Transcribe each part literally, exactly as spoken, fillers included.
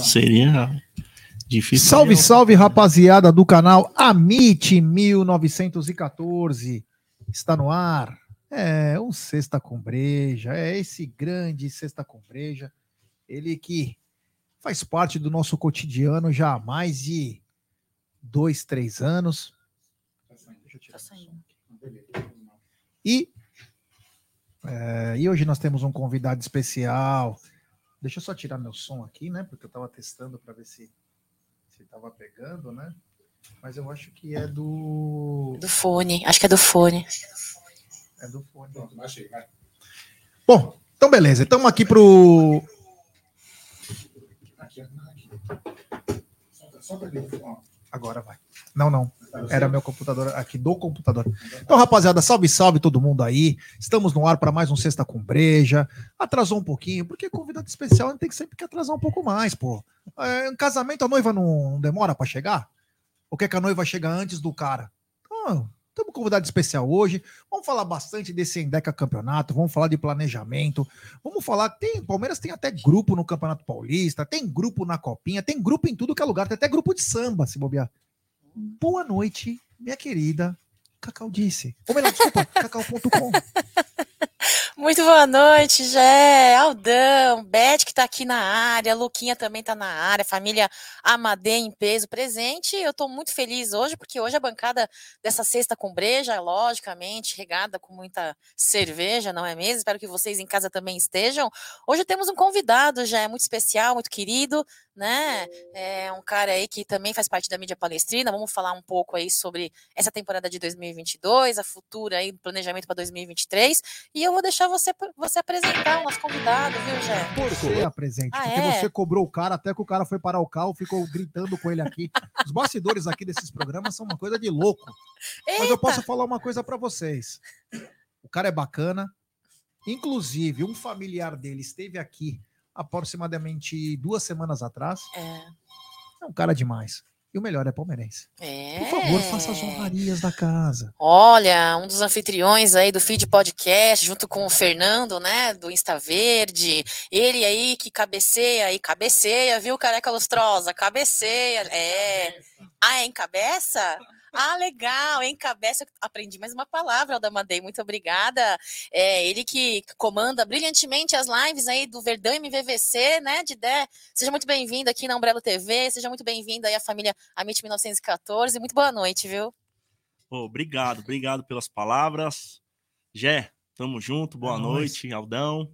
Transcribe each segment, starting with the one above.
Seria difícil. Salve, salve, rapaziada do canal Amit mil novecentos e quatorze. Está no ar. É um Sexta com Breja. É esse grande Sexta com Breja. Ele que faz parte do nosso cotidiano já há mais de dois, três anos. Deixa eu tirar tá saindo. E, é, e hoje nós temos um convidado especial. Deixa eu só tirar meu som aqui, né? Porque eu estava testando para ver se se estava pegando, né? Mas eu acho que é do... Do fone. Acho que é do fone. É do fone. Pronto, baixei, vai. Bom, então beleza. Estamos aqui pro... Aqui, aqui. Só para ele. Agora vai. Não, não. Era meu computador aqui do computador. Então, rapaziada, salve, salve todo mundo aí. Estamos no ar para mais um Sexta com Breja. Atrasou um pouquinho, porque convidado especial a gente tem que sempre que atrasar um pouco mais, pô. É, um casamento, a noiva não, não demora para chegar? Ou quer que a noiva chega antes do cara? Então, temos um convidado especial hoje. Vamos falar bastante desse Endeca Campeonato, vamos falar de planejamento, vamos falar que tem, Palmeiras tem até grupo no Campeonato Paulista, tem grupo na Copinha, tem grupo em tudo que é lugar, tem até grupo de samba, se bobear. Boa noite, minha querida Cacau Disse. Ou melhor, desculpa, cacau ponto com. Muito boa noite, Jé, Aldão, Beth que tá aqui na área, Luquinha também tá na área, família Amadei em peso presente. Eu tô muito feliz hoje, porque hoje a bancada dessa Sexta com Breja, logicamente, regada com muita cerveja, não é mesmo? Espero que vocês em casa também estejam. Hoje temos um convidado, já é muito especial, muito querido, né? É um cara aí que também faz parte da mídia palestrina. Vamos falar um pouco aí sobre essa temporada de dois mil e vinte e dois, a futura aí, planejamento para dois mil e vinte e três, e eu vou deixar você, você apresentar o nosso convidado, viu, Jé? Você apresente, ah, porque é? você cobrou o cara até que o cara foi parar o carro, ficou gritando com ele aqui. Os bastidores aqui desses programas são uma coisa de louco. Eita. Mas eu posso falar uma coisa para vocês. O cara é bacana. Inclusive, um familiar dele esteve aqui aproximadamente duas semanas atrás. É. É um cara demais. E o melhor é palmeirense. É. Por favor, faça as honrarias da casa. Olha, um dos anfitriões aí do Feed Podcast, junto com o Fernando, né, do Insta Verde. Ele aí que cabeceia e cabeceia, viu, careca lustrosa? Cabeceia. É. Ah, é encabeça? Ah, legal, encabeça. Aprendi mais uma palavra, Aldamadei, muito obrigada. É ele que comanda brilhantemente as lives aí do Verdão M V V C, né, Didé? Seja muito bem-vindo aqui na Umbrella T V, seja muito bem-vindo aí à família Amit mil novecentos e quatorze. Muito boa noite, viu? Oh, obrigado, obrigado pelas palavras. Jé, tamo junto, boa é noite, nóis. Aldão.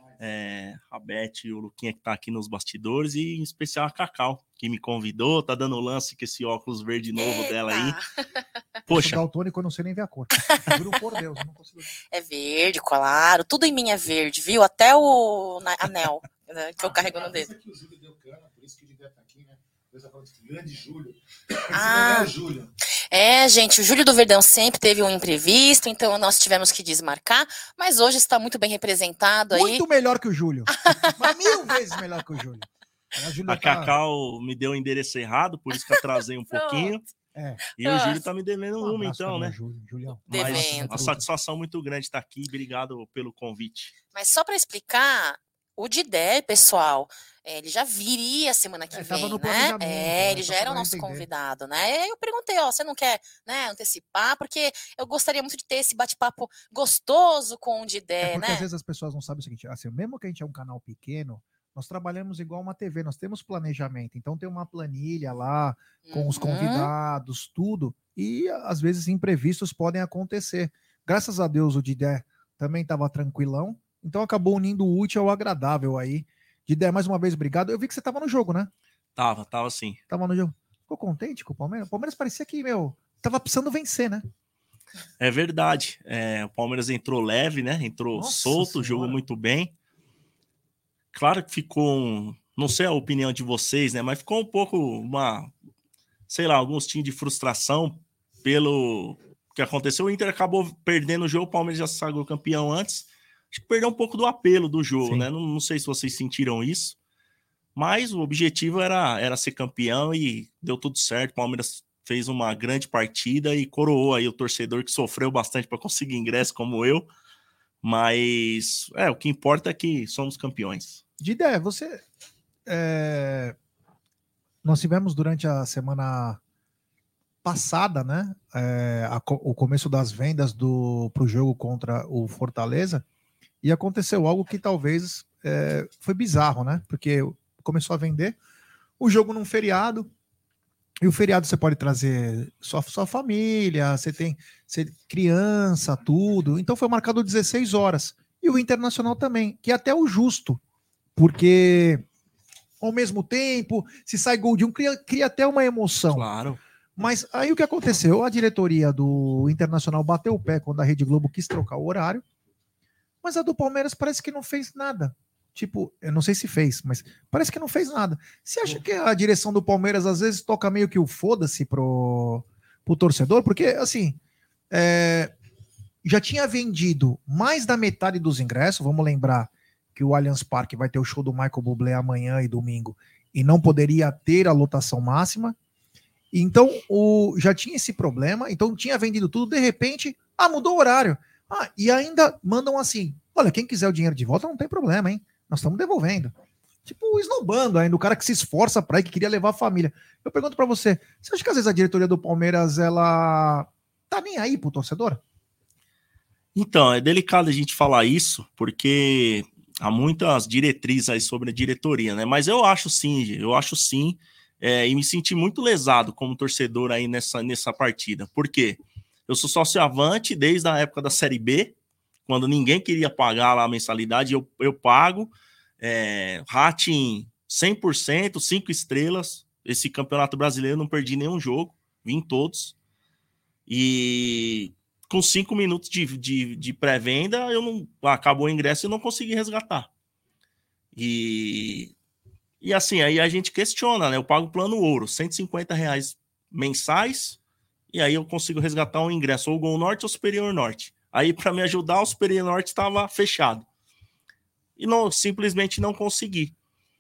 É, a Beth e o Luquinha que tá aqui nos bastidores, e em especial a Cacau, que me convidou, tá dando lance com esse óculos verde novo Eita. Dela aí. Poxa. O daltônico eu não sei nem ver a cor. Juro por Deus, eu não consigo. É verde, claro, tudo em mim é verde, viu? Até o anel, né, que eu carrego no dedo. Aqui o Júlio deu cana, por isso que ele deve estar aqui, né? Eu já falo de grande Júlio. Ah, é Júlio. É, gente, o Júlio do Verdão sempre teve um imprevisto, então nós tivemos que desmarcar, mas hoje está muito bem representado aí. Muito melhor que o Júlio. Mas mil vezes melhor que o Júlio. A, Júlio a tá... Cacau me deu o endereço errado, por isso que eu atrasei um pouquinho. É. E Nossa. O Júlio tá me devendo um uma, então, né? Júlio, Julião. Mas uma satisfação muito grande estar aqui. Obrigado pelo convite. Mas só para explicar, o Didé, pessoal, ele já viria semana que é, vem, né? É, ele já era o nosso entender. Convidado, né? E aí eu perguntei, ó, você não quer, né, antecipar? Porque eu gostaria muito de ter esse bate-papo gostoso com o Didé, é porque né? Às vezes as pessoas não sabem o seguinte, assim, mesmo que a gente é um canal pequeno, nós trabalhamos igual uma T V, nós temos planejamento, então tem uma planilha lá com uhum. os convidados, tudo, e às vezes imprevistos podem acontecer. Graças a Deus o Didé também estava tranquilão, então acabou unindo o útil ao agradável aí. Didé, mais uma vez, obrigado. Eu vi que você tava no jogo, né? Tava, tava sim. Tava no jogo. Ficou contente com o Palmeiras? O Palmeiras parecia que, meu, tava precisando vencer, né? É verdade. É, o Palmeiras entrou leve, né? Entrou Nossa solto, senhora. Jogou muito bem. Claro que ficou um... Não sei a opinião de vocês, né? Mas ficou um pouco uma... Sei lá, alguns tinham de frustração pelo que aconteceu. O Inter acabou perdendo o jogo, o Palmeiras já sagrou campeão antes. Acho que perdeu um pouco do apelo do jogo, Sim. né? Não, não sei se vocês sentiram isso, mas o objetivo era, era ser campeão e deu tudo certo. O Palmeiras fez uma grande partida e coroou aí o torcedor que sofreu bastante para conseguir ingresso, como eu. Mas é, o que importa é que somos campeões. Didé, você... É... nós tivemos durante a semana passada, né, é, a, o começo das vendas do para o jogo contra o Fortaleza, e aconteceu algo que talvez é, foi bizarro, né? Porque começou a vender o jogo num feriado, e o feriado você pode trazer sua, sua família, você tem você, criança, tudo. Então foi marcado dezesseis horas. E o Internacional também, que é até o justo, porque ao mesmo tempo, se sai gol de um, cria, cria até uma emoção. Claro. Mas aí o que aconteceu? A diretoria do Internacional bateu o pé quando a Rede Globo quis trocar o horário, mas a do Palmeiras parece que não fez nada. Tipo, eu não sei se fez, mas parece que não fez nada. Você acha que a direção do Palmeiras às vezes toca meio que o foda-se pro, pro torcedor? Porque, assim, é, já tinha vendido mais da metade dos ingressos. Vamos lembrar que o Allianz Parque vai ter o show do Michael Bublé amanhã e domingo, e não poderia ter a lotação máxima. Então, o, já tinha esse problema, então tinha vendido tudo, de repente, ah, mudou o horário. Ah, e ainda mandam assim, olha, quem quiser o dinheiro de volta não tem problema, hein? Nós estamos devolvendo. Tipo, esnobando ainda, o cara que se esforça pra ir, que queria levar a família. Eu pergunto pra você, você acha que às vezes a diretoria do Palmeiras, ela tá nem aí pro torcedor? Então, é delicado a gente falar isso, porque há muitas diretrizes aí sobre a diretoria, né? Mas eu acho sim, eu acho sim, é, e me senti muito lesado como torcedor aí nessa, nessa partida. Por quê? Eu sou sócio-avante desde a época da Série B, quando ninguém queria pagar lá a mensalidade, eu, eu pago, é, rating cem por cento, cinco estrelas, esse campeonato brasileiro eu não perdi nenhum jogo, vim todos, e com cinco minutos de, de, de pré-venda, eu não, acabou o ingresso e eu não consegui resgatar. E, e assim, aí a gente questiona, né? Eu pago plano ouro, cento e cinquenta reais mensais, e aí eu consigo resgatar um ingresso, ou Gol Norte ou Superior Norte. Aí, para me ajudar, o Superior Norte estava fechado. E não, simplesmente não consegui.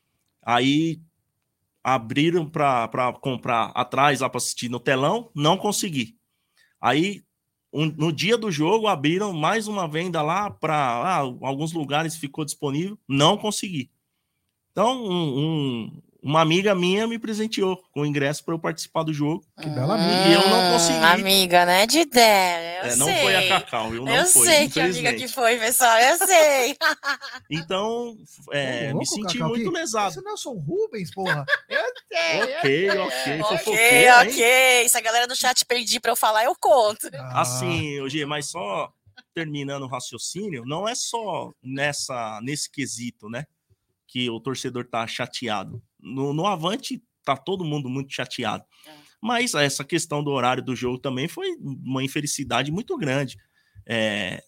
Aí abriram para comprar atrás, lá para assistir no telão, não consegui. Aí, um, no dia do jogo, abriram mais uma venda lá para ah, alguns lugares, ficou disponível, não consegui. Então, um, um, uma amiga minha me presenteou com o ingresso para eu participar do jogo. Que bela amiga. E eu não consegui. Amiga, né? De ideia. Eu é, sei. não foi a Cacau, eu não eu foi, sei que amiga que foi, pessoal, eu sei. Então, é, Ô, louco, me senti Cacau, muito que... lesado. Esse Nelson Rubens, porra. Eu sei. Ok, ok, Ok, fofoqueira, hein? ok. Se a galera do chat pedir pra eu falar, eu conto. Ah, Assim, G, mas só terminando o raciocínio, não é só nessa, nesse quesito, né, que o torcedor tá chateado. No, no Avante tá todo mundo muito chateado. É. Mas essa questão do horário do jogo também foi uma infelicidade muito grande. É,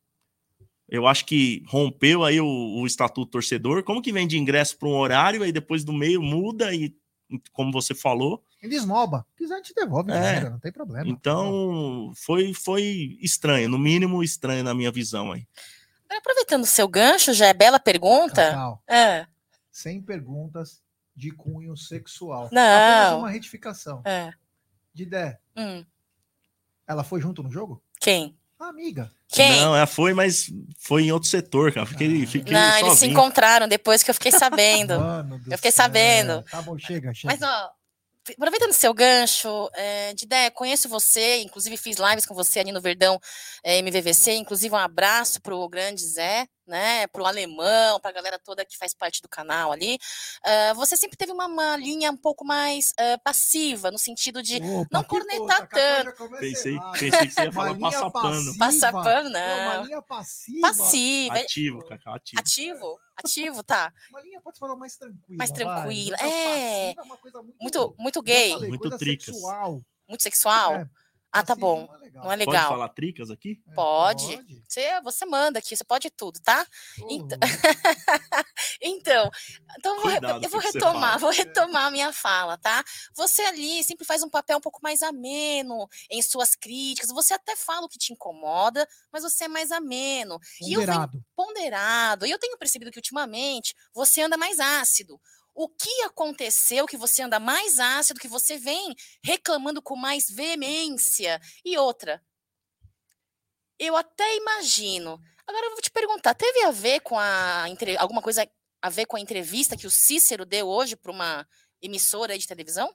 eu acho que rompeu aí o, o estatuto torcedor. Como que vem de ingresso para um horário, aí depois do meio muda e, como você falou... Ele esnoba. Se quiser, a gente devolve é, dinheiro, não tem problema. Então, foi, foi estranho, no mínimo estranho na minha visão aí. Aproveitando o seu gancho, já é bela pergunta. Cacau, é. Sem perguntas de cunho sexual. Não. Apenas uma retificação. É. Didé, hum. ela foi junto no jogo? Quem? A amiga. Quem? Não, ela foi, mas foi em outro setor, cara. Fiquei, ah, fiquei Não, sozinho. eles se encontraram depois que eu fiquei sabendo. Mano do eu fiquei céu. sabendo. Tá bom, chega, chega. Mas, ó, aproveitando o seu gancho, é, Didé, conheço você, inclusive fiz lives com você ali no Verdão é, M V V C, inclusive um abraço pro grande Zé, né, pro Alemão, pra galera toda que faz parte do canal ali. Uh, você sempre teve uma, uma linha um pouco mais uh, passiva, no sentido de Opa, não cornetar tanto. Pensei, pensei que você ia falar passar pano. Passar pano, não. Uma linha passiva. Passiva. Ativo, Cacau, ativo. Ativo, ativo, tá. Uma linha, pode falar, mais tranquila. Mais tranquila, vai. é. É uma coisa muito, muito, muito gay. Falei, muito tricas. Sexual. Muito sexual? É. Ah, tá bom. Não é legal. Não é legal. Pode falar tricas aqui? É, pode. pode. Você, você manda aqui, você pode tudo, tá? Oh. Então, então, então Cuidado, eu vou retomar, vou retomar a minha fala, tá? Você ali sempre faz um papel um pouco mais ameno em suas críticas. Você até fala o que te incomoda, mas você é mais ameno. Ponderado. E eu venho, ponderado. E eu tenho percebido que ultimamente você anda mais ácido. O que aconteceu que você anda mais ácido, que você vem reclamando com mais veemência? E outra, eu até imagino. Agora eu vou te perguntar, teve a ver com a alguma coisa a ver com a entrevista que o Cícero deu hoje para uma emissora de televisão?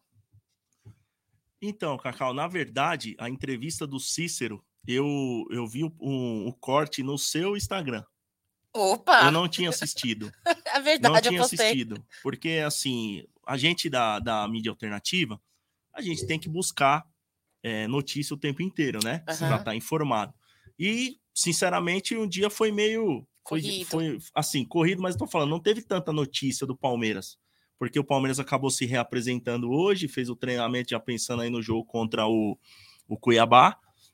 Então, Cacau, na verdade, a entrevista do Cícero, eu, eu vi o, um, o corte no seu Instagram. Opa! Eu não tinha assistido. É verdade, não tinha eu postei. assistido. Porque, assim, a gente da, da mídia alternativa, a gente tem que buscar é, notícia o tempo inteiro, né? Uhum. Pra estar informado. E, sinceramente, um dia foi meio... Foi, Corrido. foi, assim, corrido, mas eu tô falando, não teve tanta notícia do Palmeiras. Porque o Palmeiras acabou se reapresentando hoje, fez o treinamento já pensando aí no jogo contra o, o Cuiabá.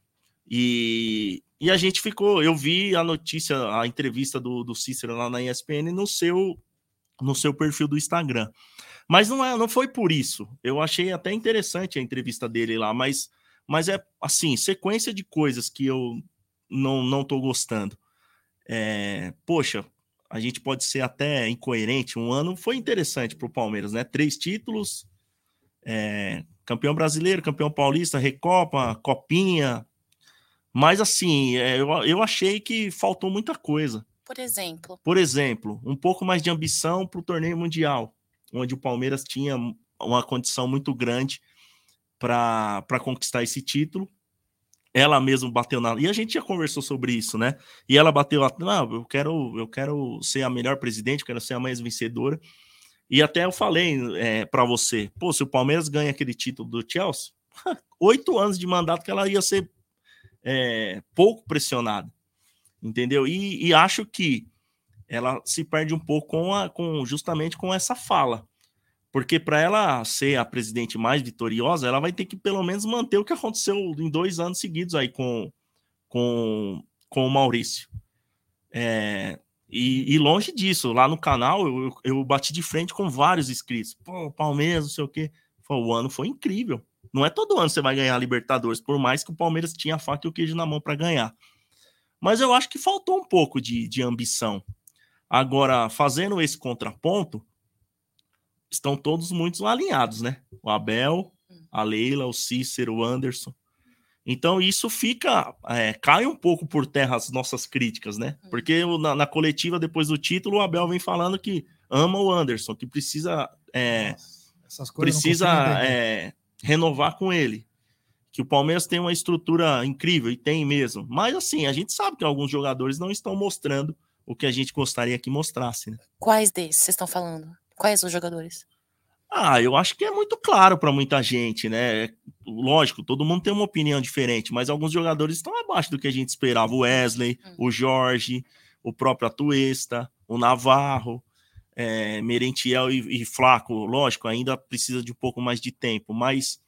E, e a gente ficou... Eu vi a notícia, a entrevista do, do Cícero lá na E S P N no seu, no seu perfil do Instagram. Mas não, é, não foi por isso. Eu achei até interessante a entrevista dele lá, mas, mas é, assim, sequência de coisas que eu não, não tô gostando. É, poxa, a gente pode ser até incoerente. Um ano foi interessante para o Palmeiras, né? Três títulos, é, campeão brasileiro, campeão paulista, Recopa, Copinha. Mas, assim, é, eu, eu achei que faltou muita coisa. Por exemplo? Por exemplo, um pouco mais de ambição para o torneio mundial, onde o Palmeiras tinha uma condição muito grande para conquistar esse título. Ela mesma bateu na... E a gente já conversou sobre isso, né? E ela bateu... Não, eu quero, eu quero ser a melhor presidente, eu quero ser a mais vencedora. E até eu falei é, para você, pô, se o Palmeiras ganha aquele título do Chelsea, oito anos de mandato que ela ia ser é, pouco pressionada, entendeu? E, e acho que ela se perde um pouco com, a, com justamente com essa fala. Porque para ela ser a presidente mais vitoriosa, ela vai ter que pelo menos manter o que aconteceu em dois anos seguidos aí com, com, com o Maurício. É, e, e longe disso, lá no canal eu, eu bati de frente com vários inscritos. Pô, Palmeiras, não sei o quê. O ano foi incrível. Não é todo ano que você vai ganhar a Libertadores, por mais que o Palmeiras tinha a faca e o queijo na mão para ganhar. Mas eu acho que faltou um pouco de, de ambição. Agora, fazendo esse contraponto, estão todos muito alinhados, né? O Abel, a Leila, o Cícero, o Anderson. Então, isso fica... É, cai um pouco por terra as nossas críticas, né? Porque na, na coletiva, depois do título, o Abel vem falando que ama o Anderson, que precisa, é, Nossa, precisa é, renovar com ele. Que o Palmeiras tem uma estrutura incrível, e tem mesmo. Mas, assim, a gente sabe que alguns jogadores não estão mostrando o que a gente gostaria que mostrasse, né? Quais desses vocês estão falando? Quais os jogadores? Ah, eu acho que é muito claro para muita gente, né? Lógico, todo mundo tem uma opinião diferente, mas alguns jogadores estão abaixo do que a gente esperava. O Wesley, hum. o Jorge, o próprio Atuesta, o Navarro, é, Merentiel e, e Flaco. Lógico, ainda precisa de um pouco mais de tempo, mas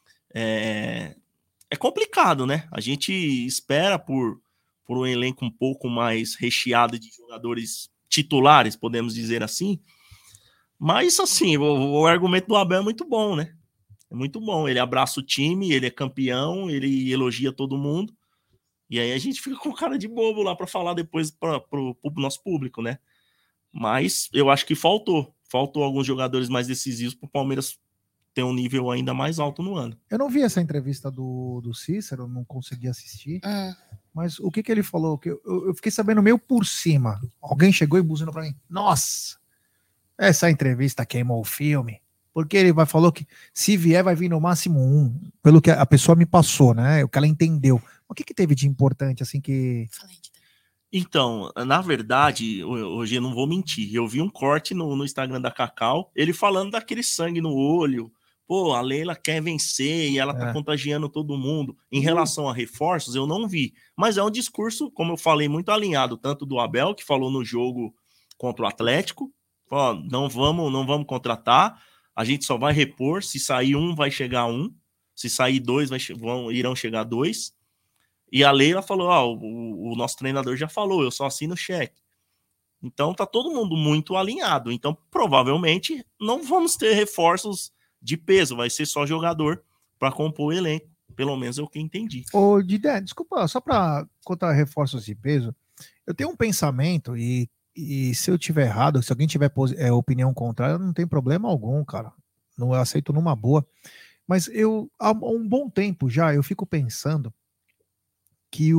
é, é complicado, né? A gente espera por, por um elenco um pouco mais recheado de jogadores titulares, podemos dizer assim. Mas, assim, o, o argumento do Abel é muito bom, né? É muito bom. Ele abraça o time, ele é campeão, ele elogia todo mundo. E aí a gente fica com cara de bobo lá para falar depois para o nosso público, né? Mas eu acho que faltou. Faltou alguns jogadores mais decisivos para o Palmeiras ter um nível ainda mais alto no ano. Eu não vi essa entrevista do, do Cícero, não consegui assistir. Hum. Mas o que, que ele falou? Que eu, eu fiquei sabendo meio por cima. Alguém chegou e buzinou para mim. Nossa! Essa entrevista queimou o filme, porque ele vai, falou que se vier vai vir no máximo um, pelo que a pessoa me passou, né? O que ela entendeu. O que, que teve de importante, assim, que... Então, na verdade, hoje eu não vou mentir, eu vi um corte no, no Instagram da Cacau, ele falando daquele sangue no olho, pô, a Leila quer vencer e ela tá é. contagiando todo mundo. Em uhum. relação a reforços, eu não vi, mas é um discurso, como eu falei, muito alinhado, tanto do Abel, que falou no jogo contra o Atlético, ó, não vamos, não vamos contratar, a gente só vai repor, se sair um, vai chegar um, se sair dois, vai, vão, irão chegar dois, e a Leila falou, ó, o, o nosso treinador já falou, eu só assino cheque. Então tá todo mundo muito alinhado, então provavelmente não vamos ter reforços de peso, vai ser só jogador para compor o elenco, pelo menos é o que eu entendi. Ô, Didé, desculpa, só para contar reforços de peso, eu tenho um pensamento e E se eu tiver errado, se alguém tiver é, opinião contrária, não tem problema algum, cara. Não eu aceito numa boa. Mas eu, há um bom tempo já, eu fico pensando que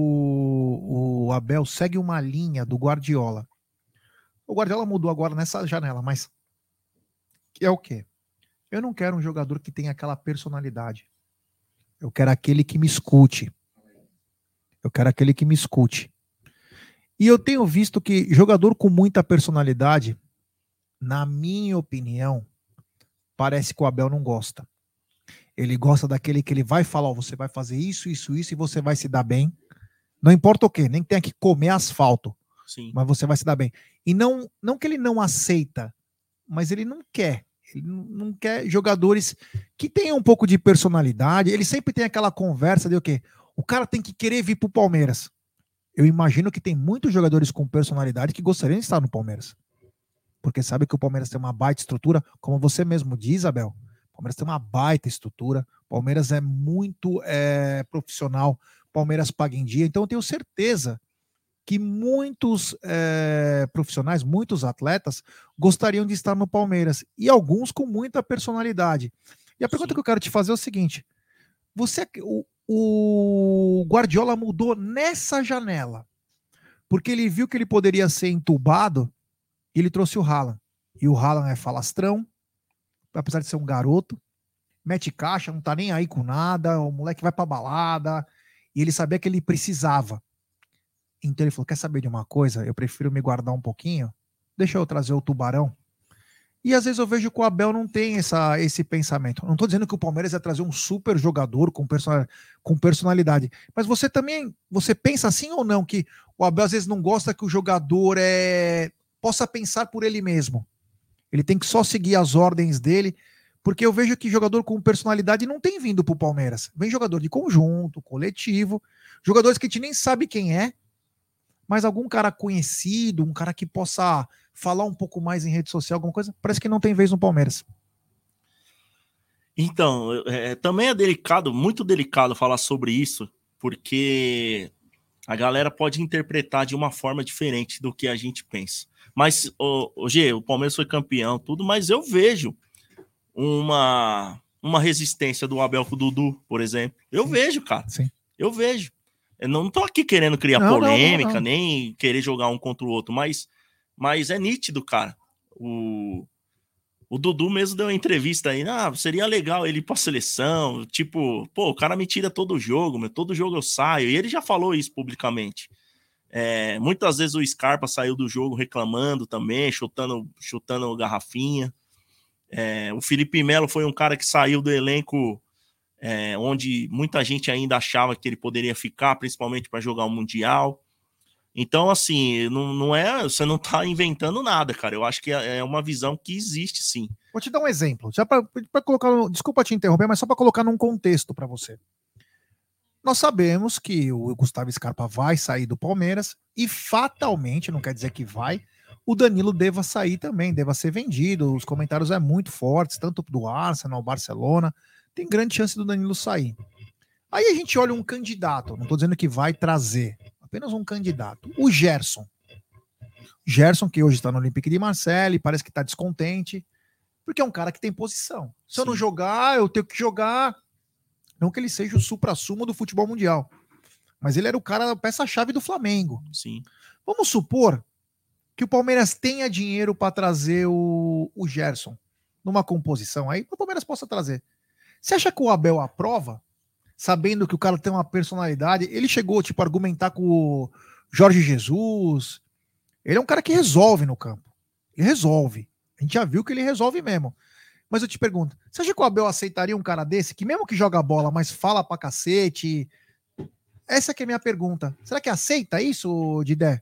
o, o Abel segue uma linha do Guardiola. O Guardiola mudou agora nessa janela, mas é o quê? Eu não quero um jogador que tenha aquela personalidade. Eu quero aquele que me escute. Eu quero aquele que me escute. E eu tenho visto que jogador com muita personalidade, na minha opinião, parece que o Abel não gosta. Ele gosta daquele que ele vai falar, ó, você vai fazer isso, isso, isso, e você vai se dar bem. Não importa o quê, nem que tenha que comer asfalto. Sim. Mas você vai se dar bem. E não, não que ele não aceita, mas ele não quer. Ele não, não quer jogadores que tenham um pouco de personalidade. Ele sempre tem aquela conversa de o quê? O cara tem que querer vir pro Palmeiras. Eu imagino que tem muitos jogadores com personalidade que gostariam de estar no Palmeiras. Porque sabe que o Palmeiras tem uma baita estrutura, como você mesmo diz, Abel. O Palmeiras tem uma baita estrutura. O Palmeiras é muito é, profissional. O Palmeiras paga em dia. Então eu tenho certeza que muitos é, profissionais, muitos atletas gostariam de estar no Palmeiras. E alguns com muita personalidade. E a pergunta Sim. que eu quero te fazer é o seguinte. Você, o, o Guardiola mudou nessa janela. Porque ele viu que ele poderia ser entubado e ele trouxe o Haaland. E o Haaland é falastrão, apesar de ser um garoto, mete caixa, não tá nem aí com nada, o moleque vai pra balada, e ele sabia que ele precisava. Então ele falou, quer saber de uma coisa? Eu prefiro me guardar um pouquinho, deixa eu trazer o Tubarão. E às vezes eu vejo que o Abel não tem essa, esse pensamento. Não tô dizendo que o Palmeiras ia trazer um super jogador com, person, com personalidade, mas você também, você pensa assim ou não, que o Abel às vezes não gosta que o jogador é, possa pensar por ele mesmo. Ele tem que só seguir as ordens dele, porque eu vejo que jogador com personalidade não tem vindo pro Palmeiras. Vem jogador de conjunto, coletivo, jogadores que a gente nem sabe quem é, mas algum cara conhecido, um cara que possa falar um pouco mais em rede social, alguma coisa, parece que não tem vez no Palmeiras. Então, é, também é delicado, muito delicado falar sobre isso, porque a galera pode interpretar de uma forma diferente do que a gente pensa. Mas, o, o G, o Palmeiras foi campeão, tudo, mas eu vejo uma, uma resistência do Abel com o Dudu, por exemplo. Eu Sim. vejo, cara. Sim. Eu vejo. Eu não tô aqui querendo criar não, polêmica, não, não, não. nem querer jogar um contra o outro, mas, mas é nítido, cara. O, o Dudu mesmo deu uma entrevista aí, ah, seria legal ele ir pra seleção, tipo, pô, o cara me tira todo jogo, meu, todo jogo eu saio, e ele já falou isso publicamente. É, muitas vezes o Scarpa saiu do jogo reclamando também, chutando, chutando garrafinha. É, o Felipe Melo foi um cara que saiu do elenco É, onde muita gente ainda achava que ele poderia ficar, principalmente para jogar o Mundial. Então, assim, não, não é, você não está inventando nada, cara. Eu acho que é uma visão que existe, sim. Vou te dar um exemplo. Já para colocar, desculpa te interromper, mas só para colocar num contexto para você. Nós sabemos que o Gustavo Scarpa vai sair do Palmeiras e fatalmente, não quer dizer que vai, o Danilo deva sair também, deva ser vendido. Os comentários é muito fortes, tanto do Arsenal, Barcelona. Tem grande chance do Danilo sair. Aí a gente olha um candidato, não estou dizendo que vai trazer, apenas um candidato, o Gerson. Gerson, que hoje está no Olympique de Marseille, parece que está descontente, porque é um cara que tem posição. Se Sim. eu não jogar, eu tenho que jogar. Não que ele seja o supra-sumo do futebol mundial, mas ele era o cara, a peça-chave do Flamengo. Sim. Vamos supor que o Palmeiras tenha dinheiro para trazer o, o Gerson numa composição aí, o Palmeiras possa trazer. Você acha que o Abel aprova, sabendo que o cara tem uma personalidade? Ele chegou, tipo, a argumentar com o Jorge Jesus. Ele é um cara que resolve no campo. Ele resolve. A gente já viu que ele resolve mesmo. Mas eu te pergunto, você acha que o Abel aceitaria um cara desse, que mesmo que joga bola, mas fala pra cacete? Essa que é a minha pergunta. Será que aceita isso, Didé?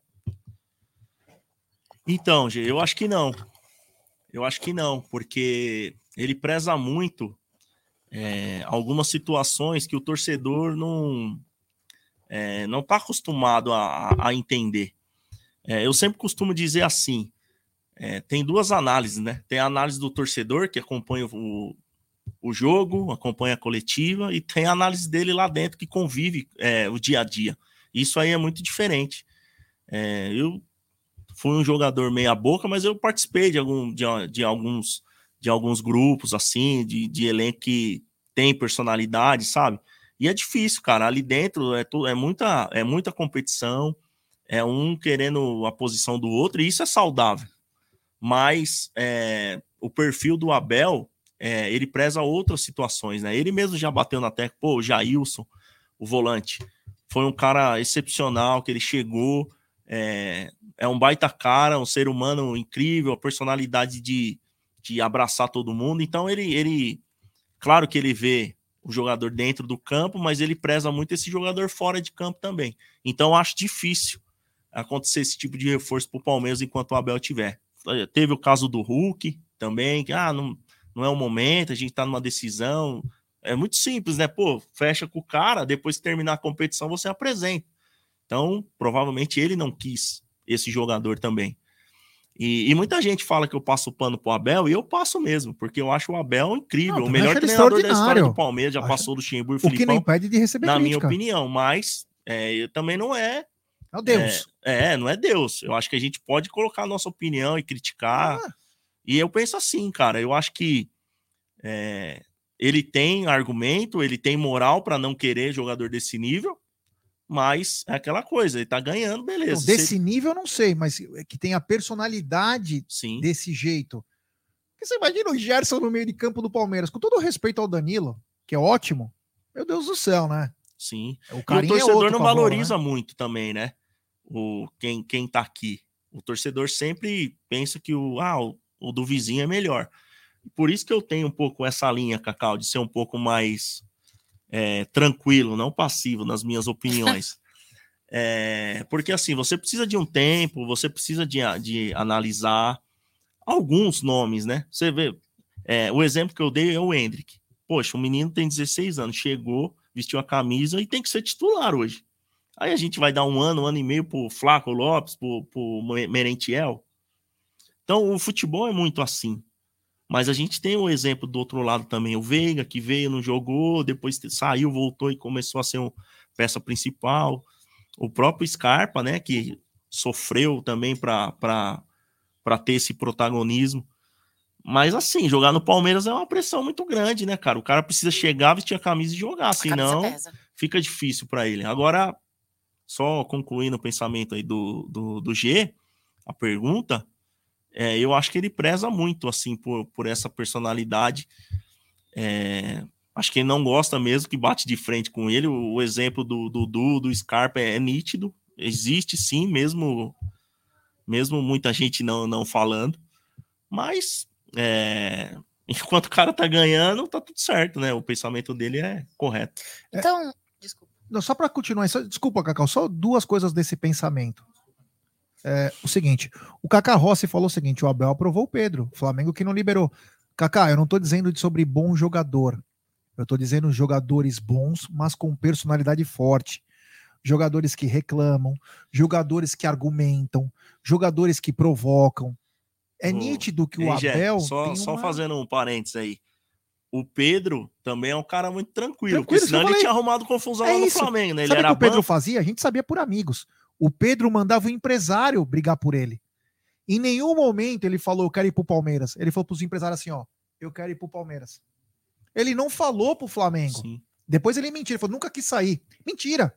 Então, Gê, eu acho que não. Eu acho que não, porque ele preza muito É, algumas situações que o torcedor não é, não está acostumado a, a entender. É, eu sempre costumo dizer assim, é, tem duas análises, né? Tem a análise do torcedor, que acompanha o, o jogo, acompanha a coletiva, e tem a análise dele lá dentro, que convive é, o dia a dia. Isso aí é muito diferente. É, eu fui um jogador meia boca, mas eu participei de, algum, de, de alguns de alguns grupos, assim, de, de elenco que tem personalidade, sabe? E é difícil, cara. Ali dentro é, é, muita, é muita competição, é um querendo a posição do outro, e isso é saudável. Mas é, o perfil do Abel, é, ele preza outras situações, né? Ele mesmo já bateu na tecla, pô, o Jailson, o volante, foi um cara excepcional, que ele chegou, é, é um baita cara, um ser humano incrível, a personalidade de, de abraçar todo mundo. Então ele, ele, claro que ele vê o jogador dentro do campo, mas ele preza muito esse jogador fora de campo também. Então eu acho difícil acontecer esse tipo de reforço pro Palmeiras enquanto o Abel tiver. Teve o caso do Hulk também, que ah, não, não é o momento, a gente tá numa decisão. É muito simples, né? Pô, fecha com o cara, depois que terminar a competição você apresenta. Então, provavelmente ele não quis esse jogador também. E, e muita gente fala que eu passo o pano pro Abel, e eu passo mesmo, porque eu acho o Abel incrível, não, o melhor treinador da história do Palmeiras, já acho... passou do Luxemburgo, o que não impede de receber na crítica. minha opinião, mas é, também não é Meu Deus. É, é, não é Deus. Eu acho que a gente pode colocar a nossa opinião e criticar. Ah. E eu penso assim, cara, eu acho que é, ele tem argumento, ele tem moral para não querer jogador desse nível, mas é aquela coisa, ele tá ganhando, beleza. Não, desse ele... nível eu não sei, mas que tem a personalidade Sim. desse jeito. Porque você imagina o Gerson no meio de campo do Palmeiras, com todo o respeito ao Danilo, que é ótimo, meu Deus do céu, né? Sim. O, e o torcedor é não favor, valoriza né? muito também, né? O, quem, quem tá aqui. O torcedor sempre pensa que o, ah, o, o do vizinho é melhor. Por isso que eu tenho um pouco essa linha, Cacau, de ser um pouco mais é, tranquilo, não passivo nas minhas opiniões. é, porque assim, você precisa de um tempo, você precisa de, de analisar alguns nomes, né? Você vê, é, o exemplo que eu dei é o Endrick. Poxa, o menino tem dezesseis anos, chegou, vestiu a camisa e tem que ser titular hoje. Aí a gente vai dar um ano, um ano e meio pro Flaco Lopes, pro, pro Merentiel. Então o futebol é muito assim. Mas a gente tem um exemplo do outro lado também, o Veiga, que veio, não jogou, depois saiu, voltou e começou a ser uma peça principal. O próprio Scarpa, né, que sofreu também para ter esse protagonismo. Mas assim, jogar no Palmeiras é uma pressão muito grande, né, cara? O cara precisa chegar, vestir a camisa e jogar, senão fica difícil para ele. Agora, só concluindo o pensamento aí do, do, do G, a pergunta, é, eu acho que ele preza muito, assim, por, por essa personalidade. É, acho que ele não gosta mesmo que bate de frente com ele. O, o exemplo do Dudu, do, do Scarpa é, é nítido. Existe sim, mesmo, mesmo muita gente não, não falando. Mas, é, enquanto o cara tá ganhando, tá tudo certo, né? O pensamento dele é correto. Então, desculpa. Não, só para continuar, só, desculpa, Cacau, só duas coisas desse pensamento. É, o seguinte, o Cacá Rossi falou o seguinte, o Abel aprovou o Pedro, o Flamengo que não liberou. Cacá, eu não tô dizendo sobre bom jogador, eu tô dizendo jogadores bons, mas com personalidade forte. Jogadores que reclamam, jogadores que argumentam, jogadores que provocam. É oh, nítido que o Abel... Só, tem só uma... fazendo um parênteses aí. O Pedro também é um cara muito tranquilo, tranquilo porque senão ele tinha arrumado confusão é lá no isso. Flamengo, né? Ele Sabe era o que o Pedro banco. fazia? A gente sabia por amigos. O Pedro mandava o empresário brigar por ele. Em nenhum momento ele falou, eu quero ir pro Palmeiras. Ele falou pros empresários assim, ó, eu quero ir pro Palmeiras. Ele não falou pro Flamengo. Sim. Depois ele mentiu, ele falou, nunca quis sair. Mentira.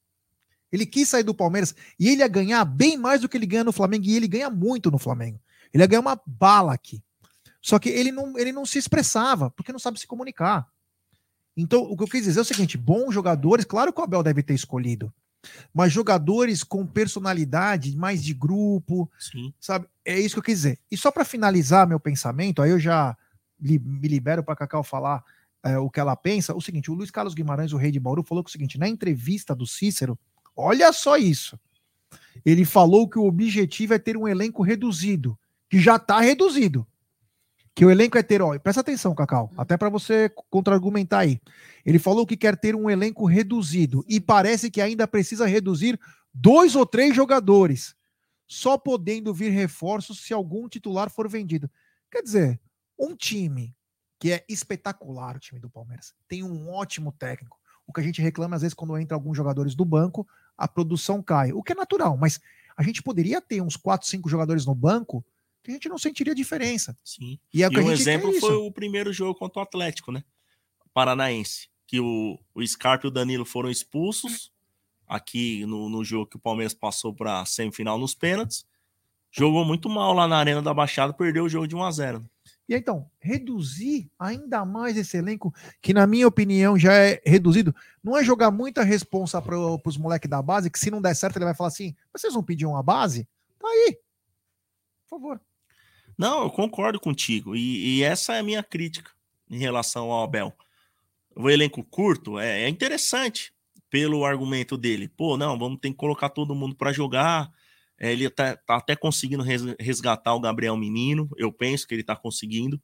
Ele quis sair do Palmeiras e ele ia ganhar bem mais do que ele ganha no Flamengo, e ele ganha muito no Flamengo. Ele ia ganhar uma bala aqui. Só que ele não, ele não se expressava, porque não sabe se comunicar. Então, o que eu quis dizer é o seguinte, bons jogadores, claro que o Abel deve ter escolhido, mas jogadores com personalidade, mais de grupo, sim, sabe? É isso que eu quis dizer. E só para finalizar meu pensamento, aí eu já li, me libero para a Cacau falar é, o que ela pensa, o seguinte, o Luiz Carlos Guimarães, o rei de Bauru, falou que o seguinte, na entrevista do Cícero, olha só isso, ele falou que o objetivo é ter um elenco reduzido, que já está reduzido. Que o elenco é ter, ó, presta atenção, Cacau, até para você contra-argumentar aí. Ele falou que quer ter um elenco reduzido e parece que ainda precisa reduzir dois ou três jogadores, só podendo vir reforços se algum titular for vendido. Quer dizer, um time que é espetacular, o time do Palmeiras, tem um ótimo técnico. O que a gente reclama às vezes quando entra alguns jogadores do banco, a produção cai, o que é natural, mas a gente poderia ter uns quatro, cinco jogadores no banco que a gente não sentiria diferença. Sim. E, é e um exemplo foi o primeiro jogo contra o Atlético, né? Paranaense, que o, o Scarpa e o Danilo foram expulsos aqui no, no jogo que o Palmeiras passou para semifinal nos pênaltis. Jogou muito mal lá na Arena da Baixada, perdeu o jogo de um a zero. E então, reduzir ainda mais esse elenco, que na minha opinião já é reduzido, não é jogar muita responsa para os moleques da base, que se não der certo ele vai falar assim, vocês não pediam uma base? Tá aí, por favor. Não, eu concordo contigo, e, e essa é a minha crítica em relação ao Abel. O elenco curto é, é interessante pelo argumento dele. Pô, não, vamos ter que colocar todo mundo para jogar. É, ele tá, tá até conseguindo resgatar o Gabriel Menino. Eu penso que ele tá conseguindo.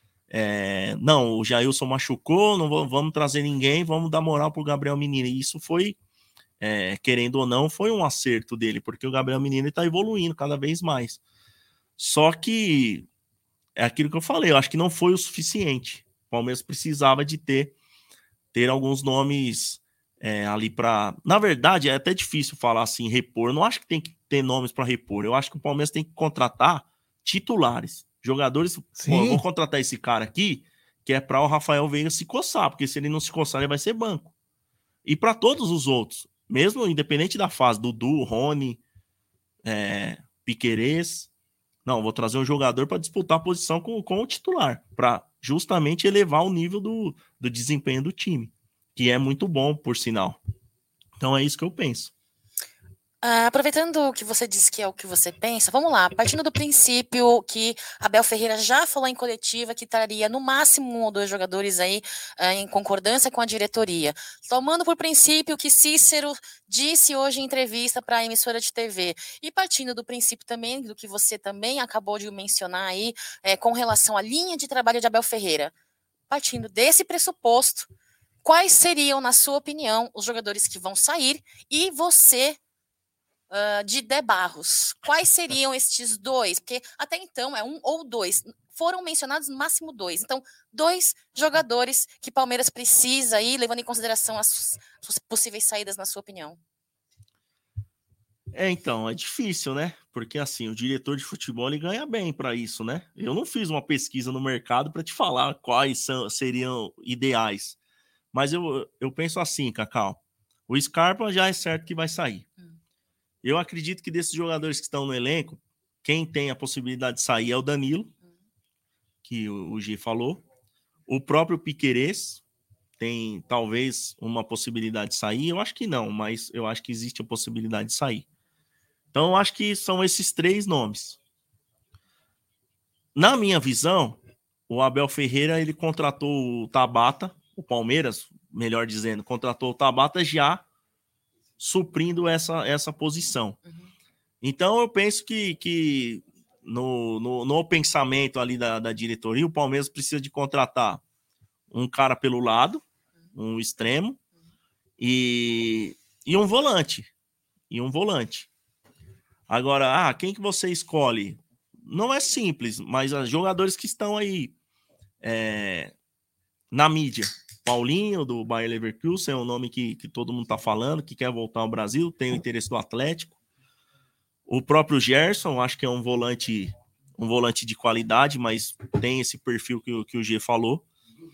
É, não, o Jailson machucou, não vamos, vamos trazer ninguém, vamos dar moral pro Gabriel Menino. E isso foi, é, querendo ou não, foi um acerto dele, porque o Gabriel Menino está evoluindo cada vez mais. Só que é aquilo que eu falei, eu acho que não foi o suficiente. O Palmeiras precisava de ter, ter alguns nomes é, ali para... Na verdade, é até difícil falar assim, repor. Eu não acho que tem que ter nomes para repor. Eu acho que o Palmeiras tem que contratar titulares. Jogadores, pô, eu vou contratar esse cara aqui, que é para o Rafael Veiga se coçar, porque se ele não se coçar, ele vai ser banco. E para todos os outros, mesmo independente da fase, Dudu, Rony, é, Piquerez, não, vou trazer um jogador para disputar a posição com, com o titular, para justamente elevar o nível do, do desempenho do time, que é muito bom, por sinal. Então é isso que eu penso. Uh, aproveitando que você disse que é o que você pensa, vamos lá, partindo do princípio que Abel Ferreira já falou em coletiva que traria no máximo um ou dois jogadores aí uh, em concordância com a diretoria, tomando por princípio que Cícero disse hoje em entrevista para a emissora de T V, e partindo do princípio também do que você também acabou de mencionar aí, é, com relação à linha de trabalho de Abel Ferreira, partindo desse pressuposto, quais seriam, na sua opinião, os jogadores que vão sair e você... Uh, de De Barros, quais seriam estes dois? Porque até então é um ou dois. Foram mencionados no máximo dois. Então, dois jogadores que Palmeiras precisa aí, levando em consideração as, as possíveis saídas, na sua opinião. É, então, é difícil, né? Porque assim, o diretor de futebol ele ganha bem para isso, né? Eu não fiz uma pesquisa no mercado para te falar quais são, seriam ideais. Mas eu, eu penso assim, Cacau. O Scarpa já é certo que vai sair. Hum. Eu acredito que desses jogadores que estão no elenco, quem tem a possibilidade de sair é o Danilo, que o, o G falou. O próprio Piquerez tem talvez uma possibilidade de sair. Eu acho que não, mas eu acho que existe a possibilidade de sair. Então, eu acho que são esses três nomes. Na minha visão, o Abel Ferreira ele contratou o Tabata, o Palmeiras, melhor dizendo, contratou o Tabata já suprindo essa, essa posição. Uhum. Então, eu penso que, que no, no, no pensamento ali da, da diretoria, o Palmeiras precisa de contratar um cara pelo lado, um extremo, e, e um volante. E um volante. Agora, ah, quem que você escolhe? Não é simples, mas os jogadores que estão aí é, na mídia. Paulinho, do Bayer Leverkusen, é um nome que, que todo mundo está falando, que quer voltar ao Brasil, tem o interesse do Atlético. O próprio Gerson, acho que é um volante, um volante de qualidade, mas tem esse perfil que, que o G falou.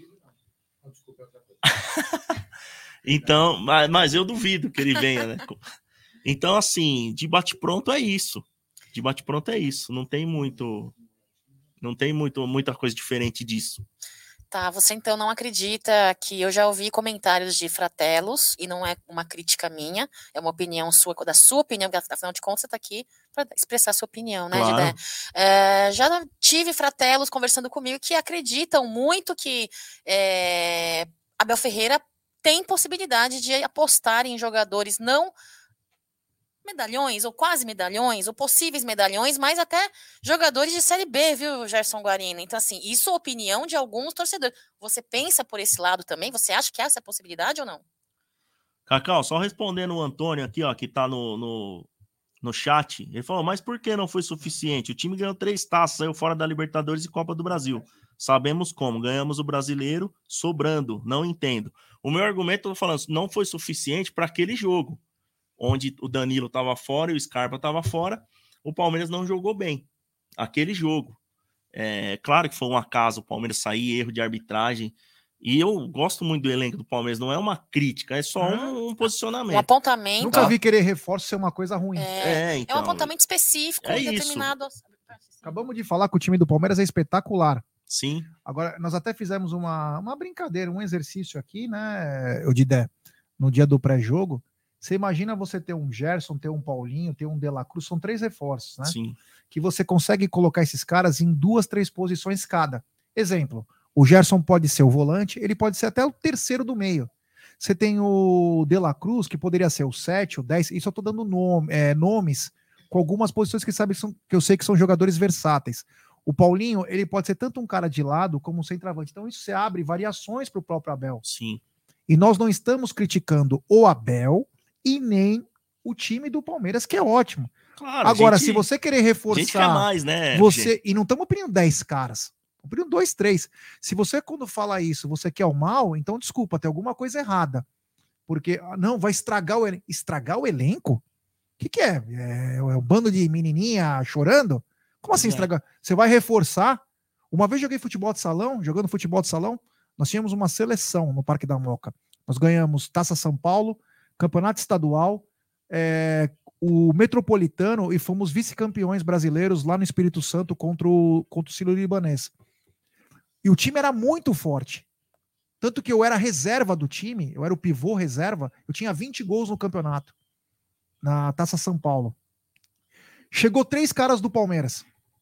Então, mas, mas eu duvido que ele venha, né? Então, assim, de bate-pronto é isso. De bate-pronto é isso. Não tem muito, não tem muito, muita coisa diferente disso. Tá, você então não acredita que eu já ouvi comentários de fratelos, e não é uma crítica minha, é uma opinião sua, da sua opinião, porque afinal de contas você está aqui para expressar sua opinião, né, claro. Gidé? É, já tive fratelos conversando comigo que acreditam muito que é, Abel Ferreira tem possibilidade de apostar em jogadores não medalhões, ou quase medalhões, ou possíveis medalhões, mas até jogadores de Série B, viu, Gerson Guarino? Então, assim, isso é a opinião de alguns torcedores. Você pensa por esse lado também? Você acha que há essa possibilidade ou não? Cacau, só respondendo o Antônio aqui, ó, que tá no, no, no chat, ele falou, mas por que não foi suficiente? O time ganhou três taças, saiu fora da Libertadores e Copa do Brasil. Sabemos como, ganhamos o Brasileiro sobrando, não entendo. O meu argumento, eu tô falando, não foi suficiente para aquele jogo, onde o Danilo estava fora e o Scarpa estava fora, o Palmeiras não jogou bem aquele jogo. É claro que foi um acaso o Palmeiras sair, erro de arbitragem, e eu gosto muito do elenco do Palmeiras, não é uma crítica, é só um, um posicionamento. Um apontamento. Nunca vi querer reforço ser uma coisa ruim. É, é, então, é um apontamento específico, é determinado. Isso. Acabamos de falar que o time do Palmeiras é espetacular. Sim. Agora, nós até fizemos uma, uma brincadeira, um exercício aqui, né, Odidé, no dia do pré-jogo. Você imagina você ter um Gerson, ter um Paulinho, ter um De La Cruz, são três reforços, né? Sim. Que você consegue colocar esses caras em duas, três posições cada. Exemplo, o Gerson pode ser o volante, ele pode ser até o terceiro do meio. Você tem o De La Cruz, que poderia ser o sete, o dez, isso eu tô dando nome, é, nomes com algumas posições que, sabe, que, são, que eu sei que são jogadores versáteis. O Paulinho, ele pode ser tanto um cara de lado como um centroavante. Então isso você abre variações para o próprio Abel. Sim. E nós não estamos criticando o Abel e nem o time do Palmeiras, que é ótimo. Claro, agora, gente, se você querer reforçar... gente quer mais, né? Você, e não estamos pedindo dez caras. Estamos pedindo dois, três. Se você, quando fala isso, você quer o mal, então desculpa, tem alguma coisa errada. Porque, não, vai estragar o elenco. Estragar o elenco? O que, que é? É, é um bando de menininha chorando? Como assim É. estragar? Você vai reforçar? Uma vez joguei futebol de salão, jogando futebol de salão, nós tínhamos uma seleção no Parque da Moca. Nós ganhamos Taça São Paulo, Campeonato Estadual, é, o Metropolitano e fomos vice-campeões brasileiros lá no Espírito Santo contra o, contra o Sírio-Libanês. E o time era muito forte. Tanto que eu era reserva do time, eu era o pivô reserva, eu tinha vinte gols no campeonato, na Taça São Paulo. Chegou três caras do Palmeiras.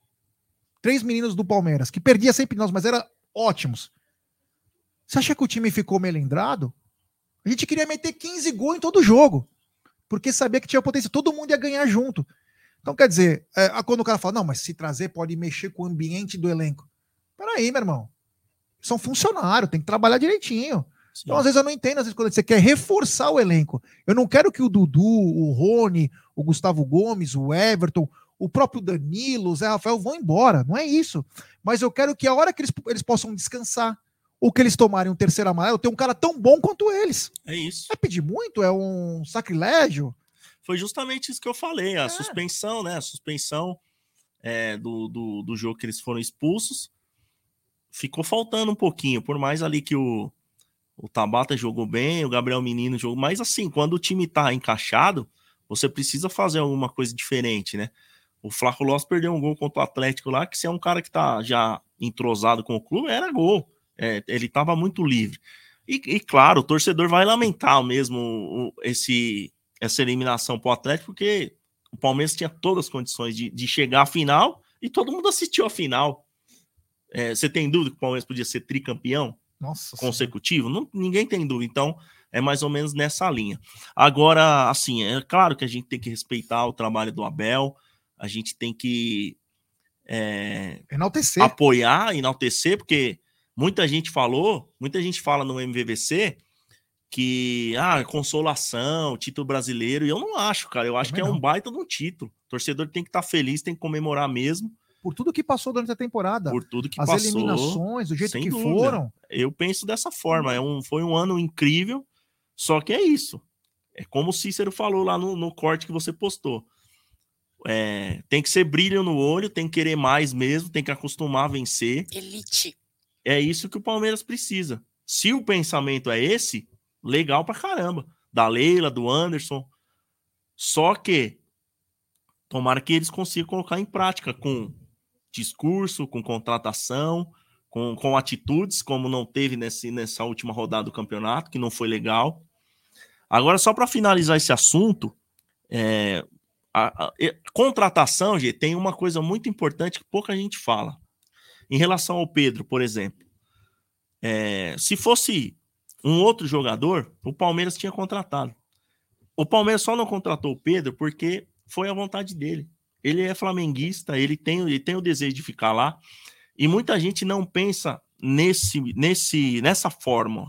Três meninos do Palmeiras, que perdia sempre nós, mas eram ótimos. Você acha que o time ficou melindrado? A gente queria meter quinze gols em todo jogo, porque sabia que tinha potência, todo mundo ia ganhar junto. Então, quer dizer, é, quando o cara fala, não, mas se trazer pode mexer com o ambiente do elenco. Peraí, meu irmão. São funcionários, tem que trabalhar direitinho. Sim. Então, às vezes, eu não entendo, às vezes, quando você quer reforçar o elenco. Eu não quero que o Dudu, o Rony, o Gustavo Gomes, o Everton, o próprio Danilo, o Zé Rafael vão embora. Não é isso. Mas eu quero que a hora que eles, eles possam descansar, ou que eles tomarem um terceiro amarelo, ter um cara tão bom quanto eles. É isso. É pedir muito? É um sacrilégio? Foi justamente isso que eu falei, a é. suspensão, né? A suspensão é, do, do, do jogo que eles foram expulsos. Ficou faltando um pouquinho, por mais ali que o, o Tabata jogou bem, o Gabriel Menino jogou, mas assim, quando o time tá encaixado, você precisa fazer alguma coisa diferente, né? O Flaco Lopes perdeu um gol contra o Atlético lá, que se é um cara que tá já entrosado com o clube, era gol. É, ele tava muito livre. E, e claro, o torcedor vai lamentar mesmo o, esse, essa eliminação pro Atlético, porque o Palmeiras tinha todas as condições de, de chegar à final e todo mundo assistiu a final. É, você tem dúvida que o Palmeiras podia ser tricampeão Nossa consecutivo? Não, ninguém tem dúvida. Então, é mais ou menos nessa linha. Agora, assim, é claro que a gente tem que respeitar o trabalho do Abel, a gente tem que é, enaltecer. apoiar, enaltecer, porque muita gente falou, muita gente fala no M V V C que, ah, consolação, título brasileiro, e eu não acho, cara. Eu acho Também que é não. um baita de um título. O torcedor tem que estar feliz, tem que comemorar mesmo. Por tudo que passou durante a temporada. Por tudo que As passou. As eliminações, do jeito que dúvida. foram. Eu penso dessa forma. É um, foi um ano incrível, só que é isso. É como o Cícero falou lá no, no corte que você postou. É, tem que ser brilho no olho, tem que querer mais mesmo, tem que acostumar a vencer. Elite. É isso que o Palmeiras precisa. Se o pensamento é esse, legal pra caramba. Da Leila, do Anderson. Só que tomara que eles consigam colocar em prática com discurso, com contratação, com, com atitudes, como não teve nesse, nessa última rodada do campeonato, que não foi legal. Agora, só para finalizar esse assunto, é, a, a, a contratação, gente, tem uma coisa muito importante que pouca gente fala. Em relação ao Pedro, por exemplo, é, se fosse um outro jogador, o Palmeiras tinha contratado. O Palmeiras só não contratou o Pedro porque foi a vontade dele. Ele é flamenguista, ele tem, ele tem o desejo de ficar lá, e muita gente não pensa nesse, nesse, nessa forma.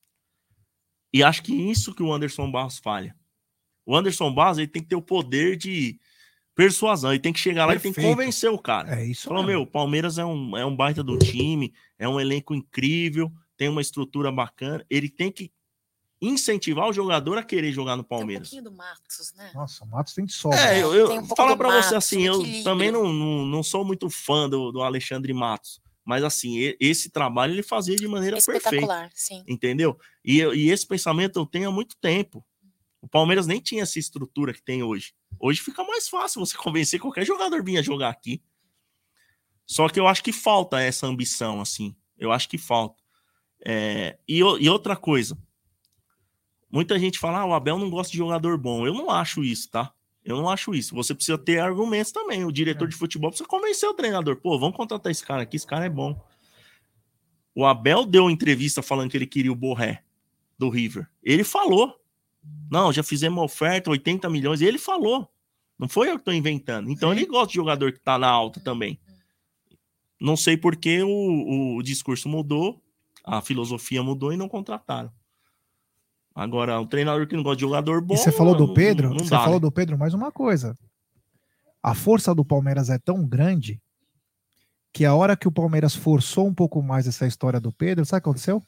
E acho que isso que o Anderson Barros falha. O Anderson Barros ele tem que ter o poder de persuasão, ele tem que chegar lá Perfeito. e tem que convencer o cara. É isso. Falou, meu, o Palmeiras é um, é um baita do time, é um elenco incrível, tem uma estrutura bacana, ele tem que incentivar o jogador a querer jogar no Palmeiras. Tem um pouquinho do Matos, né? Nossa, o Matos tem de sobra. É, eu, eu um falar para você assim, eu equilíbrio. também não, não, não sou muito fã do, do Alexandre Matos, mas assim, esse trabalho ele fazia de maneira perfeita. Sim. Entendeu? E, e esse pensamento eu tenho há muito tempo. O Palmeiras nem tinha essa estrutura que tem hoje. Hoje fica mais fácil você convencer qualquer jogador vir a jogar aqui. Só que eu acho que falta essa ambição, assim. Eu acho que falta. É, e, e outra coisa. Muita gente fala, ah, o Abel não gosta de jogador bom. Eu não acho isso, tá? Eu não acho isso. Você precisa ter argumentos também. O diretor é. de futebol precisa convencer o treinador. Pô, vamos contratar esse cara aqui, esse cara é bom. O Abel deu entrevista falando que ele queria o Borré do River. Ele falou. Não, já fizemos uma oferta, oitenta milhões. E ele falou. Não foi eu que estou inventando. Então Sim. ele gosta de jogador que está na alta também. Não sei por que o, o discurso mudou, a filosofia mudou e não contrataram. Agora, um treinador que não gosta de jogador bom... E você falou do Pedro? Não, não você dá, falou né? do Pedro, mais uma coisa. A força do Palmeiras é tão grande que a hora que o Palmeiras forçou um pouco mais essa história do Pedro, sabe o que aconteceu?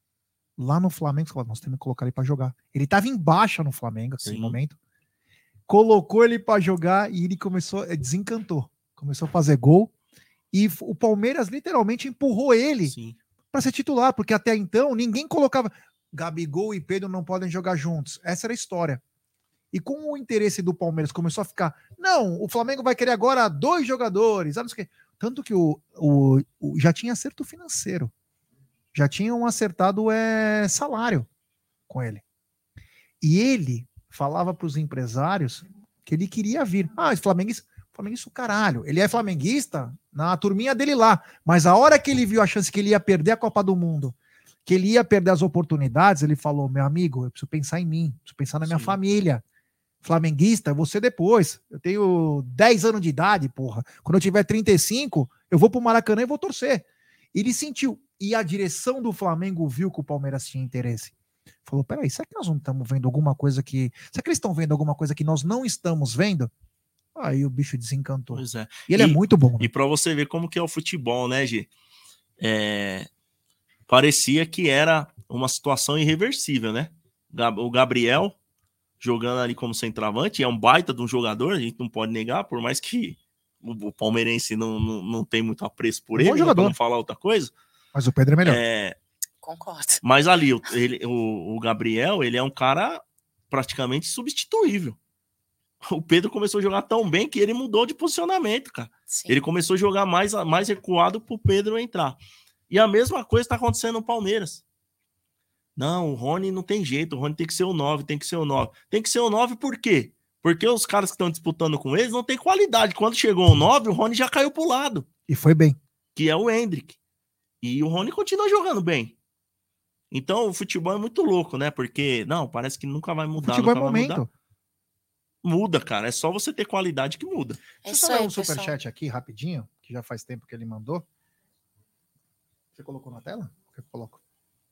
Lá no Flamengo, nós temos que colocar ele para jogar. Ele estava em baixa no Flamengo naquele Sim. momento. Colocou ele para jogar e ele começou, desencantou. Começou a fazer gol. E o Palmeiras literalmente empurrou ele para ser titular, porque até então ninguém colocava Gabigol e Pedro não podem jogar juntos. Essa era a história. E com o interesse do Palmeiras começou a ficar, não, o Flamengo vai querer agora dois jogadores, não sei o quê. Tanto que o, o, o, já tinha acerto financeiro. Já tinham acertado é, salário com ele. E ele falava para os empresários que ele queria vir. Ah, esse flamenguista, flamenguista, caralho. Ele é flamenguista na turminha dele lá. Mas a hora que ele viu a chance que ele ia perder a Copa do Mundo, que ele ia perder as oportunidades, ele falou, meu amigo, eu preciso pensar em mim, preciso pensar na minha Sim. família. Flamenguista, você depois. Eu tenho dez anos de idade, porra. Quando eu tiver trinta e cinco, eu vou pro Maracanã e vou torcer. Ele sentiu. E a direção do Flamengo viu que o Palmeiras tinha interesse. Falou, peraí, será que nós não estamos vendo alguma coisa que... Será que eles estão vendo alguma coisa que nós não estamos vendo? Aí o bicho desencantou. Pois é. E ele e, é muito bom. Né? E pra você ver como que é o futebol, né, Gi? É... Parecia que era uma situação irreversível, né? O Gabriel jogando ali como centroavante, é um baita de um jogador, a gente não pode negar, por mais que o palmeirense não, não, não tem muito apreço por um ele, né, pra não falar outra coisa. Mas o Pedro é melhor. É... Concordo. Mas ali, ele, o, o Gabriel, ele é um cara praticamente substituível. O Pedro começou a jogar tão bem que ele mudou de posicionamento, cara. Sim. Ele começou a jogar mais, mais recuado pro Pedro entrar. E a mesma coisa está acontecendo no Palmeiras. Não, o Rony não tem jeito, o Rony tem que ser o nove, tem que ser o nove. Tem que ser o nove por quê? Porque os caras que estão disputando com eles não têm qualidade. Quando chegou o nove, o Rony já caiu pro lado. E foi bem. Que é o Hendrick. E o Rony continua jogando bem. Então o futebol é muito louco, né? Porque, não, parece que nunca vai mudar. O futebol nunca é vai momento. Mudar. Muda, cara. É só você ter qualidade que muda. É Deixa eu só ler um superchat aqui, rapidinho, que já faz tempo que ele mandou. Você colocou na tela? O que eu coloco?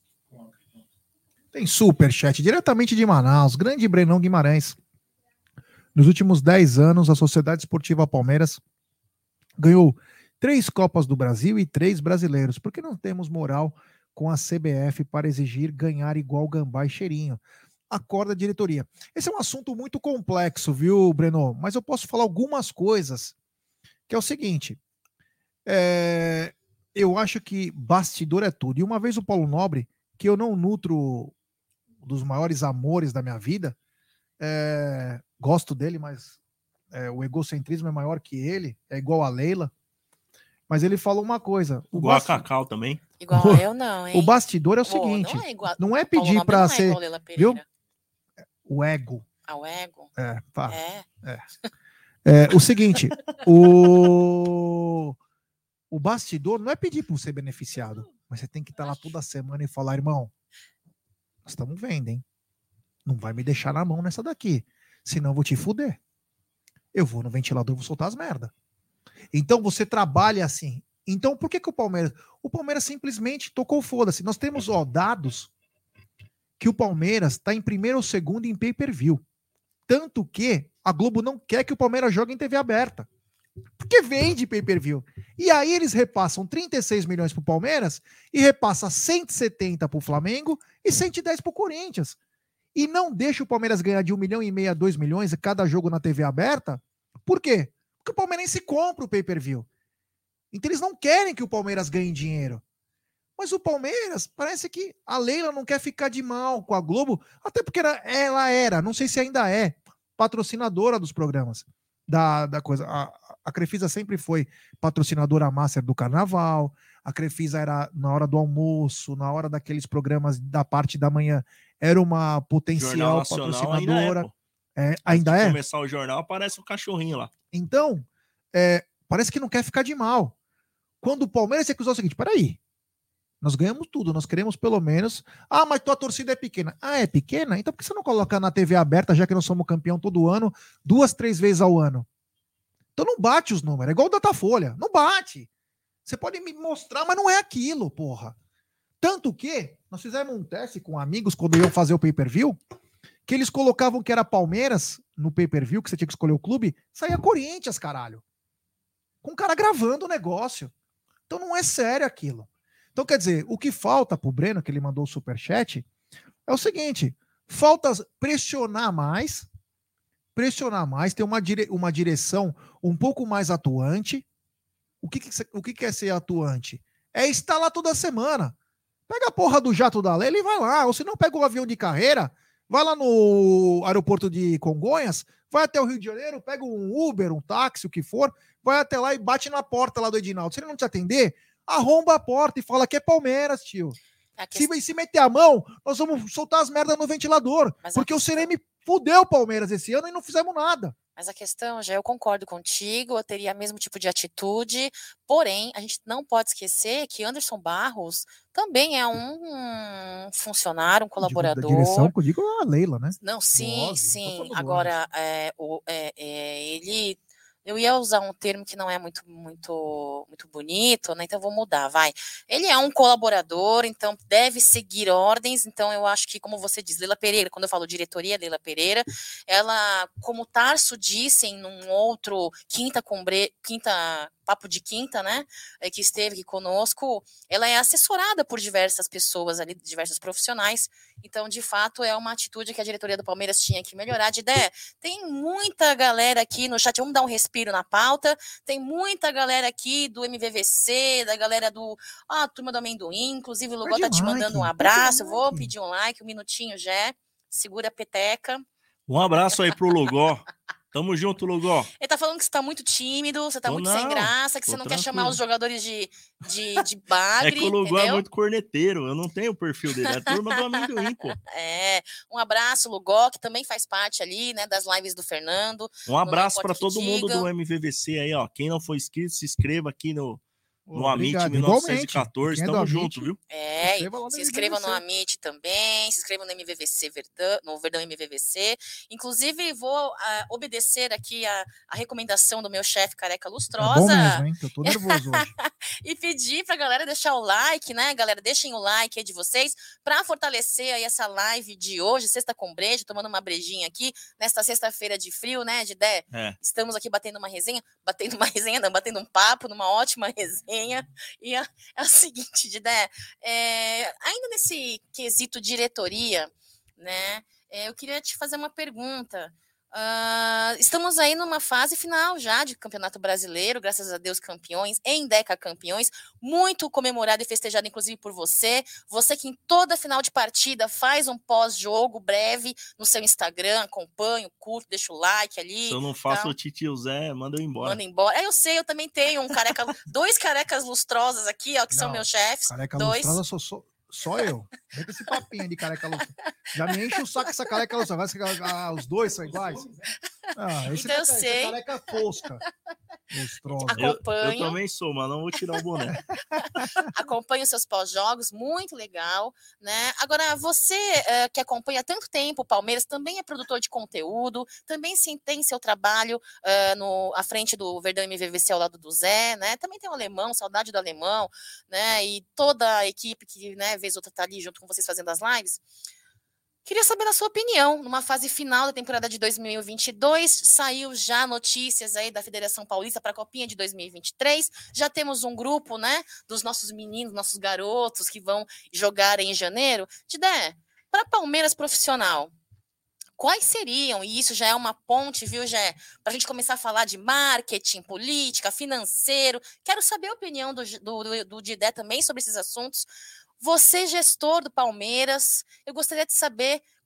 Tem superchat diretamente de Manaus, grande Brenão Guimarães. Nos últimos dez anos, a Sociedade Esportiva Palmeiras ganhou três Copas do Brasil e três brasileiros. Por que não temos moral com a C B F para exigir ganhar igual Gambá e Cheirinho? Acorda a diretoria. Esse é um assunto muito complexo, viu, Breno? Mas eu posso falar algumas coisas, que é o seguinte. É... Eu acho que bastidor é tudo. E uma vez o Paulo Nobre, que eu não nutro dos maiores amores da minha vida, é... gosto dele, mas é, o egocentrismo é maior que ele, é igual a Leila. Mas ele falou uma coisa. O igual basti... a Cacau também. Igual o... eu não, hein? O bastidor é o oh, seguinte. Não é, igual... não é pedir para é ser... Viu? O ego. Ah, o ego? É, tá. É. É. É, o seguinte, o... o bastidor não é pedir para ser beneficiado, mas você tem que estar lá toda semana e falar, irmão, nós estamos vendo, hein? Não vai me deixar na mão nessa daqui, senão eu vou te fuder. Eu vou no ventilador e vou soltar as merda. Então você trabalha assim. Então por que que o Palmeiras... O Palmeiras simplesmente tocou foda-se. Nós temos, ó, dados que o Palmeiras está em primeiro ou segundo em pay-per-view. Tanto que a Globo não quer que o Palmeiras jogue em T V aberta. Porque vende pay-per-view. E aí eles repassam trinta e seis milhões pro Palmeiras e repassa cento e setenta pro Flamengo e cento e dez pro Corinthians. E não deixa o Palmeiras ganhar de um milhão e meio a dois milhões cada jogo na T V aberta. Por quê? Porque o palmeirense compra o pay-per-view. Então eles não querem que o Palmeiras ganhe dinheiro. Mas o Palmeiras, parece que a Leila não quer ficar de mal com a Globo, até porque ela era, não sei se ainda é, patrocinadora dos programas, da, da coisa. A, a Crefisa sempre foi patrocinadora master do Carnaval, a Crefisa era na hora do almoço, na hora daqueles programas da parte da manhã, era uma potencial patrocinadora. Ainda é, é, ainda é? começar o jornal, aparece um cachorrinho lá. Então, é, parece que não quer ficar de mal. Quando o Palmeiras tem que usar o seguinte, peraí, nós ganhamos tudo, nós queremos pelo menos... Ah, mas tua torcida é pequena. Ah, é pequena? Então por que você não coloca na T V aberta, já que nós somos campeão todo ano, duas, três vezes ao ano? Então não bate os números, é igual o Datafolha, não bate. Você pode me mostrar, mas não é aquilo, porra. Tanto que nós fizemos um teste com amigos quando iam fazer o pay-per-view, que eles colocavam que era Palmeiras no pay-per-view, que você tinha que escolher o clube, saía Corinthians, caralho. Com o cara gravando o negócio. Então não é sério aquilo. Então, quer dizer, o que falta pro Breno, que ele mandou o superchat, é o seguinte, falta pressionar mais, pressionar mais, ter uma, dire, uma direção um pouco mais atuante. O que, que, o que, que é ser atuante? É estar lá toda semana. Pega a porra do jato da Leila e vai lá. Ou se não, pega o avião de carreira, vai lá no aeroporto de Congonhas, vai até o Rio de Janeiro, pega um Uber, um táxi, o que for, vai até lá e bate na porta lá do Edinaldo. Se ele não te atender, arromba a porta e fala que é Palmeiras, tio. Questão... Se, se meter a mão, nós vamos soltar as merdas no ventilador. Mas porque questão... o C N M fudeu o Palmeiras esse ano e não fizemos nada. Mas a questão, já eu concordo contigo, eu teria o mesmo tipo de atitude, porém, a gente não pode esquecer que Anderson Barros também é um funcionário, um colaborador. Da direção, que eu digo a Leila, né? Não, sim, Nossa, sim. Agora, é, o, é, é, ele... Eu ia usar um termo que não é muito, muito, muito bonito, né? Então vou mudar, vai. Ele é um colaborador, então deve seguir ordens. Então eu acho que, como você diz, Leila Pereira, quando eu falo diretoria, Leila Pereira, ela, como Tarso disse em um outro quinta combre, quinta papo de quinta, né? Que esteve aqui conosco, ela é assessorada por diversas pessoas ali, diversos profissionais. Então, de fato, é uma atitude que a diretoria do Palmeiras tinha que melhorar. De ideia, tem muita galera aqui no chat, vamos dar um respiro na pauta, tem muita galera aqui do M V V C, da galera do ah, Turma do Amendoim, inclusive o Lugol tá te mandando um abraço, eu vou pedir um like, um minutinho já, segura a peteca. Um abraço aí pro Lugol. Tamo junto, Lugol. Ele tá falando que você tá muito tímido, você tá tô muito não, sem graça, que você não tranquilo. Quer chamar os jogadores de, de, de bagre, É que o Lugol entendeu? é muito corneteiro, eu não tenho o perfil dele, é a Turma do Amendoim, pô. É, um abraço, Lugol, que também faz parte ali, né, das lives do Fernando. Um abraço para todo mundo do M V V C aí, ó. Quem não for inscrito, se inscreva aqui no... No oh, Amit mil novecentos e quatorze, tamo é junto, viu? É, se inscreva no Amit também, se inscreva no M V V C Verdão, no Verdão M V V C. Inclusive, vou uh, obedecer aqui a, a recomendação do meu chefe Careca Lustrosa. É bom mesmo, hein? Eu tô nervoso hoje. E pedir pra galera deixar o like, né? Galera, deixem o like aí de vocês pra fortalecer aí essa live de hoje, sexta com breja, tomando uma brejinha aqui, nesta sexta-feira de frio, né, de Dé? É. Estamos aqui batendo uma resenha, batendo uma resenha, não, batendo um papo, numa ótima resenha. E é, é o seguinte, Didé, é, ainda nesse quesito diretoria, né, é, eu queria te fazer uma pergunta. Uh, estamos aí numa fase final já de Campeonato Brasileiro, graças a Deus campeões, em Deca campeões, muito comemorado e festejado inclusive por você, você que em toda final de partida faz um pós-jogo breve no seu Instagram, acompanha, curte, deixa o like ali. Se eu não faço tá? o Titio Zé, manda eu embora. Manda embora. É, eu sei, eu também tenho um careca, dois carecas lustrosas aqui, ó, que não, são meus chefes. Careca dois. lustrosa sou só... Só eu. Vem com esse papinho de careca lustrosa. Já me enche o saco essa careca lustrosa. Vai que ah, os dois são iguais. Ah, esse então é, eu sei. É careca fosca. Acompanho. Eu, eu também sou, mas não vou tirar o boné. Acompanho seus pós-jogos, muito legal, né? Agora, você uh, que acompanha há tanto tempo o Palmeiras, também é produtor de conteúdo, também sim, tem seu trabalho uh, no, à frente do Verdão M V V C ao lado do Zé, né? Também tem o Alemão, saudade do Alemão, né? E toda a equipe que, né, vez ou outra tá ali junto com vocês fazendo as lives. Queria saber na sua opinião, numa fase final da temporada de dois mil e vinte e dois, saiu já notícias aí da Federação Paulista para a Copinha de dois mil e vinte e três, já temos um grupo, né, dos nossos meninos, nossos garotos que vão jogar em janeiro. Tidé, para Palmeiras profissional, quais seriam, e isso já é uma ponte, viu, Jé, para a gente começar a falar de marketing, política, financeiro, quero saber a opinião do, do, do Didé também sobre esses assuntos. Você, gestor do Palmeiras, eu gostaria de saber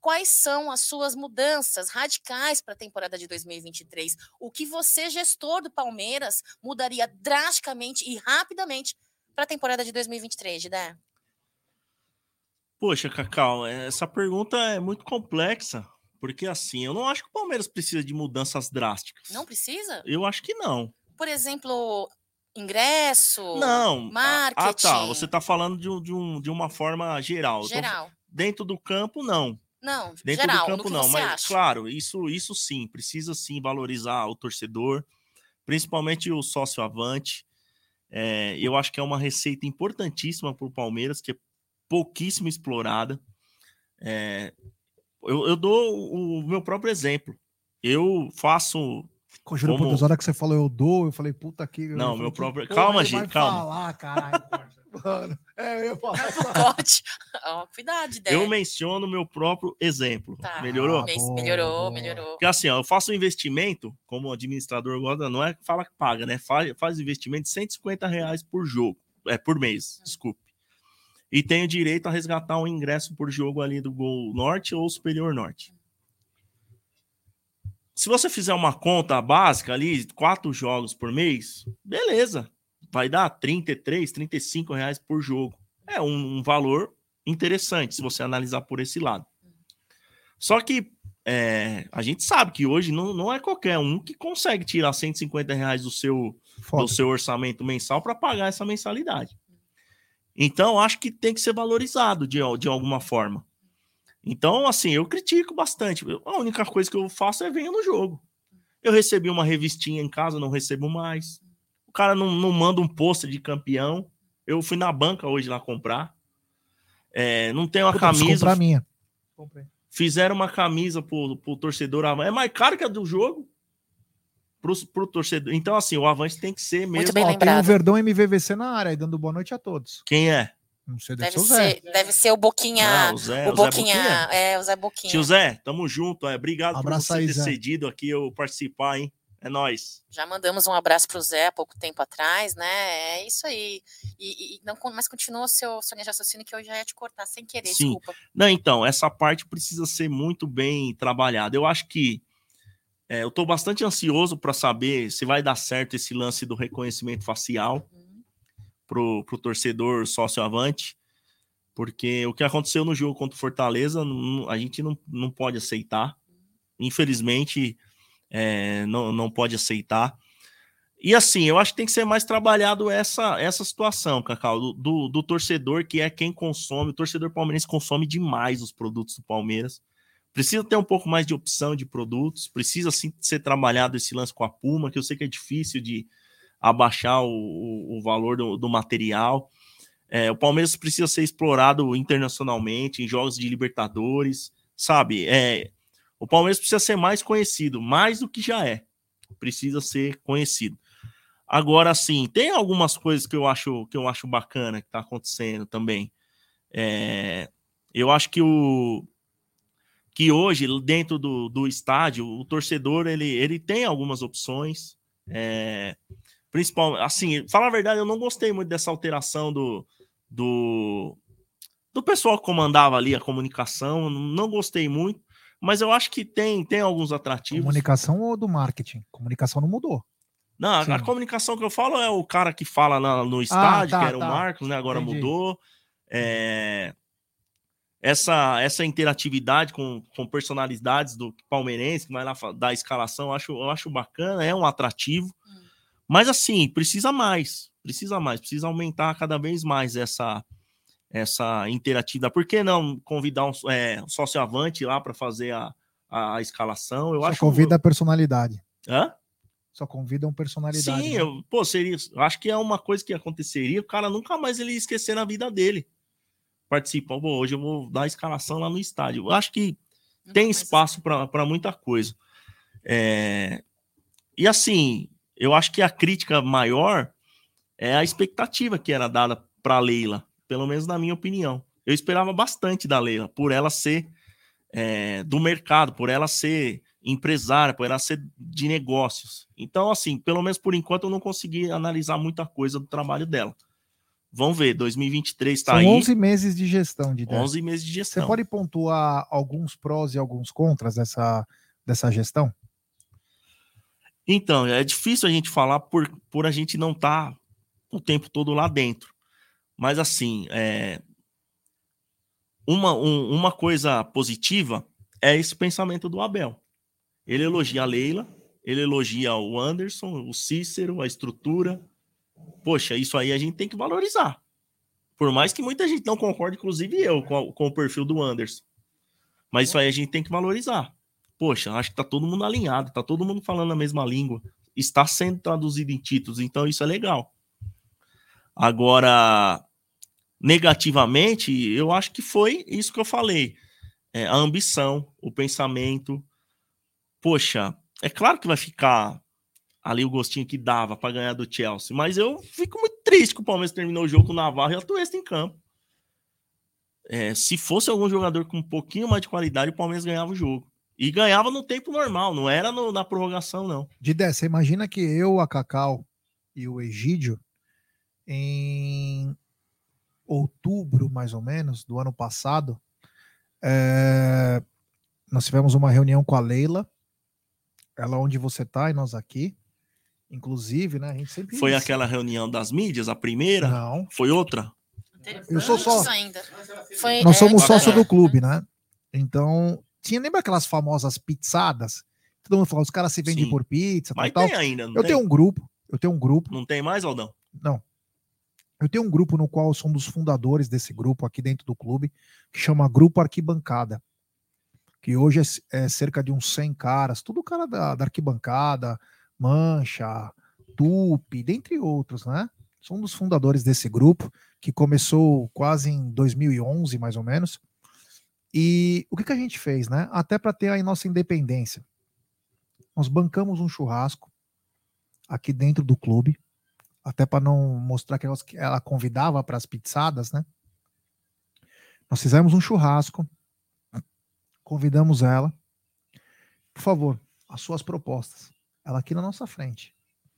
quais são as suas mudanças radicais para a temporada de dois mil e vinte e três? O que você, gestor do Palmeiras, mudaria drasticamente e rapidamente para a temporada de dois mil e vinte e três, Gidé? Poxa, Cacau, essa pergunta é muito complexa, porque assim, eu não acho que o Palmeiras precisa de mudanças drásticas. Não precisa? Eu acho que não. Por exemplo, ingresso, não. marketing... Ah, tá, você está falando de, de, um, de uma forma geral. Geral. Tô, dentro do campo, não. Não, dentro geral, do campo, não. Mas, acha? claro, isso, isso sim, precisa sim valorizar o torcedor, principalmente o sócio avante. É, eu acho que é uma receita importantíssima para o Palmeiras, que é pouquíssimo explorada. É, eu, eu dou o meu próprio exemplo. Eu faço. Conjuro como... por Deus, a hora que você falou eu dou, eu falei, puta que. Não, falei, meu próprio. Que calma, gente, calma. Falar, caralho. Mano, é, eu ia falar. Pode. Oh, cuidado, Dé. Eu menciono meu próprio exemplo. Tá. Melhorou? Ah, boa, melhorou, boa. melhorou. Porque assim, ó, eu faço um investimento, como administrador, não é que fala que paga, né? Faz, faz investimento de cento e cinquenta reais por jogo, é por mês, hum. desculpe. E tenho direito a resgatar um ingresso por jogo ali do Gol Norte ou Superior Norte. Se você fizer uma conta básica ali, quatro jogos por mês, beleza. Vai dar trinta e três, trinta e cinco reais por jogo. É um, um valor interessante, se você analisar por esse lado. Só que é, a gente sabe que hoje não, não é qualquer um que consegue tirar cento e cinquenta reais do seu, do seu orçamento mensal para pagar essa mensalidade. Então, acho que tem que ser valorizado de, de alguma forma. Então, assim, eu critico bastante. A única coisa que eu faço é vir no jogo. Eu recebi uma revistinha em casa, não recebo mais. O cara não, não manda um pôster de campeão. Eu fui na banca hoje lá comprar. É, não tem uma Puta, camisa. Comprar a minha. Comprei. Fizeram uma camisa pro, pro torcedor. É mais caro que a do jogo. Pro, pro torcedor. Então, assim, o Avante tem que ser mesmo. Muito bem Ó, lembrado. Tem o Verdão M V V C na área, dando boa noite a todos. Quem é? Não sei, deve, deve ser, ser, deve ser o Boquinha. Ah, o Zé, o, o Boquinha, Zé Boquinha. É, o Zé Boquinha. Tio Zé, tamo junto. É, obrigado Abraço por você aí, ter Zé. cedido aqui eu participar, hein? É nóis. Já mandamos um abraço pro Zé há pouco tempo atrás, né? É isso aí. E, e não, mas continua o seu, seu linha de raciocínio que eu já ia te cortar sem querer, Sim. desculpa. Não, então, essa parte precisa ser muito bem trabalhada. Eu acho que é, eu estou bastante ansioso para saber se vai dar certo esse lance do reconhecimento facial uhum. pro, pro torcedor sócio-avante, porque o que aconteceu no jogo contra o Fortaleza, não, a gente não, não pode aceitar. Infelizmente, é, não, não pode aceitar. E assim, eu acho que tem que ser mais trabalhado essa, essa situação, Cacau, do, do, do torcedor, que é quem consome. O torcedor palmeirense consome demais os produtos do Palmeiras. Precisa ter um pouco mais de opção de produtos, precisa sim ser trabalhado esse lance com a Puma, que eu sei que é difícil de abaixar o, o, o valor do, do material. É, o Palmeiras precisa ser explorado internacionalmente, em jogos de Libertadores, sabe? É, o Palmeiras precisa ser mais conhecido, mais do que já é. Precisa ser conhecido. Agora, sim, tem algumas coisas que eu acho, que eu acho bacana que está acontecendo também. É, eu acho que o que hoje, dentro do, do estádio, o torcedor, ele, ele tem algumas opções, é, principalmente, assim, falar a verdade, eu não gostei muito dessa alteração do, do, do pessoal que comandava ali a comunicação, não gostei muito, mas eu acho que tem, tem alguns atrativos. Comunicação ou do marketing? Comunicação não mudou. Não, a, a comunicação que eu falo é o cara que fala na, no estádio, ah, tá, que era tá. o Marcos, né, agora Entendi. mudou, é... Essa, essa interatividade com, com personalidades do palmeirense, que vai lá dar a escalação, eu acho, eu acho bacana, é um atrativo. Hum. Mas, assim, precisa mais. Precisa mais. Precisa aumentar cada vez mais essa, essa interatividade. Por que não convidar um, é, um sócio-avante lá para fazer a, a, a escalação? Eu Só acho, convida a personalidade. Hã? Só convidam personalidade. Sim, né? eu, pô, seria, eu acho que é uma coisa que aconteceria, o cara nunca mais ele ia esquecer na vida dele. Participam, bom, hoje eu vou dar a escalação lá no estádio. Eu acho que não tem espaço para muita coisa. É... E assim, eu acho que a crítica maior é a expectativa que era dada para a Leila, pelo menos na minha opinião. Eu esperava bastante da Leila, por ela ser é, do mercado, por ela ser empresária, por ela ser de negócios. Então, assim, pelo menos por enquanto eu não consegui analisar muita coisa do trabalho dela. Vamos ver, dois mil e vinte e três tá São aí. onze meses de gestão, de onze meses de gestão. Você pode pontuar alguns prós e alguns contras dessa, dessa gestão? Então, é difícil a gente falar por, por a gente não estar tá o tempo todo lá dentro. Mas, assim, é... uma, um, uma coisa positiva é esse pensamento do Abel. Ele elogia a Leila, ele elogia o Anderson, o Cícero, a estrutura. Poxa, isso aí a gente tem que valorizar. Por mais que muita gente não concorde, inclusive eu, com, com o perfil do Anderson. Mas isso aí a gente tem que valorizar. Poxa, acho que tá todo mundo alinhado, tá todo mundo falando a mesma língua. Está sendo traduzido em títulos, então isso é legal. Agora, negativamente, eu acho que foi isso que eu falei. É, a ambição, o pensamento. Poxa, é claro que vai ficar ali o gostinho que dava para ganhar do Chelsea, mas eu fico muito triste que o Palmeiras terminou o jogo com o Navarro e a Tuesta em campo. É, se fosse algum jogador com um pouquinho mais de qualidade, o Palmeiras ganhava o jogo. E ganhava no tempo normal, não era no, na prorrogação, não. Didé, você imagina que eu, a Cacau e o Egídio, em outubro, mais ou menos, do ano passado, é... nós tivemos uma reunião com a Leila, ela onde você tá e nós aqui. Inclusive, né, a gente sempre... Foi aquela reunião das mídias, a primeira? Não. Foi outra? Eu sou só... Ainda. Foi, nós somos é, sócio é. do clube, né? Então, tinha, lembra aquelas famosas pizzadas? Todo mundo falou, os caras se vendem Sim. por pizza, mas tal, tem tal. ainda, não Eu tem? tenho um grupo, eu tenho um grupo. Não tem mais, Aldão? Não. Eu tenho um grupo no qual eu sou um dos fundadores desse grupo aqui dentro do clube, que chama Grupo Arquibancada, que hoje é, é cerca de uns cem caras, tudo cara da, da arquibancada, Mancha, Tupi, dentre outros, né? Sou um dos fundadores desse grupo, que começou quase em dois mil e onze, mais ou menos. E o que, que a gente fez, né? Até para ter a nossa independência. Nós bancamos um churrasco aqui dentro do clube, até para não mostrar que ela convidava para as pizzadas, né? Nós fizemos um churrasco, convidamos ela. Por favor, as suas propostas. Ela aqui na nossa frente.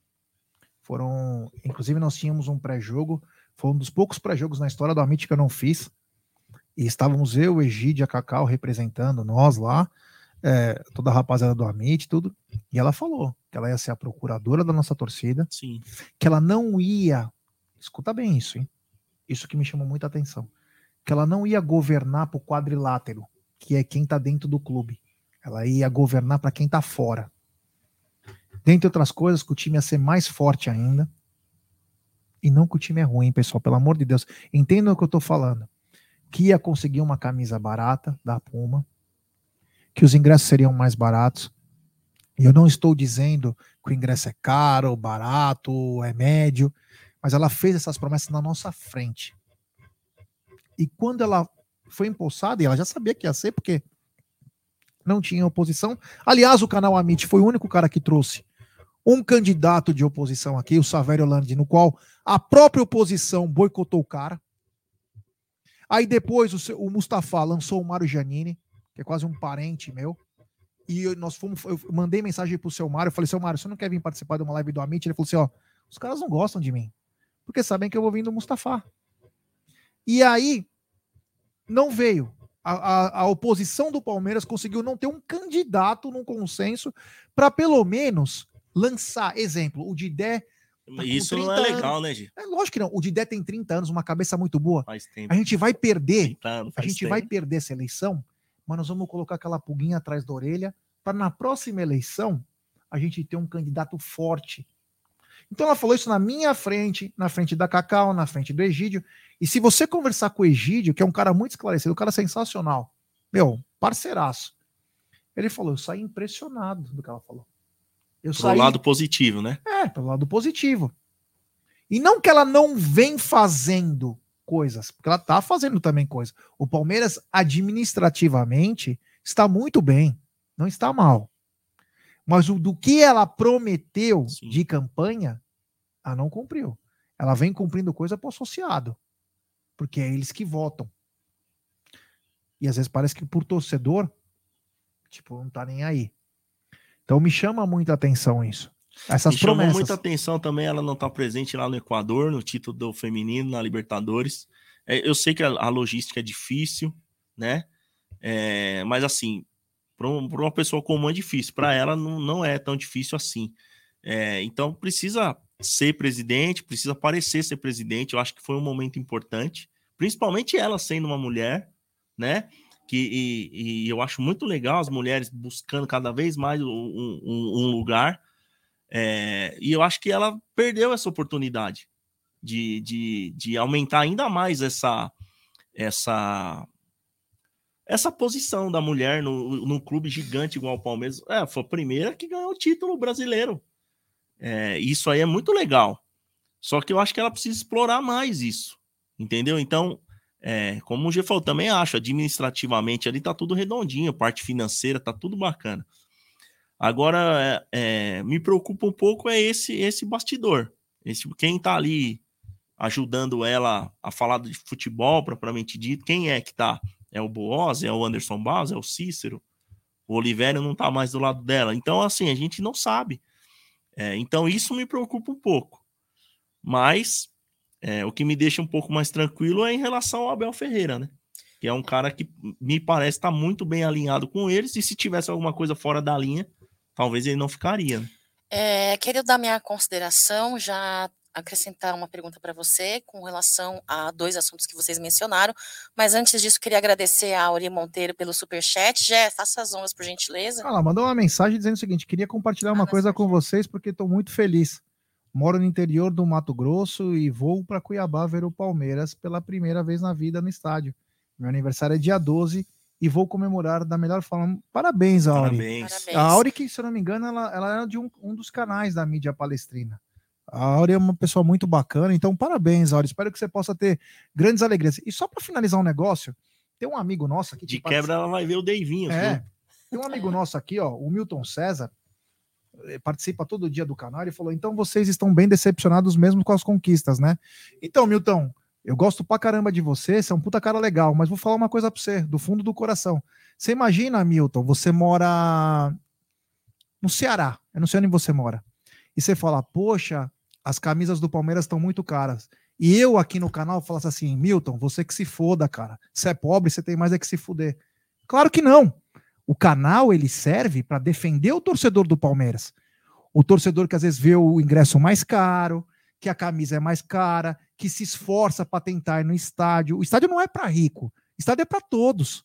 Foram, inclusive nós tínhamos um pré-jogo, foi um dos poucos pré-jogos na história do Amit que eu não fiz, e estávamos eu, o Egídio e a Cacau representando nós lá, é, toda a rapaziada do Amit, tudo, e ela falou que ela ia ser a procuradora da nossa torcida. Sim. Que ela não ia, escuta bem isso, hein? Isso que me chamou muita atenção, que ela não ia governar para o quadrilátero, que é quem tá dentro do clube, ela ia governar para quem tá fora. Dentre outras coisas, que o time ia ser mais forte ainda. E não que o time é ruim, pessoal, pelo amor de Deus. Entendam o que eu tô falando. Que ia conseguir uma camisa barata da Puma. Que os ingressos seriam mais baratos. E eu não estou dizendo que o ingresso é caro, barato, é médio. Mas ela fez essas promessas na nossa frente. E quando ela foi empossada, e ela já sabia que ia ser, porque não tinha oposição. Aliás, o canal Amit foi o único cara que trouxe um candidato de oposição aqui, o Savério Landi, no qual a própria oposição boicotou o cara. Aí depois o, seu, o Mustafa lançou o Mário Giannini, que é quase um parente meu, e eu, nós fomos, eu mandei mensagem pro seu Mário, eu falei, seu Mário, você não quer vir participar de uma live do Amit? Ele falou assim, ó, os caras não gostam de mim, porque sabem que eu vou vir do Mustafa. E aí, não veio. A, a, a oposição do Palmeiras conseguiu não ter um candidato num consenso para pelo menos lançar, exemplo, o Didé. Tá Isso não é legal, anos. né, Gi? É lógico que não. O Didé tem trinta anos, uma cabeça muito boa. Faz tempo. A gente vai perder. Anos, a gente tempo. vai perder essa eleição, mas nós vamos colocar aquela pulguinha atrás da orelha para na próxima eleição a gente ter um candidato forte. Então ela falou isso na minha frente, na frente da Cacau, na frente do Egídio. E se você conversar com o Egídio, que é um cara muito esclarecido, um cara sensacional, meu, parceiraço, ele falou, eu saí impressionado do que ela falou. Eu Pro saí... lado positivo, né? É, pelo lado positivo. E não que ela não vem fazendo coisas, porque ela tá fazendo também coisas. O Palmeiras, administrativamente, está muito bem. Não está mal. Mas o do que ela prometeu Sim. de campanha, ela não cumpriu. Ela vem cumprindo coisa pro associado. Porque é eles que votam. E às vezes parece que por torcedor, tipo, não tá nem aí. Então me chama muita atenção isso. Essas Me chamou promessas. muita atenção também ela não estar tá presente lá no Equador, no título do feminino, na Libertadores. É, eu sei que a, a logística é difícil, né? É, mas assim, para um, uma pessoa comum é difícil, para ela não, não é tão difícil assim. É, então precisa ser presidente, precisa parecer ser presidente. Eu acho que foi um momento importante, principalmente ela sendo uma mulher, né? Que, e, e eu acho muito legal as mulheres buscando cada vez mais um, um, um lugar. É, e eu acho que ela perdeu essa oportunidade de, de, de aumentar ainda mais essa, essa, essa posição da mulher no, num clube gigante igual o Palmeiras. É, foi a primeira que ganhou o título brasileiro. É, isso aí é muito legal. Só que eu acho que ela precisa explorar mais isso. Entendeu? Então, é, como o G falou, também acho, administrativamente ali tá tudo redondinho, parte financeira tá tudo bacana. Agora, é, é, me preocupa um pouco é esse esse bastidor. Esse, quem tá ali ajudando ela a falar de futebol, propriamente dito, quem é que tá? É o Boaz, é o Anderson Barros, é o Cícero? O Olivério não tá mais do lado dela. Então, assim, a gente não sabe. É, então, isso me preocupa um pouco. Mas, é, o que me deixa um pouco mais tranquilo é em relação ao Abel Ferreira, né? Que é um cara que me parece estar tá muito bem alinhado com eles, e se tivesse alguma coisa fora da linha, talvez ele não ficaria. Né? É, queria dar minha consideração, já acrescentar uma pergunta para você com relação a dois assuntos que vocês mencionaram, mas antes disso queria agradecer a Auri Monteiro pelo superchat. Jé, faça as honras, por gentileza. Ela mandou uma mensagem dizendo o seguinte, queria compartilhar uma ah, coisa com vocês porque estou muito feliz. Moro no interior do Mato Grosso e vou para Cuiabá ver o Palmeiras pela primeira vez na vida no estádio. Meu aniversário é dia doze e vou comemorar da melhor forma. Parabéns, Auri. Parabéns. A Auri, que se eu não me engano, ela, ela era de um, um dos canais da mídia palestrina. A Auri é uma pessoa muito bacana, então parabéns, Auri. Espero que você possa ter grandes alegrias. E só para finalizar um negócio, tem um amigo nosso aqui... De quebra, ela vai ver o Deivinho. É, viu? Tem um amigo nosso aqui, ó, o Milton César, participa todo dia do canal, e falou, então vocês estão bem decepcionados mesmo com as conquistas, né? Então, Milton, eu gosto pra caramba de você, você é um puta cara legal, mas vou falar uma coisa pra você, do fundo do coração. Você imagina, Milton, você mora no Ceará, eu não sei onde você mora, e você fala, poxa, as camisas do Palmeiras estão muito caras. E eu aqui no canal falasse assim, Milton, você que se foda, cara. Você é pobre, você tem mais é que se fuder. Claro que não. O canal, ele serve para defender o torcedor do Palmeiras. O torcedor que às vezes vê o ingresso mais caro, que a camisa é mais cara, que se esforça para tentar ir no estádio. O estádio não é para rico, o estádio é para todos.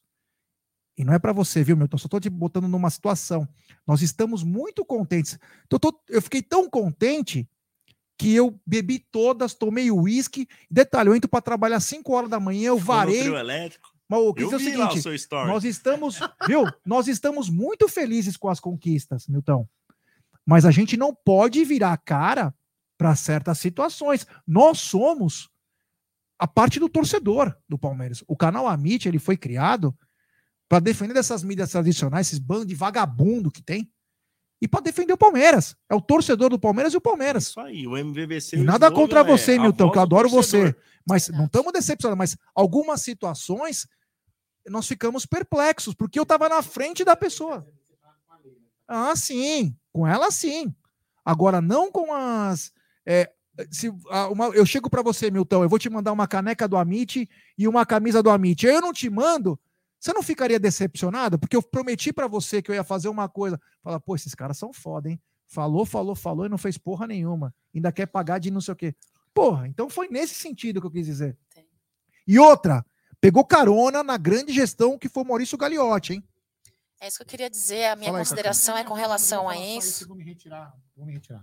E não é para você, viu, Milton? Só estou te botando numa situação. Nós estamos muito contentes. Eu, tô, eu fiquei tão contente que eu bebi todas, tomei uísque. Detalhe, eu entro para trabalhar cinco horas da manhã, eu varei. Trio elétrico. Mas o que eu vi é o seguinte, lá o seu story. Nós estamos, viu? Nós estamos muito felizes com as conquistas, Milton. Mas a gente não pode virar a cara para certas situações. Nós somos a parte do torcedor do Palmeiras. O canal Amit, ele foi criado para defender essas mídias tradicionais, esses bandos de vagabundo que tem, e para defender o Palmeiras. É o torcedor do Palmeiras e o Palmeiras. Isso aí, o M V V C. E nada contra você, é Milton, que eu adoro você. Mas não estamos decepcionados, mas algumas situações nós ficamos perplexos, porque eu estava na frente da pessoa. Ah, sim, com ela sim. Agora, não com as... É, se, uma, eu chego para você, Milton, eu vou te mandar uma caneca do Amit e uma camisa do Amit. Eu não te mando, você não ficaria decepcionado? Porque eu prometi para você que eu ia fazer uma coisa. Fala, pô, esses caras são foda, hein? Falou, falou, falou e não fez porra nenhuma. Ainda quer pagar de não sei o quê. Porra, então foi nesse sentido que eu quis dizer. E outra... Pegou carona na grande gestão que foi o Maurício Gagliotti, hein? É isso que eu queria dizer. A minha Fala consideração aí, é com relação a isso. Vou me retirar. Vou me retirar.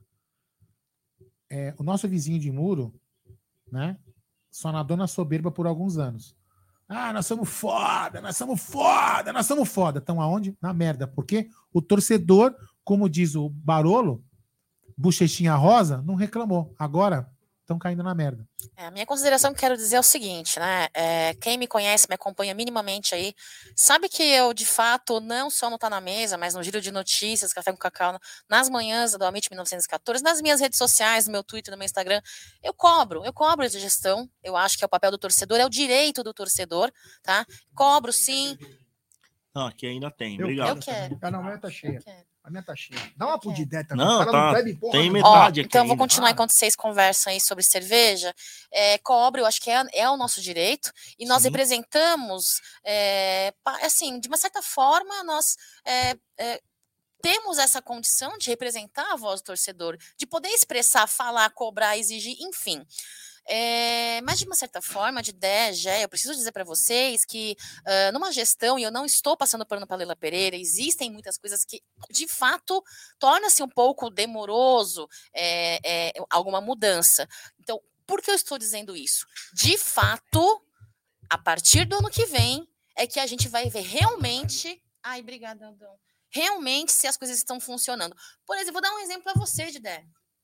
É, o nosso vizinho de muro, né? Só nadou na soberba por alguns anos. Ah, nós somos foda, nós somos foda, nós somos foda. Estão aonde? Na merda. Porque o torcedor, como diz o Barolo, bochechinha rosa, não reclamou. Agora... estão caindo na merda. É, a minha consideração que quero dizer é o seguinte, né? É, quem me conhece, me acompanha minimamente aí, sabe que eu, de fato, não só no Tá Na Mesa, mas no Giro de Notícias, Café com Cacau, nas manhãs do Amit mil novecentos e quatorze, nas minhas redes sociais, no meu Twitter, no meu Instagram, eu cobro, eu cobro de gestão, eu acho que é o papel do torcedor, é o direito do torcedor, tá? Cobro, sim. Não, aqui ainda tem, eu obrigado. Eu quero. A não, tá cheia. A minha tá cheia. Dá uma pudidé também. Não, o cara tá, não bebe porra. tem não. metade Ó, aqui então eu vou ainda. continuar Ah. enquanto vocês conversam aí sobre cerveja. É, cobre, eu acho que é, é o nosso direito. E nós Sim. representamos, é, pa- assim, de uma certa forma, nós é, é, temos essa condição de representar a voz do torcedor, de poder expressar, falar, cobrar, exigir, enfim. É, mas de uma certa forma, de ideia, já, eu preciso dizer para vocês que uh, numa gestão, e eu não estou passando pano para Leila Pereira, existem muitas coisas que, de fato, torna-se um pouco demoroso é, é, alguma mudança. Então, por que eu estou dizendo isso? De fato, a partir do ano que vem, é que a gente vai ver realmente... Ai, obrigada, Aldão. Realmente se as coisas estão funcionando. Por exemplo, vou dar um exemplo para você, Didé.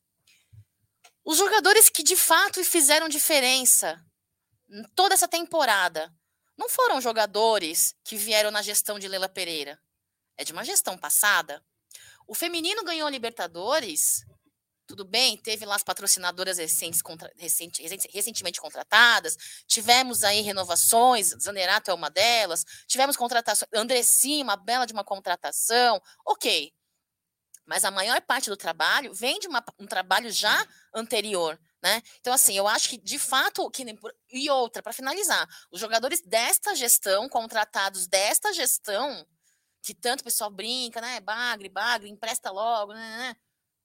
Os jogadores que de fato fizeram diferença em toda essa temporada não foram jogadores que vieram na gestão de Leila Pereira. É de uma gestão passada. O feminino ganhou a Libertadores, tudo bem, teve lá as patrocinadoras recentes, contra, recente, recentemente contratadas, tivemos aí renovações, Zanerato é uma delas, tivemos contratações, Andressi, uma bela de uma contratação, ok. Mas a maior parte do trabalho vem de uma, um trabalho já anterior, né? Então, assim, eu acho que, de fato, que, e outra, para finalizar, os jogadores desta gestão, contratados desta gestão, que tanto o pessoal brinca, né? Bagre, bagre, empresta logo, né? né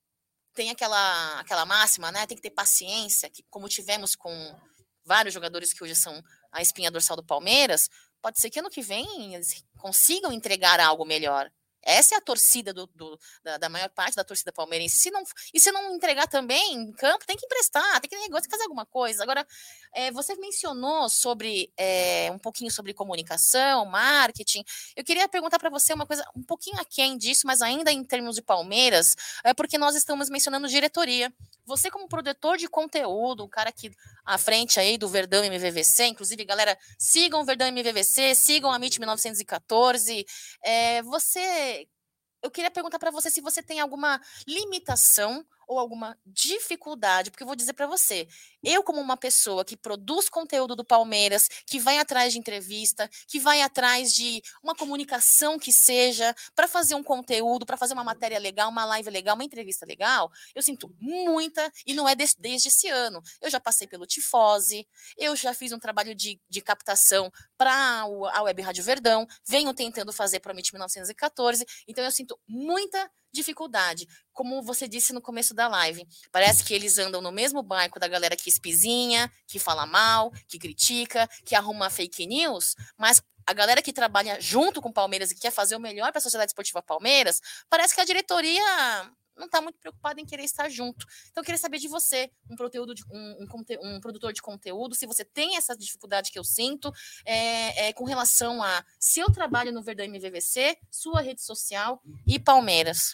tem aquela, aquela máxima, né? Tem que ter paciência, que, como tivemos com vários jogadores que hoje são a espinha dorsal do Palmeiras, pode ser que ano que vem eles consigam entregar algo melhor. Essa é a torcida do, do, da, da maior parte da torcida palmeirense. Se não, e se não entregar também em campo, tem que emprestar, tem que negociar, tem que fazer alguma coisa. Agora, é, você mencionou sobre é, um pouquinho sobre comunicação, marketing. Eu queria perguntar para você uma coisa um pouquinho aquém disso, mas ainda em termos de Palmeiras, é porque nós estamos mencionando diretoria. Você, como produtor de conteúdo, um cara aqui à frente aí do Verdão M V V C, inclusive, galera, sigam o Verdão M V V C, sigam a M I T mil novecentos e quatorze. É, você, eu queria perguntar para você se você tem alguma limitação ou alguma dificuldade, porque eu vou dizer para você, eu como uma pessoa que produz conteúdo do Palmeiras, que vai atrás de entrevista, que vai atrás de uma comunicação que seja, para fazer um conteúdo, para fazer uma matéria legal, uma live legal, uma entrevista legal, eu sinto muita, e não é desde, desde esse ano, eu já passei pelo Tifose, eu já fiz um trabalho de, de captação para a Web Rádio Verdão, venho tentando fazer para a M I T mil novecentos e quatorze, então eu sinto muita dificuldade, como você disse no começo da live, parece que eles andam no mesmo barco da galera que espizinha, que fala mal, que critica, que arruma fake news, mas a galera que trabalha junto com o Palmeiras e quer fazer o melhor para a Sociedade Esportiva Palmeiras, parece que a diretoria não está muito preocupada em querer estar junto. Então, eu queria saber de você, um, conteúdo de, um, um, um produtor de conteúdo, se você tem essa dificuldade que eu sinto, é, é, com relação a seu trabalho no Verdão M V V C, sua rede social e Palmeiras.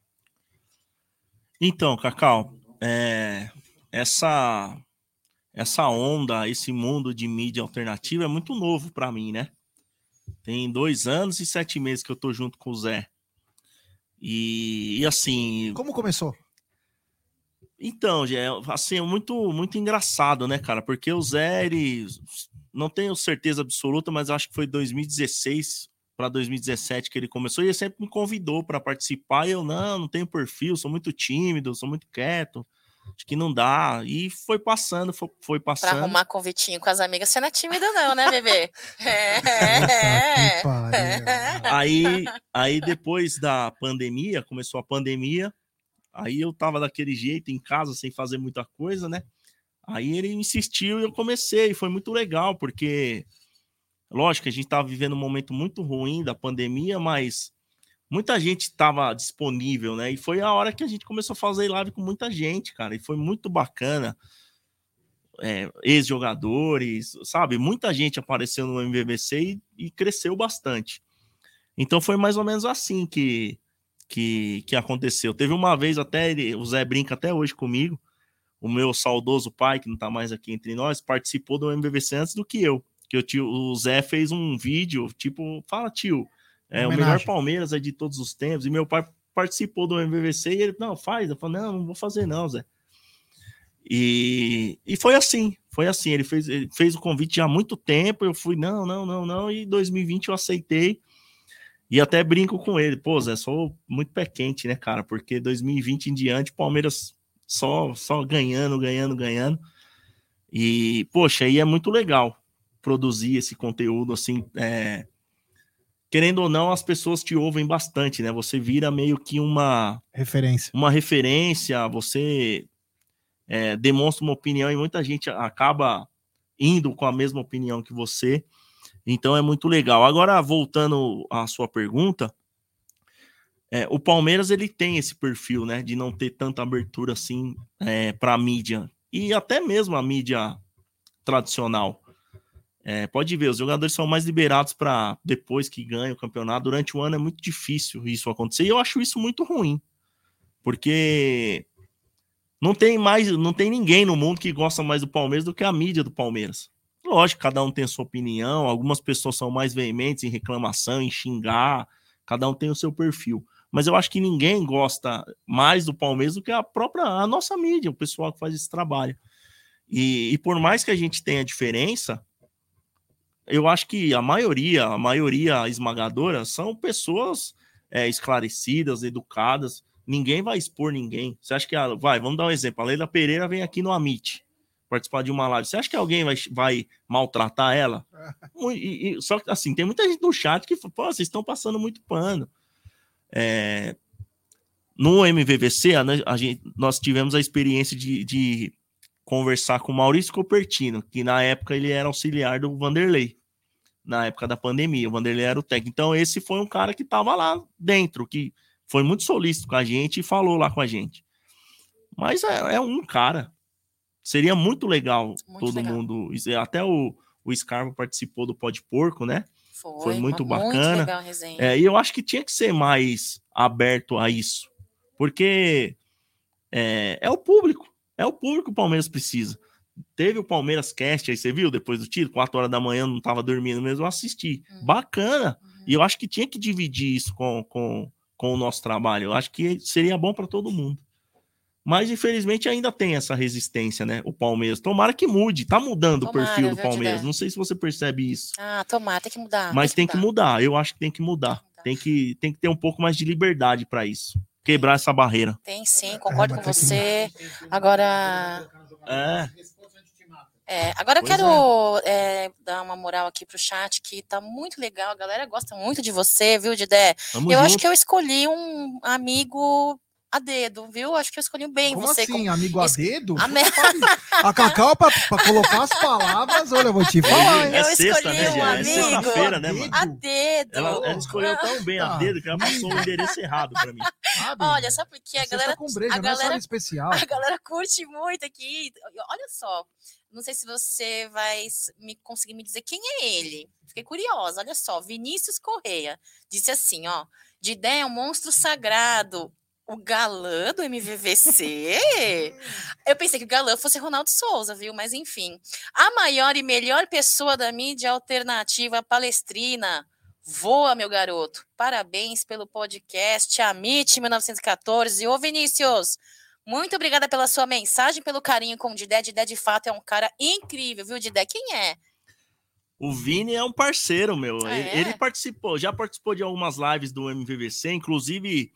Então, Cacau, é, essa, essa onda, esse mundo de mídia alternativa é muito novo para mim, né? Tem dois anos e sete meses que eu tô junto com o Zé. E, e assim... Como começou? Então, Gé, assim, é muito, muito engraçado, né, cara? Porque o Zé, ele... Não tenho certeza absoluta, mas acho que foi dois mil e dezesseis para dois mil e dezessete que ele começou, e ele sempre me convidou para participar, e eu, não, não tenho perfil, sou muito tímido, sou muito quieto, acho que não dá, e foi passando, foi, foi passando. Pra arrumar convitinho com as amigas, você não é tímido não, né, bebê? É. Aí, aí depois da pandemia, começou a pandemia, aí eu tava daquele jeito em casa, sem fazer muita coisa, né, aí ele insistiu e eu comecei, foi muito legal, porque... Lógico que a gente estava vivendo um momento muito ruim da pandemia, mas muita gente estava disponível, né? E foi a hora que a gente começou a fazer live com muita gente, cara. E foi muito bacana. É, ex-jogadores, sabe? Muita gente apareceu no M V V C e, e cresceu bastante. Então foi mais ou menos assim que, que, que aconteceu. Teve uma vez até, ele, o Zé brinca até hoje comigo, o meu saudoso pai, que não está mais aqui entre nós, participou do M V V C antes do que eu. Que o, tio, o Zé fez um vídeo, tipo, fala, tio, é o melhor Palmeiras é de todos os tempos, e meu pai participou do M V V C, e ele, não, faz, eu falei, não, não vou fazer não, Zé. E, e foi assim, foi assim, ele fez, ele fez o convite já há muito tempo, eu fui, não, não, não, não, e em dois mil e vinte eu aceitei, E até brinco com ele, pô, Zé, sou muito pé quente, né, cara? Porque dois mil e vinte em diante, Palmeiras só, só ganhando, ganhando, ganhando. E, poxa, aí é muito legal produzir esse conteúdo, assim, é... querendo ou não, as pessoas te ouvem bastante, né? Você vira meio que uma... Referência. Uma referência, você é, demonstra uma opinião e muita gente acaba indo com a mesma opinião que você. Então é muito legal. Agora, voltando à sua pergunta, é, o Palmeiras ele tem esse perfil, né, de não ter tanta abertura assim é, para a mídia e até mesmo a mídia tradicional. É, pode ver, os jogadores são mais liberados para depois que ganham o campeonato. Durante o ano é muito difícil isso acontecer e eu acho isso muito ruim, porque não tem mais, não tem ninguém no mundo que gosta mais do Palmeiras do que a mídia do Palmeiras. Lógico, cada um tem a sua opinião, algumas pessoas são mais veementes em reclamação, em xingar, cada um tem o seu perfil. Mas eu acho que ninguém gosta mais do Palmeiras do que a própria, a nossa mídia, o pessoal que faz esse trabalho. E, e por mais que a gente tenha diferença, eu acho que a maioria, a maioria esmagadora são pessoas é, esclarecidas, educadas. Ninguém vai expor ninguém. Você acha que, a, vai, vamos dar um exemplo, a Leila Pereira vem aqui no Amit participar de uma live. Você acha que alguém vai, vai maltratar ela? E, e, só que, assim, tem muita gente no chat que fala, pô, vocês estão passando muito pano. É, no M V V C, a, a gente, nós tivemos a experiência de, de conversar com o Maurício Copertino, que na época ele era auxiliar do Vanderlei, na época da pandemia. O Vanderlei era o técnico. Então, esse foi um cara que estava lá dentro, que foi muito solícito com a gente e falou lá com a gente. Mas é, é um cara. Seria muito legal muito todo legal. mundo. Até o, o Scarpa participou do Pó de Porco, né? Foi, Foi muito muito bacana. Legal a resenha. É, e eu acho que tinha que ser mais aberto a isso. Porque é, é o público. É o público que o Palmeiras precisa. Teve o Palmeiras Cast, aí você viu, depois do título, quatro horas da manhã, não tava dormindo mesmo, eu assisti. Uhum. Bacana. Uhum. E eu acho que tinha que dividir isso com, com, com o nosso trabalho. Eu acho que seria bom para todo mundo. Mas, infelizmente, ainda tem essa resistência, né? O Palmeiras. Tomara que mude. Tá mudando tomara, o perfil do Palmeiras. Não sei se você percebe isso. Ah, tomara, tem que mudar. Mas tem que, tem que mudar. mudar. Eu acho que tem que mudar. Tem que, tem que ter um pouco mais de liberdade para isso. Quebrar essa barreira. Tem sim, concordo é, com você. Que... Agora... É... É, agora pois eu quero é. É, dar uma moral aqui pro chat, que tá muito legal. A galera gosta muito de você, viu, Didé? Tamo eu junto. acho que eu escolhi um amigo... a dedo, viu? Acho que eu escolhi bem como você. Assim, como amigo a dedo? A, me... a Cacau, pra, pra colocar as palavras, olha, eu vou te falar. É eu sexta, escolhi né, um é amigo. sexta-feira, né, mano? A dedo. Ela, ela escolheu tão bem a dedo que ela passou o endereço errado pra mim. Sabe? Olha, sabe por quê? A galera, com breja, a, galera não é especial. a galera curte muito aqui. Olha só, não sei se você vai me conseguir me dizer quem é ele. Fiquei curiosa, olha só. Vinícius Correia disse assim, ó. Didé é um monstro sagrado. O galã do M V V C? Eu pensei que o galã fosse Ronaldo Souza, viu? Mas enfim. A maior e melhor pessoa da mídia alternativa palestrina. Voa, meu garoto. Parabéns pelo podcast Amit mil novecentos e quatorze. Ô, Vinícius, muito obrigada pela sua mensagem, pelo carinho com o Didé. Didé, de fato, é um cara incrível, viu, Didé? Quem é? O Vini é um parceiro, meu. Ah, ele, é? ele participou, já participou de algumas lives do M V V C, inclusive...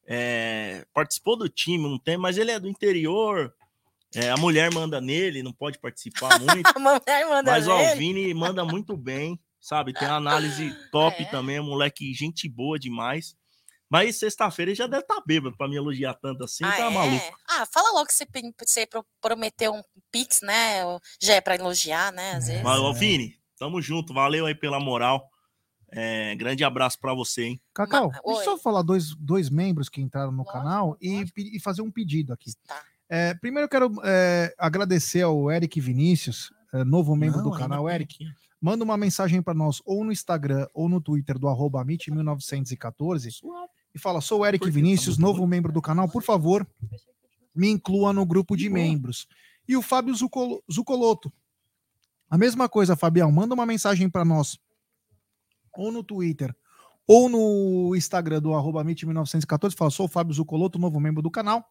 É, participou do time um tempo, mas ele é do interior. É, a mulher manda nele, não pode participar muito. A mulher manda mas ó, nele. o Vini manda muito bem, sabe? Tem análise top ah, é? também, moleque, gente boa demais. Mas sexta-feira ele já deve estar tá bêbado pra me elogiar tanto assim, ah, tá é? maluco. Ah, fala logo que você, você prometeu um pix, né? Já é pra elogiar, né? Às vezes. Mas, ó, Vini, tamo junto, valeu aí pela moral. É, grande abraço para você, hein? Cacau, Ma... deixa eu só falar dois, dois membros que entraram no lógico, canal e, e fazer um pedido aqui. Tá. É, primeiro eu quero é, agradecer ao Eric Vinícius, é, novo membro Não, do canal. Eric, aqui. Manda uma mensagem para nós ou no Instagram ou no Twitter do arroba Amit mil novecentos e quatorze e fala, sou o Eric Vinícius, novo membro do canal, por favor, me inclua no grupo de membros. E o Fábio Zucolo, Zucoloto, a mesma coisa, Fabião, manda uma mensagem para nós ou no Twitter, ou no Instagram do arroba Amit mil novecentos e quatorze, fala, sou o Fábio Zucoloto, novo membro do canal.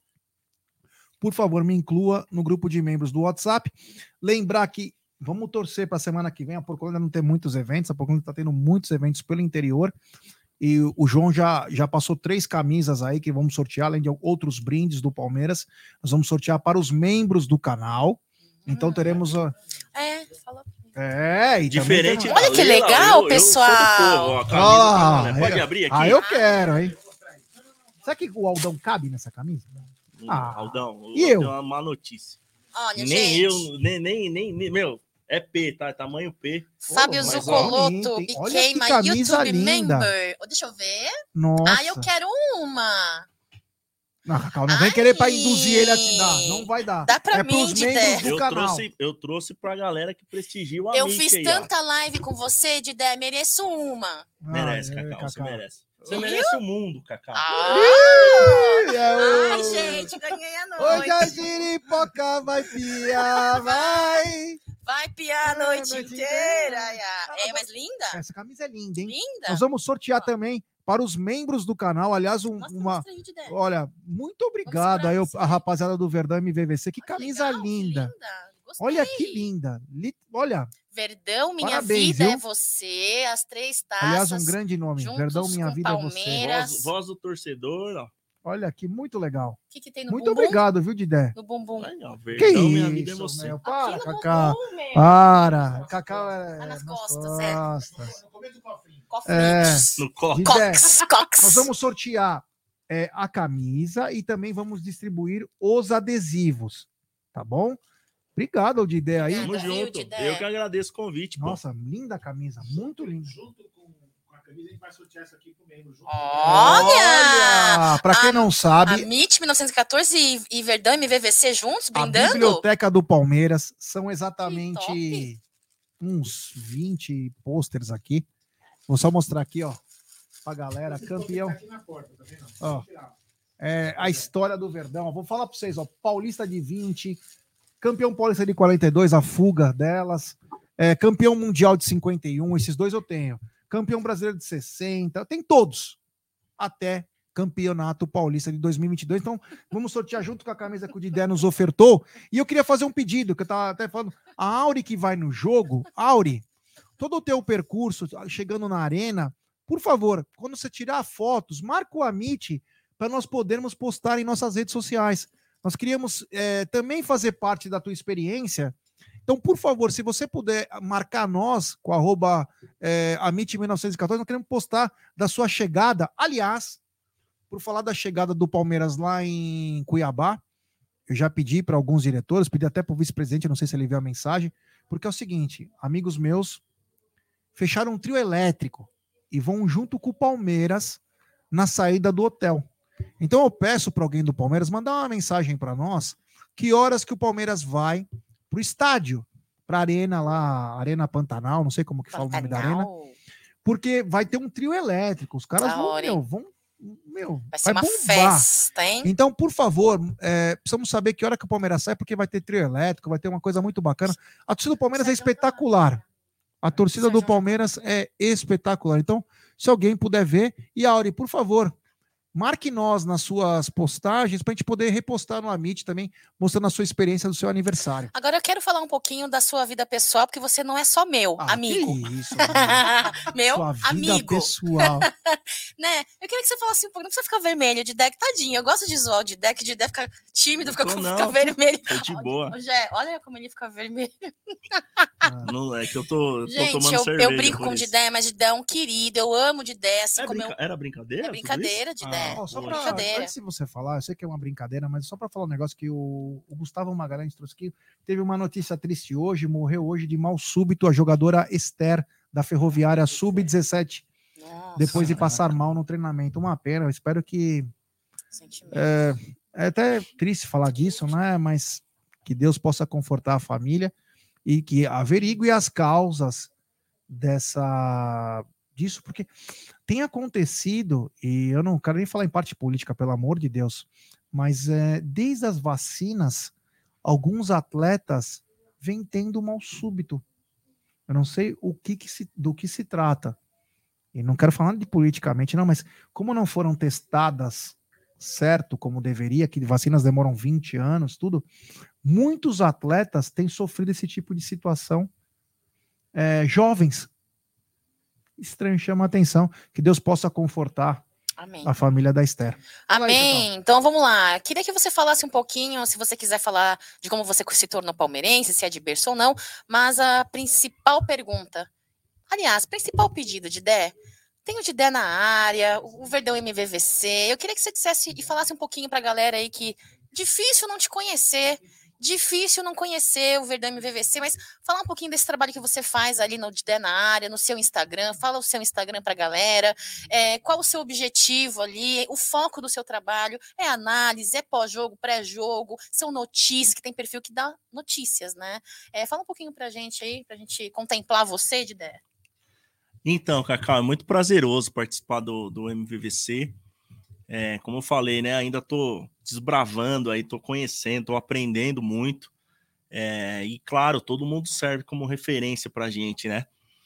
Por favor, me inclua no grupo de membros do WhatsApp. Lembrar que vamos torcer para a semana que vem, a Porcolândia não tem muitos eventos, a Porcolândia está tendo muitos eventos pelo interior. E o João já, já passou três camisas aí que vamos sortear, além de outros brindes do Palmeiras. Nós vamos sortear para os membros do canal. Então teremos... A... É, falou. É, e diferente. Também... Olha que legal, eu, pessoal. Eu povo, ó, ah, pode é... abrir aqui? Ah, eu quero, hein? Será que o Aldão cabe nessa camisa? Hum, ah, Aldão, e eu? Tenho uma má notícia. Olha, nem gente. eu, nem, nem, nem, nem, meu, é P, tá? Tamanho P. Fábio mas, Zucoloto ó, e olha queima que camisa YouTube linda. Member. Oh, deixa eu ver. Nossa. Ah, eu quero uma. Não, Cacau, não vem Ai. querer para induzir ele a te dar. Não vai dar. Dá pra é mim, membros do eu canal. trouxe, eu trouxe pra galera que prestigia o Eu Amit fiz aí, tanta ó. live com você, Didé. Mereço uma. Merece, ah, Cacau, é, Cacau. você merece. Você Viu? merece o mundo, Cacau. Ah. Ai, gente, ganhei a noite. Hoje a giripoca vai piar, vai. Vai piar a noite, noite inteira. inteira. É, mas linda? Essa camisa é linda, hein? Linda. Nós vamos sortear também para os membros do canal. Aliás, um, Nossa, uma. aí, olha, muito obrigado aí, a rapaziada do Verdão M V V C. Que camisa legal, linda. Que linda. Olha que linda. Olha. Verdão, minha Parabéns, vida viu? é você. As três taças. Aliás, um grande nome. Verdão, minha vida Palmeiras. é Voz, você. voz do torcedor, ó. Olha aqui, muito legal. O que, que tem no muito bumbum? obrigado, viu, Didé? No bumbum. Aí, ó, Que Verdão, isso, minha vida é você. meu, para, Aqui no Cacau. bumbum, meu. Para. Cacau é... Tá nas nas costas, costas. é. É. No cox. Didé, Cox, cox. nós vamos sortear é, a camisa e também vamos distribuir os adesivos, tá bom? Obrigado, Didé, aí. Tamo Viu, junto. Didé? Eu que agradeço o convite, pô. Nossa, linda a camisa, muito linda. Junto com, com a camisa, a gente vai sortear essa aqui pro membro. Junto Olha! Pra quem A- não A sabe, M I T mil novecentos e catorze e, e Verdão M V V C juntos, a brindando? biblioteca do Palmeiras são Que exatamente top. uns vinte pôsteres aqui. Vou só mostrar aqui, ó, pra galera, campeão. Tá aqui na porta, tá vendo? Ó, é, a história do Verdão. Ó, vou falar pra vocês, ó, Paulista de vinte, campeão paulista de quarenta e dois, a fuga delas, é, campeão mundial de cinquenta e um, esses dois eu tenho. Campeão brasileiro de sessenta, tem todos. Até campeonato paulista de dois mil e vinte e dois. Então, vamos sortear junto com a camisa que o Didé nos ofertou. E eu queria fazer um pedido, que eu tava até falando. A Auri que vai no jogo, Auri, todo o teu percurso, chegando na arena, por favor, quando você tirar fotos, marca o Amit para nós podermos postar em nossas redes sociais. Nós queríamos é, também fazer parte da tua experiência. Então, por favor, se você puder marcar nós com arroba é, Amit mil novecentos e catorze, nós queremos postar da sua chegada. Aliás, por falar da chegada do Palmeiras lá em Cuiabá, eu já pedi para alguns diretores, pedi até para o vice-presidente, não sei se ele viu a mensagem, porque é o seguinte, amigos meus fecharam um trio elétrico e vão junto com o Palmeiras na saída do hotel. Então eu peço para alguém do Palmeiras mandar uma mensagem para nós, que horas que o Palmeiras vai pro estádio, pra arena lá, Arena Pantanal, não sei como que fala o nome da arena, porque vai ter um trio elétrico, os caras Da vão, hora, hein? meu, vão, meu, Vai ser uma bombar. festa, hein? Então, por favor, é, precisamos saber que hora que o Palmeiras sai, porque vai ter trio elétrico, vai ter uma coisa muito bacana. A torcida do Palmeiras é espetacular. A torcida do Palmeiras é espetacular. Então, se alguém puder ver, e Auri, por favor, marque nós nas suas postagens para a gente poder repostar no Amit também, mostrando a sua experiência do seu aniversário. Agora eu quero falar um pouquinho da sua vida pessoal, porque você não é só meu, Ah, amigo. que isso, meu sua vida amigo. pessoal. Né? Eu queria que você falasse um pouco, não precisa ficar vermelho de deck, tadinho. Eu gosto de zoar o de deck, de deck fica tímido, fica, Tô fica não, vermelho. Tô de boa. Ô, Gé, olha como ele fica vermelho. Não, é que eu tô, tô Gente, tomando eu, cerveja. eu brinco por com o isso. Didé, mas Didé é um querido, eu amo o Didé, assim É como brinca- eu... Era brincadeira? É tudo brincadeira, isso? Didé. Ó, só pô, pra, brincadeira. antes de você falar, eu sei que é uma brincadeira, mas só para falar um negócio que o, o Gustavo Magalhães trouxe aqui, teve uma notícia triste hoje, morreu hoje de mal súbito a jogadora Esther da Ferroviária sub dezessete, Nossa, depois de passar mal no treinamento. Uma pena, eu espero que... sentimento. É, é até triste falar disso, né? Mas que Deus possa confortar a família e que averigue as causas dessa disso, porque tem acontecido, e eu não quero nem falar em parte política, pelo amor de Deus, mas é, desde as vacinas, alguns atletas vêm tendo mal súbito. Eu não sei o que que se, do que se trata. E não quero falar de politicamente, não, mas como não foram testadas certo, como deveria, que vacinas demoram vinte anos, tudo, muitos atletas têm sofrido esse tipo de situação, é, jovens. estranho, chama a atenção. Que Deus possa confortar Amém. a família da Esther. Amém. Aí, então vamos lá. Queria que você falasse um pouquinho, se você quiser falar de como você se tornou palmeirense, se é de berço ou não, mas a principal pergunta, aliás, principal pedido de Dé, tem o de Dé na área, o Verdão M V V C, eu queria que você dissesse e falasse um pouquinho pra galera aí que difícil não te conhecer, difícil não conhecer o Verdão M V V C, mas falar um pouquinho desse trabalho que você faz ali no D na área, no seu Instagram, fala o seu Instagram pra galera, é, qual o seu objetivo ali, o foco do seu trabalho, é análise, é pós-jogo, pré-jogo, são notícias, que tem perfil que dá notícias, né? É, fala um pouquinho pra gente aí, pra gente contemplar você, Didé. Então, Cacau, é muito prazeroso participar do, do M V V C. É, como eu falei, né, ainda tô desbravando aí, tô conhecendo, tô aprendendo muito. É, e, claro, todo mundo serve como referência pra gente, né?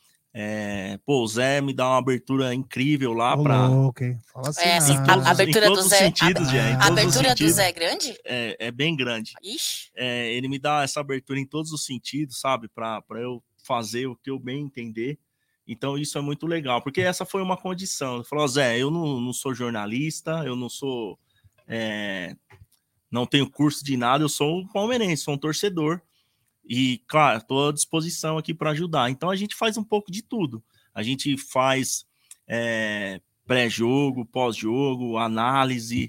É, pô, o Zé me dá uma abertura incrível lá para. Okay. Fala assim, é, assim, a abertura do Zé. Sentidos, a, já, a abertura do Zé é grande? É, é bem grande. Ixi. É, ele me dá essa abertura em todos os sentidos, sabe? Para eu fazer o que eu bem entender. Então, isso é muito legal, porque essa foi uma condição. Ele falou, Zé, eu não, não sou jornalista, eu não sou. É, não tenho curso de nada, eu sou um palmeirense, sou um torcedor. E, claro, estou à disposição aqui para ajudar. Então, a gente faz um pouco de tudo. A gente faz é, pré-jogo, pós-jogo, análise,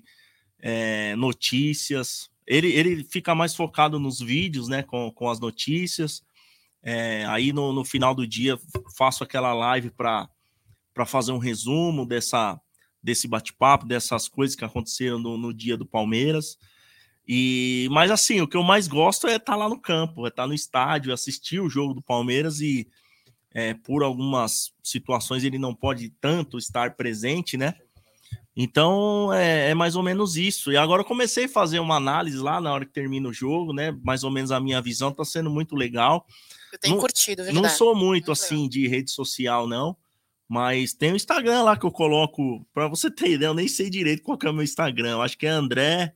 é, notícias. Ele, ele fica mais focado nos vídeos, né, com, com as notícias. É, aí, no, no final do dia, faço aquela live para fazer um resumo dessa, desse bate-papo, dessas coisas que aconteceram no, no dia do Palmeiras. E, mas assim, o que eu mais gosto é estar lá no campo, é estar no estádio, assistir o jogo do Palmeiras e é, por algumas situações ele não pode tanto estar presente, né? Então é, é mais ou menos isso. E agora eu comecei a fazer uma análise lá na hora que termina o jogo, né? Mais ou menos a minha visão tá sendo muito legal. Eu tenho não, curtido, verdade. Não sou muito, muito assim legal. De rede social, não. Mas tem o Instagram lá que eu coloco, para você ter ideia, eu nem sei direito qual que é o meu Instagram. Eu acho que é André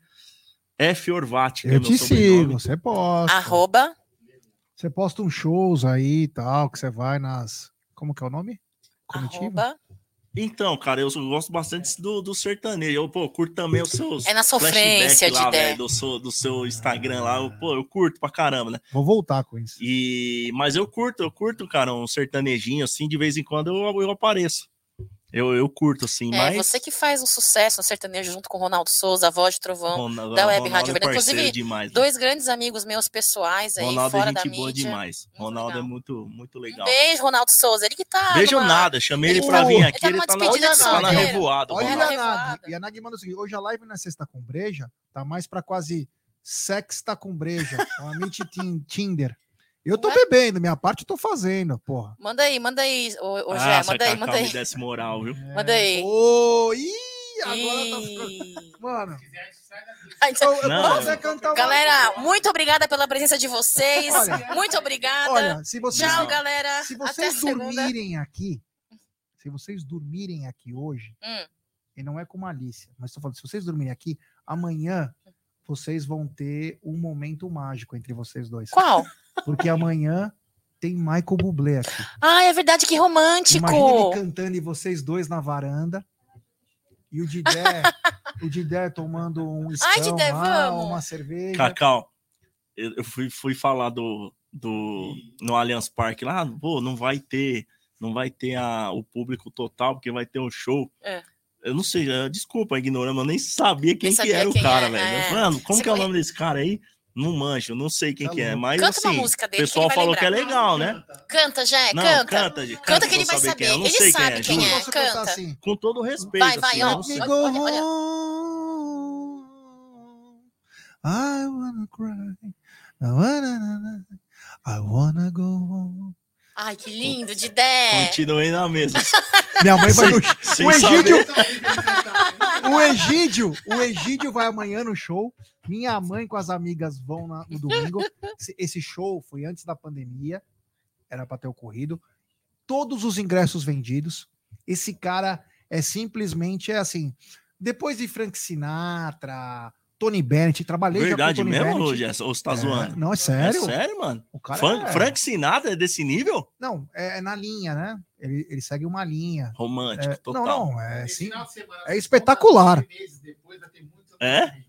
F. Orvati. Eu te sigo, você posta. Arroba. Você posta uns shows aí e tal, que você vai nas... Como que é o nome? Comitiva? Arroba. Então, cara, eu gosto bastante do, do sertanejo. Eu, pô, curto também os seus é na sofrência lá, de velho, do seu, do seu Instagram lá. Eu, pô, eu curto pra caramba, né? Vou voltar com isso. E... Mas eu curto, eu curto, cara, um sertanejinho assim, de vez em quando eu, eu apareço. Eu, eu curto, assim, é, mas... você que faz um sucesso no sertanejo junto com o Ronaldo Souza, a voz de Trovão, Ronaldo, da Web Ronaldo Rádio Verdão. É Inclusive, demais, dois né? grandes amigos meus pessoais aí, Ronaldo fora é gente da boa mídia. demais. Muito Ronaldo legal. é muito, muito legal. Um beijo, Ronaldo Souza. Ele que tá... Beijo numa... nada, chamei ele, ele pra vir aqui, ele tá, ele tá, na, de tá na revoada. Olha a Nag. E a Nag manda o seguinte, hoje a live na Sexta com Breja tá mais pra quase Sexta com Breja, uma mente Tinder. Eu tô Ué? bebendo, minha parte eu tô fazendo, porra. Manda aí, manda aí, ô, ô Gé, ah, manda aí, manda aí. Me desse moral, viu? É. Manda aí. Ô, ih, agora ih. tá ficando... Mano... Ah, então, não, cantar galera, uma... muito obrigada pela presença de vocês. Olha, muito obrigada. Olha, se vocês, Tchau, galera. Se vocês dormirem aqui, se vocês dormirem aqui hoje, hum. e não é com malícia, mas tô falando, se vocês dormirem aqui, amanhã vocês vão ter um momento mágico entre vocês dois. Qual? Porque amanhã tem Michael Bublé aqui. Ah, é verdade, que romântico. Imagina ele cantando e vocês dois na varanda. E o Didé, o Didé tomando um escão, Ai, Didé, lá, vamos. uma cerveja. Cacau, eu fui, fui falar do, do no Allianz Parque lá, pô, não vai ter, não vai ter a, o público total, porque vai ter um show. É. Eu não sei, desculpa a ignorância, eu nem sabia quem sabia que era quem o cara, é, velho. é. Mano, como Você que é o nome desse cara aí? Não manjo, não sei quem tá que é, mas canta assim, uma música dele, o pessoal falou lembrar. que é legal, né? Canta, já, não, canta. Canta, canta, canta que ele vai saber. Quem é. Eu não ele sei sabe quem é, quem é. Canta. Assim. Com todo respeito. Vai, vai, assim, ó. Não sei. Olha, olha, olha. I wanna cry. I wanna go home. Ai, que lindo, Didé. Continuei na mesa. Minha mãe vai no... Sem o Egídio... saber. o Egídio... O Egídio vai amanhã no show. Minha mãe com as amigas vão na... no domingo. Esse show foi antes da pandemia. Era para ter ocorrido. Todos os ingressos vendidos. Esse cara é simplesmente é assim... Depois de Frank Sinatra, Tony Bennett, trabalhei Verdade já com o Tony mesmo, Bennett. Jess? Ou você tá É, zoando? não, é sério. É sério, mano? O cara Fran- é... Frank Sinatra é desse nível? Não, é, é na linha, né? Ele, ele segue uma linha. Romântico, É, total. não, não, é assim, é espetacular. É? É,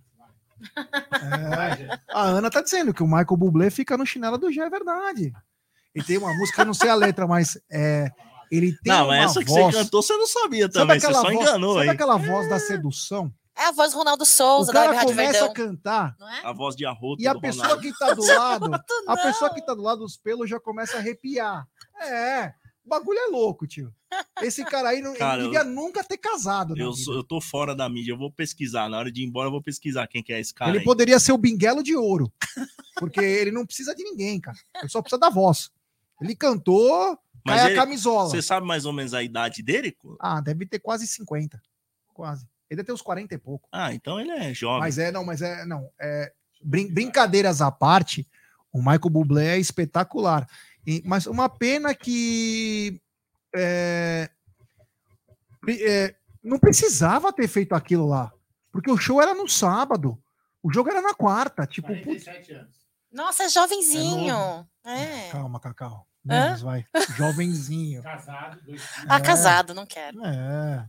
a Ana tá dizendo que o Michael Bublé fica no chinelo do Gé, é verdade. E tem uma música, eu não sei a letra, mas é, ele tem Não, uma mas essa que voz... você cantou, você não sabia Sabe também, você aquela só voz, enganou sabe aí. aquela voz da sedução? É a voz do Ronaldo O Souza, da cara Rádio começa Verdão. a cantar Não é? A voz de arroto e a do pessoa Ronaldo. que tá do lado, a não. pessoa que tá do lado dos pelos já começa a arrepiar. É, o bagulho é louco, tio. Esse cara aí não Cara, ele devia nunca ter casado. na Eu, vida. sou, eu tô fora da mídia, eu vou pesquisar. Na hora de ir embora, eu vou pesquisar quem que é esse cara Ele aí. poderia ser o Binguelo de ouro. Porque ele não precisa de ninguém, cara. Ele só precisa da voz. Ele cantou, Mas cai ele- a camisola. Você sabe mais ou menos a idade dele? Ah, deve ter quase cinquenta. Quase. Ele deve ter uns quarenta e pouco. Ah, então ele é jovem. Mas é, não, mas é, não. É, brin- brincadeiras à parte, o Michael Bublé é espetacular. E- mas uma pena que é, pre- é, não precisava ter feito aquilo lá. Porque o show era no sábado. O jogo era na quarta. Tipo, putz, Nossa, é jovenzinho. É. calma, Cacau. Hã? Menos, vai. Jovenzinho. Casado, dois filhos. Ah, É. casado, não quero. É.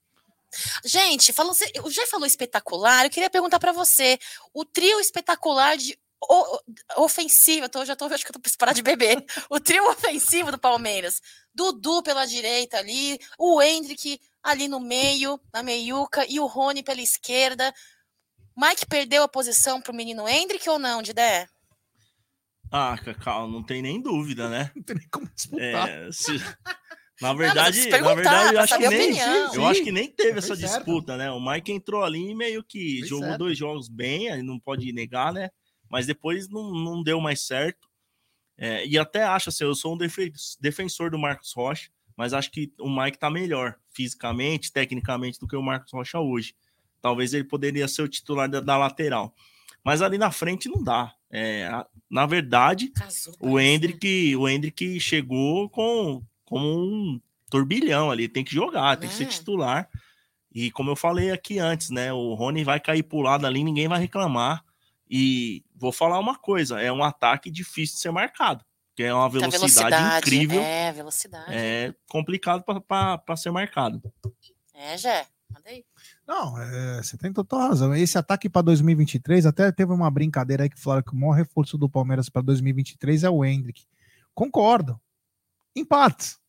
Gente, falou, o Jé falou espetacular. Eu queria perguntar pra você: o trio espetacular de o- ofensiva, eu tô, já tô, acho que eu tô precisando parar de beber. O trio ofensivo do Palmeiras. Dudu pela direita ali, o Hendrick ali no meio, na meiuca, e o Rony pela esquerda. Mike perdeu a posição pro menino Hendrick ou não, Didé? Ah, Cacau, não tem nem dúvida, né? Não tem nem como disputar. É, se- Na Não, mas eu verdade, preciso na perguntar, verdade, eu pra acho que saber a nem, opinião. eu acho que nem teve Fez essa certo. disputa, né? O Mike entrou ali e meio que Fez jogou certo. dois jogos bem, aí não pode negar, né? Mas depois não, não deu mais certo. É, e até acho assim, eu sou um defe- defensor do Marcos Rocha, mas acho que o Mike tá melhor fisicamente, tecnicamente, do que o Marcos Rocha hoje. Talvez ele poderia ser o titular da, da lateral. Mas ali na frente não dá. É, a- na verdade, Casou, o parece. Hendrick, o Hendrick chegou com, com um turbilhão ali, tem que jogar, tem que ser É. titular. E como eu falei aqui antes, né? O Rony vai cair pro lado ali, ninguém vai reclamar. E vou falar uma coisa: é um ataque difícil de ser marcado, porque é uma Muita velocidade, incrível, É, velocidade. É, é complicado para ser marcado. Jé. Manda aí. Não, é, você tem total razão. Esse ataque para dois mil e vinte e três, até teve uma brincadeira aí que falaram que o maior reforço do Palmeiras para dois mil e vinte e três é o Hendrick. Concordo. Em partes.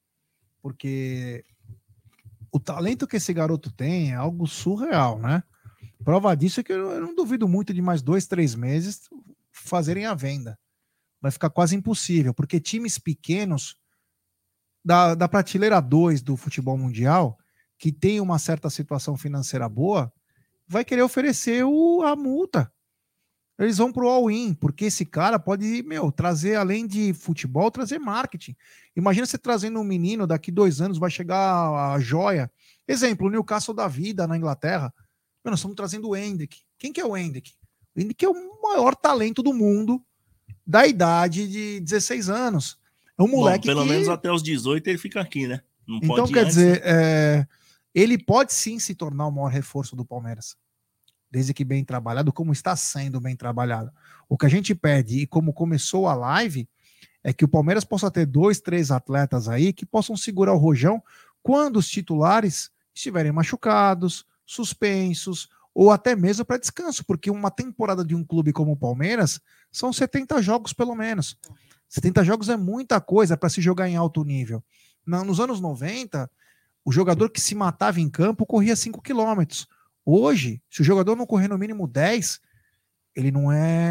Porque o talento que esse garoto tem é algo surreal, né? Prova disso é que eu, eu não duvido muito de mais dois, três meses fazerem a venda. Vai ficar quase impossível, porque times pequenos da, da prateleira dois do futebol mundial, que tem uma certa situação financeira boa, vai querer oferecer o, a multa. Eles vão pro all-in, porque esse cara pode, meu, trazer, além de futebol, trazer marketing. Imagina você trazendo um menino, daqui dois anos vai chegar a joia. Exemplo, o Newcastle da vida na Inglaterra. Meu, nós estamos trazendo o Hendrick. Quem que é o Hendrick? O Hendrick é o maior talento do mundo da idade de dezesseis anos. É um moleque Bom, pelo que... menos até os dezoito ele fica aqui, né? Não Então, pode ir quer antes, dizer, né? é, ele pode sim se tornar o maior reforço do Palmeiras. Desde que bem trabalhado, como está sendo bem trabalhado. O que a gente pede, e como começou a live, é que o Palmeiras possa ter dois, três atletas aí que possam segurar o rojão quando os titulares estiverem machucados, suspensos, ou até mesmo para descanso, porque uma temporada de um clube como o Palmeiras são setenta jogos pelo menos. setenta jogos é muita coisa para se jogar em alto nível. Na, nos anos noventa, o jogador que se matava em campo corria cinco quilômetros. Hoje, se o jogador não correr no mínimo dez, ele não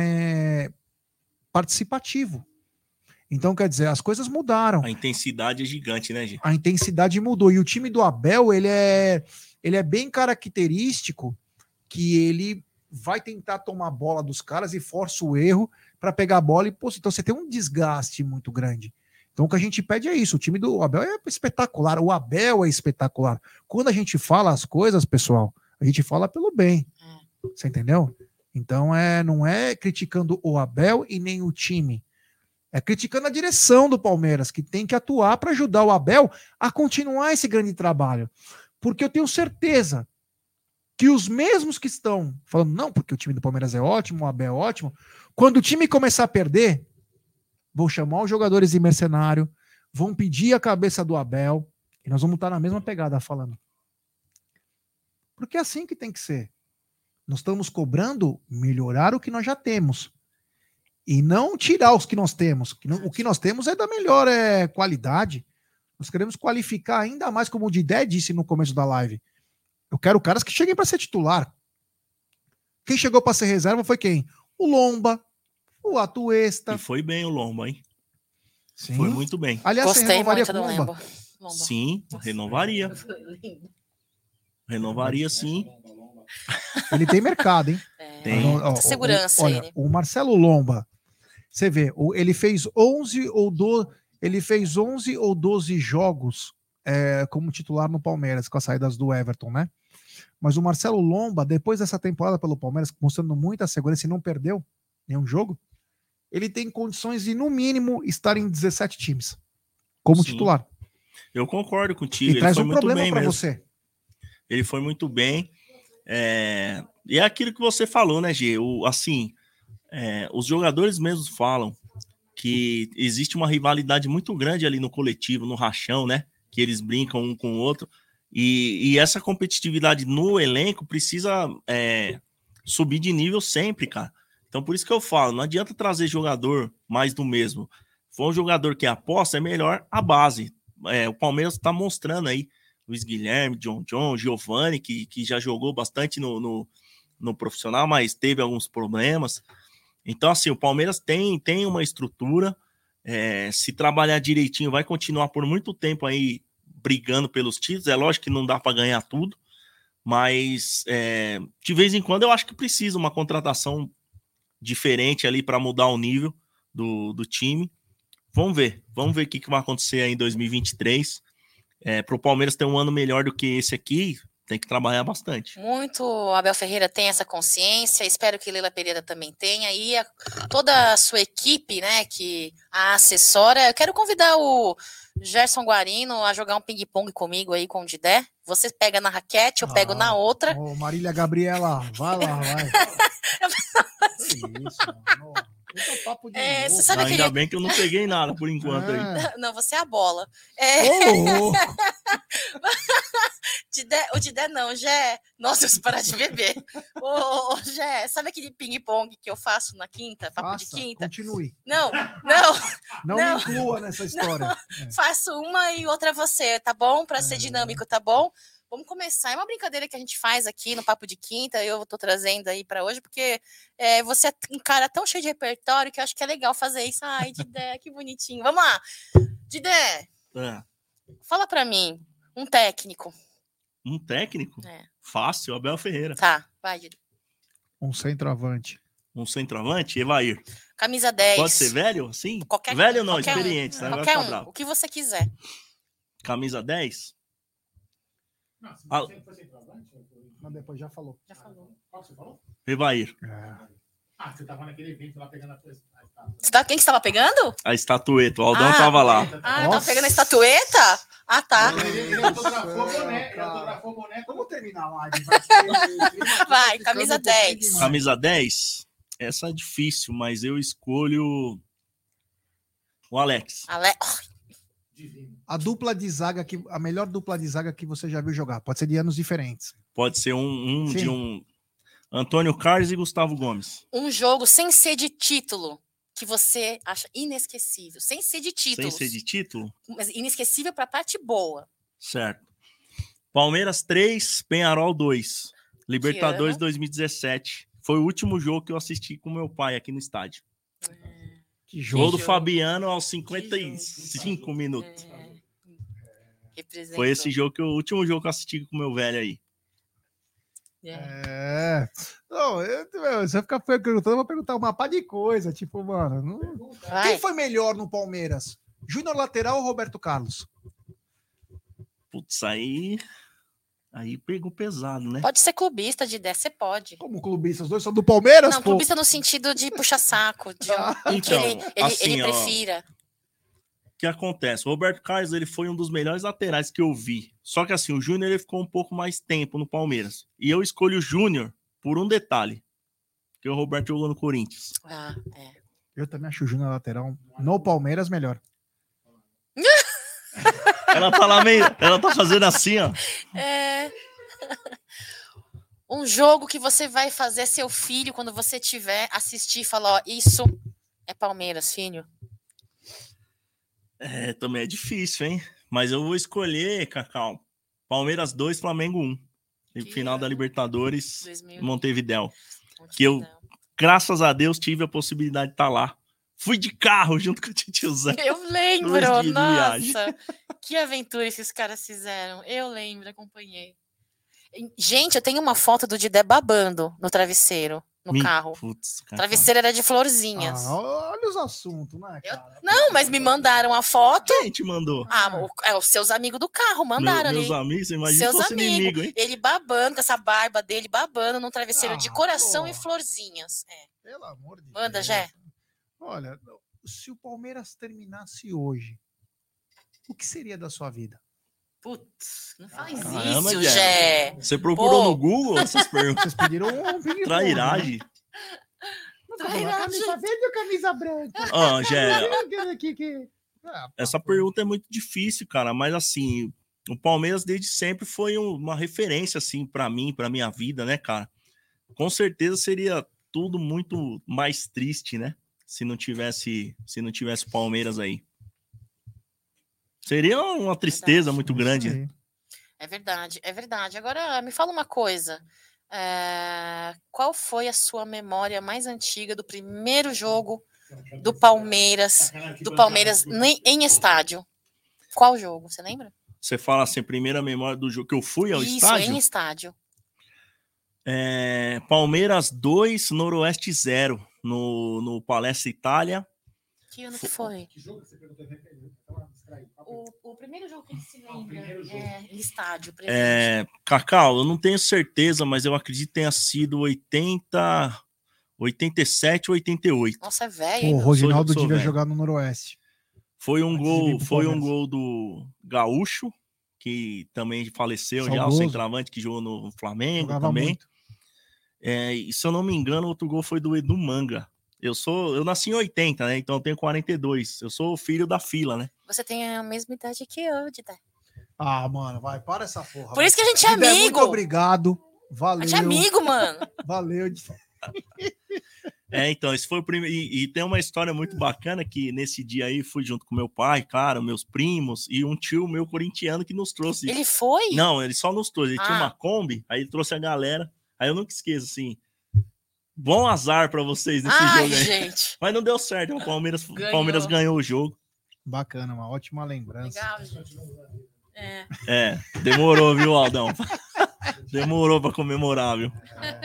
é participativo. Então, quer dizer, as coisas mudaram. A intensidade é gigante, né, gente? A intensidade mudou. E o time do Abel, ele é, ele é bem característico, que ele vai tentar tomar a bola dos caras e força o erro para pegar a bola. E, pô, então você tem um desgaste muito grande. Então o que a gente pede é isso. O time do Abel é espetacular. O Abel é espetacular. Quando a gente fala as coisas, pessoal, a gente fala pelo bem. Você entendeu? Então é, não é criticando o Abel e nem o time. É criticando a direção do Palmeiras, que tem que atuar para ajudar o Abel a continuar esse grande trabalho. Porque eu tenho certeza que os mesmos que estão falando, não, porque o time do Palmeiras é ótimo, o Abel é ótimo, quando o time começar a perder, vão chamar os jogadores de mercenário, vão pedir a cabeça do Abel, e nós vamos estar na mesma pegada falando. Porque é assim que tem que ser. Nós estamos cobrando melhorar o que nós já temos. E não tirar os que nós temos. O que nós temos é da melhor é, qualidade. Nós queremos qualificar ainda mais, como o Didé disse no começo da live. Eu quero caras que cheguem para ser titular. Quem chegou para ser reserva foi quem? O Lomba, o Atuesta. E foi bem o Lomba, hein? Sim. Foi muito bem. Aliás, Gostei você renovaria muito com o do Lomba? Lomba. Sim, renovaria. Renovaria, sim. Ele tem mercado, hein? É, Tem. Ó, ó, segurança olha, ele. o Marcelo Lomba, você vê, o- ele fez onze ou doze, ele fez onze ou doze jogos é, como titular no Palmeiras, com as saídas do Everton, né? Mas o Marcelo Lomba, depois dessa temporada pelo Palmeiras, mostrando muita segurança e não perdeu nenhum jogo, ele tem condições de, no mínimo, estar em dezessete times como Sim. titular. Eu concordo contigo. E Ele traz foi um muito problema bem para mesmo. você. Ele foi muito bem. É... E é aquilo que você falou, né, Gê? O, assim, é, os jogadores mesmos falam que existe uma rivalidade muito grande ali no coletivo, no rachão, né? Que eles brincam um com o outro. E, e essa competitividade no elenco precisa é, subir de nível sempre, cara. Então, por isso que eu falo, não adianta trazer jogador mais do mesmo. Se for um jogador que aposta, é melhor a base. É, o Palmeiras está mostrando aí Luiz Guilherme, John John, Giovani, que, que já jogou bastante no, no, no profissional, mas teve alguns problemas. Então, assim, o Palmeiras tem, tem uma estrutura, é, se trabalhar direitinho, vai continuar por muito tempo aí brigando pelos títulos. É lógico que não dá para ganhar tudo, mas é, de vez em quando eu acho que precisa uma contratação diferente ali para mudar o nível do, do time. Vamos ver, vamos ver o que, que vai acontecer aí em dois mil e vinte e três. É, para o Palmeiras ter um ano melhor do que esse aqui, tem que trabalhar bastante. Muito, Abel Ferreira tem essa consciência, espero que Leila Pereira também tenha, e a, toda a sua equipe, né, que a assessora. Eu quero convidar o Gerson Guarino a jogar um ping-pong comigo aí com o Didé. Você pega na raquete, eu pego Ah, na outra. Ô, Marília Gabriela, vai lá, vai. Que isso, mano. Esse é o papo de É, novo. você sabe Ainda aquele... bem que eu não peguei nada por enquanto aí. É. Não, você é a bola. É... Ô, louco. Didé, o Didé não, Gé. Nossa, eu preciso parar de beber. Ô, ô, Gé, sabe aquele ping-pong que eu faço na quinta? Papo Faça, de quinta? continue. Não, não. Não, Não. me inclua nessa história. É. Faço uma e outra você, tá bom? Para ser É. dinâmico, tá bom? Vamos começar. É uma brincadeira que a gente faz aqui no Papo de Quinta, eu tô trazendo aí para hoje, porque é, você é um cara tão cheio de repertório que eu acho que é legal fazer isso. Ai, Didé, que bonitinho. Vamos lá. Didé, É. fala para mim, um técnico. Um técnico? É. Fácil, Abel Ferreira. Tá, vai, Didé. Um centroavante. Um centroavante, Evair. Camisa dez. Pode ser velho? Sim? Qualquer, velho não, qualquer experiente. Um, Tá? Vai qualquer ficar um, bravo. o que você quiser. Camisa dez? Não, se Ah. você foi centroavante, eu tô- Mas depois já falou. Já falou. Qual que você falou? Evair. É. Ah, você tava naquele evento lá pegando a coisa. Ah, tá. Você tá, quem que você tava pegando? A estatueta. O Aldão Ah. tava lá. Ah, tava Nossa. pegando a estatueta? Ah, tá. Ele, ele autografou o boné. Ele autografou o boné. Vamos terminar a live. Vai, camisa dez. Camisa dez? Essa é difícil, mas eu escolho o Alex. Ale... Divino. A dupla de zaga, que, a melhor dupla de zaga que você já viu jogar. Pode ser de anos diferentes. Pode ser um, um Sim. de um Antônio Carlos e Gustavo Gomes. Um jogo sem ser de título que você acha inesquecível. Sem ser de título. Sem ser de título? Mas inesquecível pra parte boa. Certo. Palmeiras três, Penharol dois. Libertadores ano? dois mil e dezessete. Foi o último jogo que eu assisti com meu pai aqui no estádio. Que Gol do jogo. Fabiano aos cinquenta e cinco minutos. É. Representou. Foi esse jogo que eu, o último jogo que eu assisti com o meu velho aí. É. É. Não, eu, meu, você vai ficar perguntando, eu vou perguntar uma pá de coisa. Tipo, mano. Não... Vai. Quem foi melhor no Palmeiras? Júnior lateral ou Roberto Carlos? Putz, aí. Aí pegou pesado, né? Pode ser clubista de dez, você pode. Como clubista? Os dois são do Palmeiras, Não, pô. clubista no sentido de puxa-saco. De um, que Então, ele, ele, assim, ele ó. prefira. que acontece? O Roberto Carlos, ele foi um dos melhores laterais que eu vi. Só que assim, o Júnior ele ficou um pouco mais tempo no Palmeiras. E eu escolho o Júnior por um detalhe. Que o Roberto jogou no Corinthians. Ah, é. Eu também acho o Júnior lateral no Palmeiras melhor. Ela tá lá meio... Ela tá fazendo assim, ó. É... Um jogo que você vai fazer seu filho, quando você tiver, assistir e falar, ó, isso é Palmeiras, filho. É, também é difícil, hein? Mas eu vou escolher, Cacau, Palmeiras dois, Flamengo um. Que Final da Libertadores, dois mil. Montevidéu. Que eu, graças a Deus, tive a possibilidade de estar lá. Fui de carro junto com o Titiozão. Eu lembro, Dois dias de viagem. nossa. Que aventura esses caras fizeram. Eu lembro, acompanhei. Gente, eu tenho uma foto do Didé babando no travesseiro, no Me- carro. Putz, O Cacau. travesseiro era de florzinhas. Ah, olha os assuntos, né, Eu- cara? Não, mas me mandaram a foto. Quem te mandou? Ah, o- é, os seus amigos do carro mandaram Meu- ali. meus amigos, você imagina se Seus fosse amigos. inimigo, hein? Ele babando, com essa barba dele babando num travesseiro de Ah, coração pô. e florzinhas. É. Pelo amor de Manda, Deus. Jé. Olha, se o Palmeiras terminasse hoje, o que seria da sua vida? Putz, não faz Caramba, isso, Jé. Jé. Você procurou Pô. no Google essas perguntas? Vocês pediram um ping-pong, Trairagem. né? Trairagem. Camisa verde ou camisa branca? Ó, Jé, Que- que- Ah, essa pô. pergunta é muito difícil, cara, mas assim, o Palmeiras desde sempre foi um- uma referência, assim, pra mim, pra minha vida, né, cara? Com certeza seria tudo muito mais triste, né? Se não tivesse, se não tivesse o Palmeiras aí. Seria uma tristeza Verdade. muito Isso grande. aí. É verdade, é verdade. Agora, me fala uma coisa. É, qual foi a sua memória mais antiga do primeiro jogo do Palmeiras, do Palmeiras em, em estádio? Qual jogo? Você lembra? Você fala assim, primeira memória do jogo que eu fui ao Isso, estádio? em estádio. É, Palmeiras dois, Noroeste zero, no, no Palestra Itália. Que ano que foi? Que jogo que você perguntou? O, o primeiro jogo que ele se lembra é em estádio. presente. É, Cacau, eu não tenho certeza, mas eu acredito que tenha sido oitenta, oitenta e sete ou oitenta e oito. Nossa, é Pô, velho. o hein, Roginaldo sou devia velho. jogar no Noroeste. Foi um Antes de vir gol, pro foi um Palmeiras. gol do Gaúcho, que também faleceu já, o Saudoso. centroavante que jogou no Flamengo Jogava também. muito. É, e se eu não me engano, outro gol foi do Edu Manga. Eu sou, eu nasci em oitenta, né? Então eu tenho quarenta e dois. Eu sou o filho da fila, né? Você tem a mesma idade que eu, Didé. Ah, mano, vai, para essa porra. Por vai. isso que a gente é Didé, amigo. Muito obrigado. A Valeu. gente é amigo, mano. Valeu. É, então, esse foi o primeiro. E, e tem uma história muito bacana que nesse dia aí fui junto com meu pai, cara, meus primos e um tio meu corintiano que nos trouxe. Ele foi? Não, ele só nos trouxe. Ele tinha Ah. uma Kombi, aí ele trouxe a galera. Aí eu nunca esqueço, assim. Bom azar pra vocês nesse Ai, jogo aí. gente. Mas não deu certo. O Palmeiras o Ganhou. Palmeiras ganhou o jogo. Bacana, uma ótima lembrança. Legal, gente. É. É, demorou, viu, Aldão? Demorou pra comemorar, viu?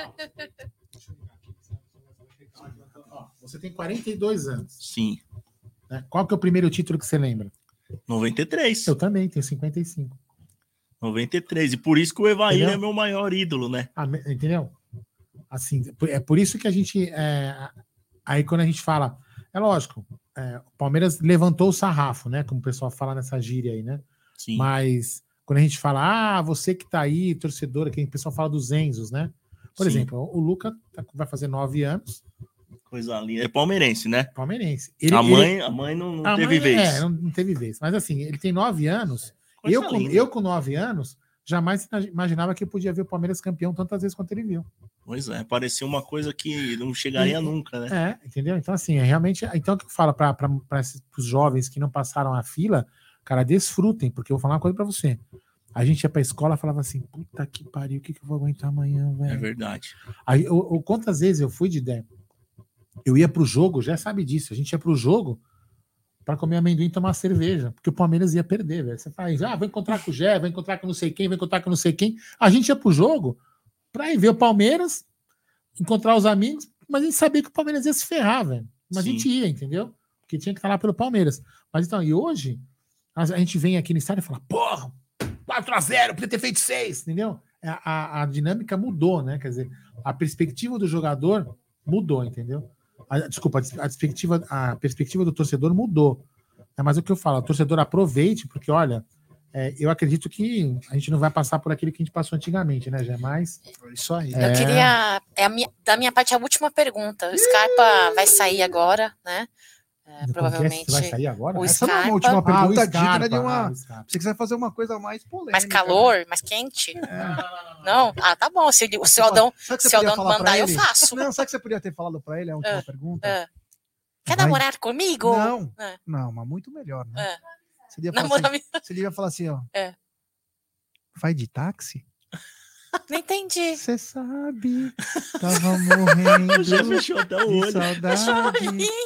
Você tem quarenta e dois anos. Sim. Né? Qual que é o primeiro título que você lembra? noventa e três. Eu também, tenho cinquenta e cinco. noventa e três. E por isso que o Evair Entendeu? é meu maior ídolo, né? Ah, me- entendeu? Assim, é por isso que a gente. é, aí quando a gente fala. É lógico, é, o Palmeiras levantou o sarrafo, né? Como o pessoal fala nessa gíria aí, né? Sim. Mas quando a gente fala, ah, você que tá aí, torcedor, aqui, o pessoal fala dos Enzos, né? Por Sim. exemplo, o Luca tá- vai fazer nove anos, Coisa linda. É palmeirense, né? palmeirense. Ele- a, ele- mãe, a mãe não, não a teve mãe, vez. É, não, não teve vez. Mas assim, ele tem nove anos. Coisa Eu com, linda. eu com nove anos, jamais imaginava que eu podia ver o Palmeiras campeão tantas vezes quanto ele viu. Pois é, parecia uma coisa que não chegaria E- nunca, né? É, entendeu? Então, assim, é realmente. Então, o que eu falo para os jovens que não passaram a fila, cara, desfrutem, porque eu vou falar uma coisa para você. A gente ia pra escola e falava assim: puta que pariu, o que, que eu vou aguentar amanhã, É velho? verdade. Aí, eu, eu- quantas vezes eu fui de ideia? Eu ia pro jogo, já sabe disso, a gente ia pro jogo para comer amendoim e tomar cerveja, porque o Palmeiras ia perder, velho. Você faz, ah, vai encontrar com o Gé, vai encontrar com não sei quem, vai encontrar com não sei quem. A gente ia pro jogo pra ir ver o Palmeiras, encontrar os amigos, mas a gente sabia que o Palmeiras ia se ferrar, velho. Mas Sim. a gente ia, entendeu? Porque tinha que estar lá pelo Palmeiras. Mas então, e hoje, a, a gente vem aqui no estádio e fala, porra, quatro a zero, podia ter feito seis, entendeu? A, a, a dinâmica mudou, né? Quer dizer, a perspectiva do jogador mudou, entendeu? A, desculpa, a, perspectiva, a perspectiva do torcedor mudou. É, mas o que eu falo, o torcedor aproveite, porque olha, é, eu acredito que a gente não vai passar por aquilo que a gente passou antigamente, né, Gé? Mas isso aí. Eu queria, é a minha, da minha parte, a última pergunta. O Scarpa vai sair agora, né? É, provavelmente. Vai sair agora? O Essa Scarpa... não é uma última pergunta ah, Scarpa, digna de uma. ah, você quiser fazer uma coisa mais polêmica. Mais calor, né? Mais quente? É. Não? Ah, tá bom. Se, o seu Aldão, se Aldão mandar, eu faço. Não, sabe o que você podia ter falado pra ele? A última uh, pergunta. Uh. Quer vai... namorar comigo? Não. Uh. Não, mas muito melhor, né? Uh. Você devia falar assim, você devia falar assim, ó. Uh. Vai de táxi? Não entendi. Você sabe, tava morrendo. Já fechou até o olho. Saudade.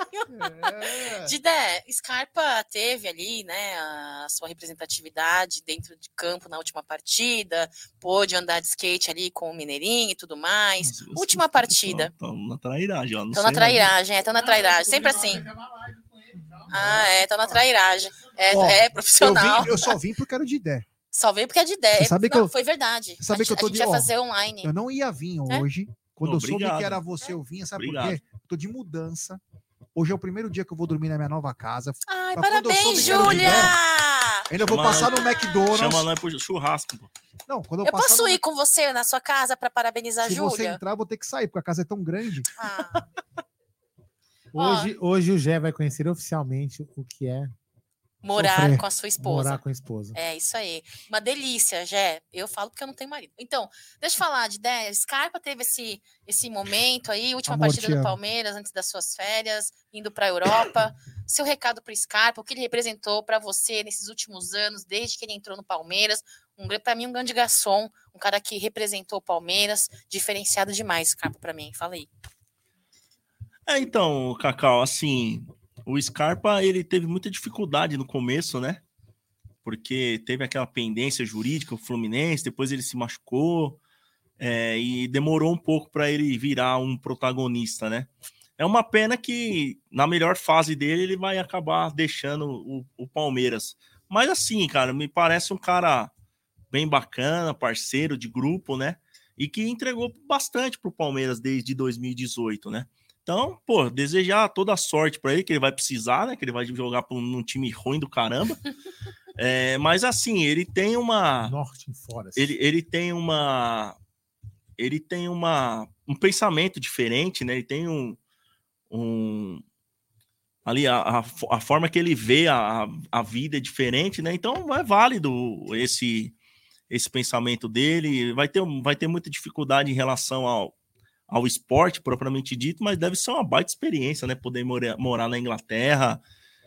É. Didé, Scarpa teve ali, né, a sua representatividade dentro de campo na última partida, pôde andar de skate ali com o Mineirinho e tudo mais. Nossa, última partida. Estão na trairagem, ó. Estão na trairagem, é, estão na trairagem, sempre assim. Ah, é, estão na trairagem. É, ó, é profissional. Eu, vim, eu só vim porque era o Didé. Só veio porque é de ideia. Sabe que não, eu, foi verdade. Sabe a, que eu tô a gente de, ia ó, fazer online. Eu não ia vir hoje. É? Quando não, eu soube obrigado. que era você, eu vinha. Sabe obrigado. por quê? Eu tô de mudança. Hoje é o primeiro dia que eu vou dormir na minha nova casa. Ai, parabéns, Júlia! Ainda vou passar no McDonald's. Chama nós pro churrasco, pô. Não, quando eu eu posso no... ir com você na sua casa para parabenizar a Júlia? Se você entrar, eu vou ter que sair, porque a casa é tão grande. Ah. hoje, hoje o Gé vai conhecer oficialmente o que é morar sofrer, com a sua esposa. Morar com a esposa. É, isso aí. Uma delícia, Gé. Eu falo porque eu não tenho marido. Então, deixa eu falar de ideia. Scarpa teve esse, esse momento aí, última Amor, partida do Palmeiras antes das suas férias, indo para a Europa. Seu recado para o Scarpa, o que ele representou para você nesses últimos anos, desde que ele entrou no Palmeiras. Um, para mim, um grande garçom, um cara que representou o Palmeiras, diferenciado demais, Scarpa, para mim. Fala aí. É, então, Cacau, assim... O Scarpa, ele teve muita dificuldade no começo, né? Porque teve aquela pendência jurídica, o Fluminense, depois ele se machucou é, e demorou um pouco para ele virar um protagonista, né? É uma pena que na melhor fase dele ele vai acabar deixando o, o Palmeiras. Mas assim, cara, me parece um cara bem bacana, parceiro de grupo, né? E que entregou bastante pro Palmeiras desde dois mil e dezoito, né? Então, pô, desejar toda a sorte para ele, que ele vai precisar, né? Que ele vai jogar pra um, num time ruim do caramba. É, mas assim, ele tem uma... Norte em fora. Ele, ele tem uma... Ele tem uma... Um pensamento diferente, né? Ele tem um... um ali, a, a, a forma que ele vê a, a vida é diferente, né? Então, é válido esse, esse pensamento dele. Vai ter, vai ter muita dificuldade em relação ao ao esporte propriamente dito, mas deve ser uma baita experiência, né? Poder morar, morar na Inglaterra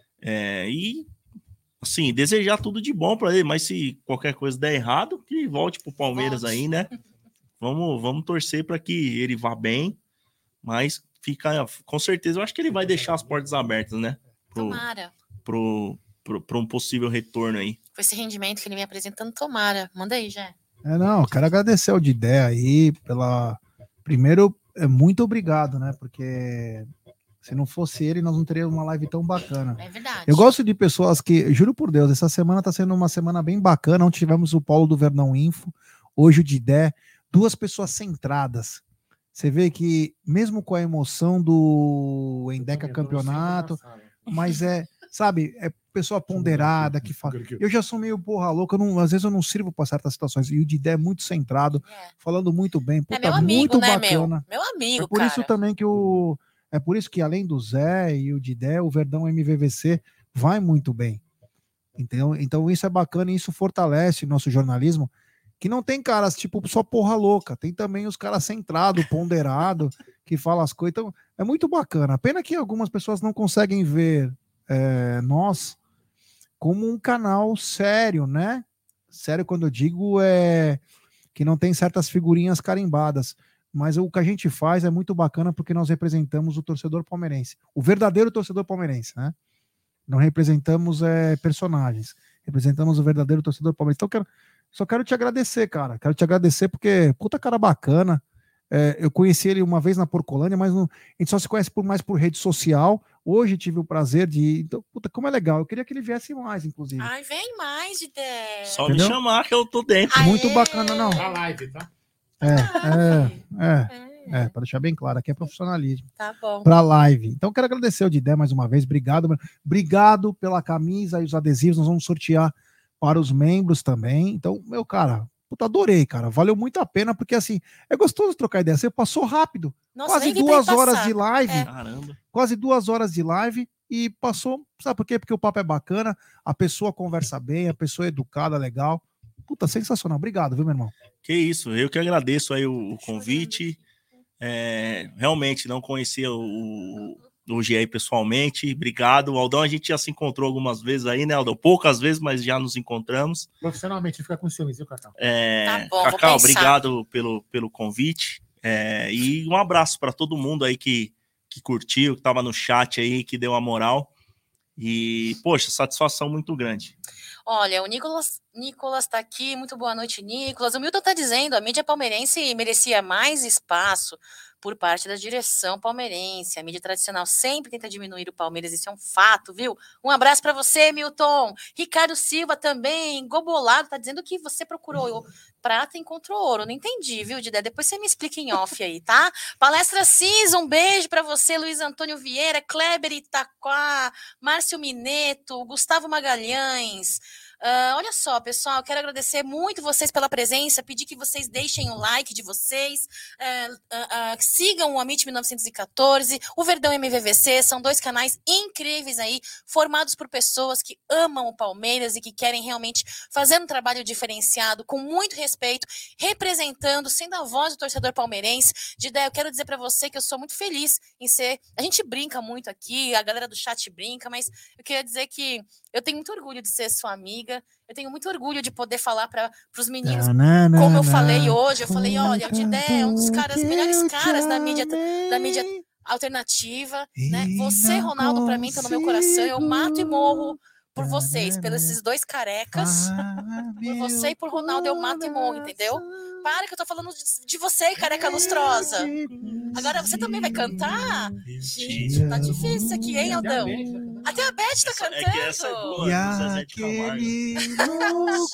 é, e, assim, desejar tudo de bom para ele, mas se qualquer coisa der errado, que volte pro Palmeiras volte. aí, né? Vamos, vamos torcer para que ele vá bem, mas fica, com certeza, eu acho que ele vai deixar as portas abertas, né? Pro, tomara. Pro, pro, pro um possível retorno aí. Com esse rendimento que ele vem apresentando, tomara. Manda aí, Jé. É, não, quero agradecer ao Didé aí pela... Primeiro, muito obrigado, né? Porque se não fosse ele, nós não teríamos uma live tão bacana. É verdade. Eu gosto de pessoas que, juro por Deus, essa semana tá sendo uma semana bem bacana, onde tivemos o Paulo do Verdão Info, hoje o Didé, duas pessoas centradas. Você vê que, mesmo com a emoção do Endeca Campeonato, mas é, sabe, é pessoa ponderada que fala. Eu já sou meio porra louca, eu não, às vezes eu não sirvo para certas situações. E o Didé é muito centrado, é. falando muito bem. Puta, é meu amigo, muito né, bacana. Meu, meu amigo, é por cara. isso também que o. É por isso que, além do Zé e o Didé, o Verdão M V V C vai muito bem. Entendeu? Então, isso é bacana e isso fortalece o nosso jornalismo. Que não tem caras, tipo, só porra louca. Tem também os caras centrados, ponderados, que falam as coisas. Então, é muito bacana. Pena que algumas pessoas não conseguem ver é, nós como um canal sério, né? Sério, quando eu digo é que não tem certas figurinhas carimbadas. Mas o que a gente faz é muito bacana porque nós representamos o torcedor palmeirense. O verdadeiro torcedor palmeirense, né? Não representamos é, personagens. Representamos o verdadeiro torcedor palmeirense. Então, eu quero, só quero te agradecer, cara. Quero te agradecer porque, puta cara bacana. É, eu conheci ele uma vez na Porcolândia, mas não, a gente só se conhece por, mais por rede social. Hoje tive o prazer de... Então, puta, como é legal. Eu queria que ele viesse mais, inclusive. Ai, vem mais, Didé. Só Entendeu? me chamar que eu tô dentro. Aê! Muito bacana, não. Tá live, tá? É, é, é. É, para deixar bem claro, aqui é profissionalismo. Tá bom. Para live. Então, quero agradecer o Didé mais uma vez. Obrigado. Obrigado pela camisa e os adesivos. Nós vamos sortear para os membros também. Então, meu cara, puta, adorei, cara. Valeu muito a pena, porque assim, é gostoso trocar ideia. Você passou rápido. Nossa, quase nem duas vi horas passar. de live. É. Caramba. Quase duas horas de live e passou. Sabe por quê? Porque o papo é bacana, a pessoa conversa bem, a pessoa é educada, legal. Puta, sensacional. Obrigado, viu, meu irmão? Que isso, eu que agradeço aí o, o convite. É, realmente não conhecia o, o G aí pessoalmente. Obrigado. O Aldão, a gente já se encontrou algumas vezes aí, né, Aldão? Poucas vezes, mas já nos encontramos. Profissionalmente, fica com ciúmes, viu, Cacau? É, Tá bom, Cacau, vou pensar. obrigado pelo, pelo convite. É, e um abraço para todo mundo aí que, que curtiu, que estava no chat aí, que deu a moral. E, poxa, satisfação muito grande. Olha, o Nicolas Nicolas tá aqui. Muito boa noite, Nicolas. O Milton tá dizendo, a mídia palmeirense merecia mais espaço por parte da direção palmeirense. A mídia tradicional sempre tenta diminuir o Palmeiras, isso é um fato, viu? Um abraço para você, Milton. Ricardo Silva também, Gobolado, tá dizendo que você procurou prata e encontrou ouro. Não entendi, viu, Didé? Depois você me explica em off aí, tá? Palestra Cis, um beijo para você, Luiz Antônio Vieira, Kleber Itaquá, Márcio Mineto, Gustavo Magalhães. Uh, olha só, pessoal, quero agradecer muito vocês pela presença, pedir que vocês deixem o like de vocês, uh, uh, uh, sigam o Amit mil novecentos e quatorze, o Verdão M V V C, são dois canais incríveis aí, formados por pessoas que amam o Palmeiras e que querem realmente fazer um trabalho diferenciado, com muito respeito, representando, sendo a voz do torcedor palmeirense. Didé, eu quero dizer para você que eu sou muito feliz em ser, a gente brinca muito aqui, a galera do chat brinca, mas eu queria dizer que eu tenho muito orgulho de ser sua amiga. Eu tenho muito orgulho de poder falar para os meninos, como eu falei hoje. Eu falei, olha, o Didé é um dos caras, melhores caras da mídia, da mídia alternativa, né? Você, Ronaldo, para mim, tá no meu coração. Eu mato e morro por vocês, pelos esses dois carecas. Por você e por Ronaldo, eu mato e morro, entendeu? Para que eu tô falando de, de você, careca lustrosa. Agora você também vai cantar? Gente, tá difícil isso aqui, hein, Aldão? Até a Beth tá cantando. É que essa é boa, do Zezé de Camargo.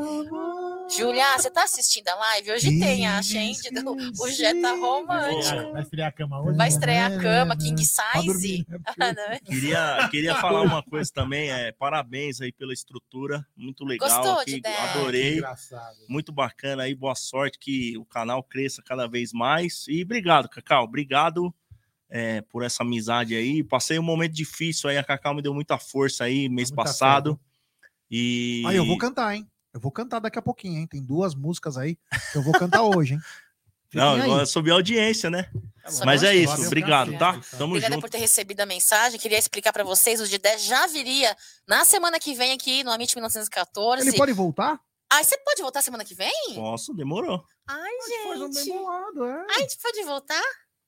Júlia, você tá assistindo a live? Hoje tem a Xande, o Jé tá romântico. Vai estrear a cama hoje? Vai estrear a cama, King Size. Queria, queria falar uma coisa também, é, parabéns aí pela estrutura, muito legal. Gostou aqui, de ideia? adorei, muito bacana aí, boa sorte, que o canal cresça cada vez mais. E obrigado, Cacau, obrigado é, por essa amizade aí. Passei um momento difícil aí, a Cacau me deu muita força aí mês muita passado. Fé, e aí eu vou cantar, hein? Eu vou cantar daqui a pouquinho, hein? Tem duas músicas aí que eu vou cantar hoje, hein? Fiquem não, agora subir a audiência, né? Tá Mas é isso, obrigado, tá? Tamo Obrigada junto. por ter recebido a mensagem. Queria explicar para vocês, o Didé já viria na semana que vem aqui no Amit mil novecentos e quatorze. Ele pode voltar? Ah, você pode voltar semana que vem? Posso, demorou. Ai, Faz um gente. bem bolado, é. Ai, a gente pode voltar?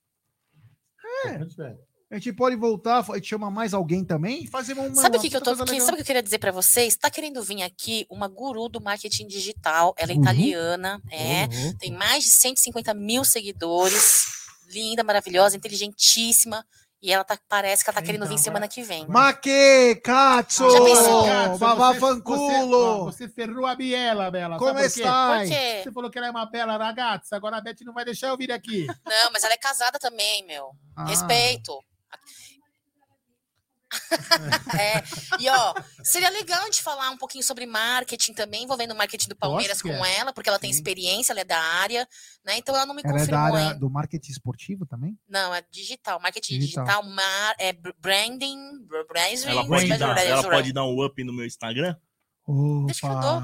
É. A gente pode voltar, a gente chama mais alguém também, fazer uma. Sabe o que, que eu tô, que, sabe o que eu queria dizer para vocês? Tá querendo vir aqui uma guru do marketing digital, ela é uhum. italiana, é, uhum. tem mais de cento e cinquenta mil seguidores, linda, maravilhosa, inteligentíssima. E ela tá, parece que ela tá querendo então, vir semana que vem. Ma que cazzo! Já pensou? Babá fanculo! Você, você ferrou a Biela, Bela. Como está? Por quê? Você falou que ela é uma bela ragazza, agora a Beth não vai deixar eu vir aqui. Não, mas ela é casada também, meu. Ah. Respeito. É, e ó, seria legal a gente falar um pouquinho sobre marketing também, envolvendo o marketing do Palmeiras com é. ela, porque ela tem Sim. experiência, ela é da área, né? Então ela não me ela confirmou. É da área ainda. do marketing esportivo também? Não, é digital, marketing digital, digital mar, é branding, branding. Ela pode, dar, ela pode dar um up no meu Instagram? Opa. Deixa que eu dou.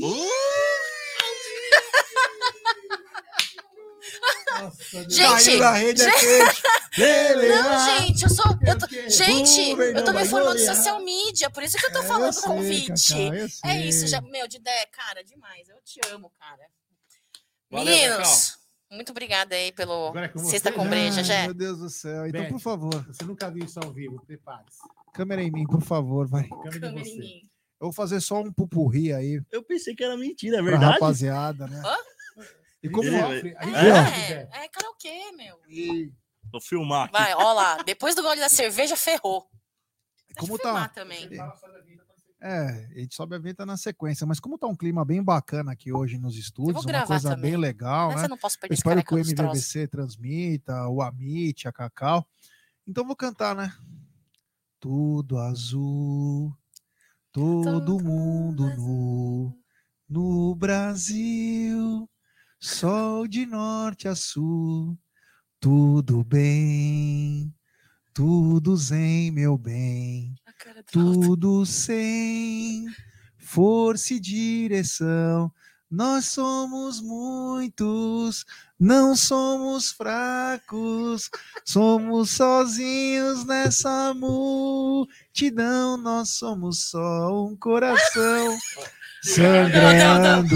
Nossa, gente, na rede gente... não, gente, eu sou. Eu tô, gente, eu tô me formando em social media, por isso que eu tô falando do convite. É isso, já, meu, de ideia, cara, demais. Eu te amo, cara. Valeu, meninos, muito obrigada aí pelo é Sexta com Breja, já. Meu Deus do céu. Então, Beth, por favor. Você nunca viu isso ao vivo, prepare-se. Câmera em mim, por favor, vai. Câmera em você. Eu vou fazer só um pupurri aí. Eu pensei que era mentira, é verdade? Pra rapaziada, né? Hã? E como é, é, é karaokê, meu. E... Vou filmar aqui. Vai, ó lá. Depois do gole da cerveja, ferrou. Como tá? Também. É, a gente sobe a vinheta na sequência, mas como tá um clima bem bacana aqui hoje nos estúdios, uma coisa também. bem legal, mas né? Eu não posso perder eu espero que o M V V C transmita, o Amit, a Cacau. Então vou cantar, né? Tudo azul, todo, todo mundo nu, no Brasil, sol de norte a sul, tudo bem, tudo zen, meu bem. Tudo sem força e direção, nós somos muitos, não somos fracos, somos sozinhos nessa multidão, nós somos só um coração sangrando,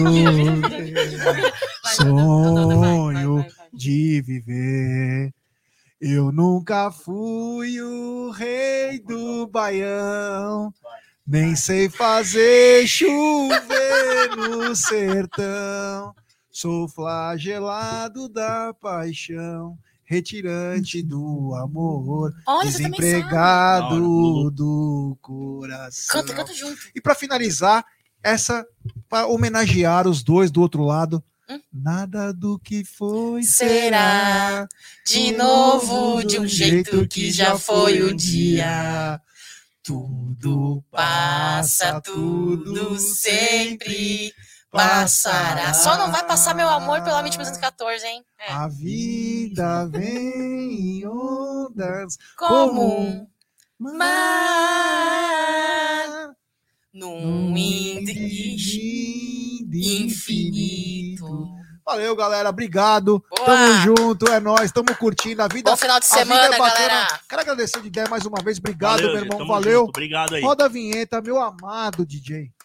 sonho de viver. Eu nunca fui o rei do Baião, nem sei fazer chover no sertão. Sou flagelado da paixão, retirante do amor, olha, desempregado do coração. Canta, canta junto. E para finalizar, essa para homenagear os dois do outro lado. Hum? Nada do que foi será, será de novo de um jeito que já foi um dia. Tudo passa, tudo sempre passará. Só não vai passar meu amor pelo Amit duzentos e quatorze, hein? É. A vida vem em ondas como um mar num infinito. Valeu, galera. Obrigado. Boa. Tamo junto. É nóis. Tamo curtindo. A vida, bom final de semana, é galera. Quero agradecer de ideia mais uma vez. Obrigado, Valeu, meu irmão. tamo Valeu. Junto. Obrigado aí. Roda a vinheta, meu amado D J.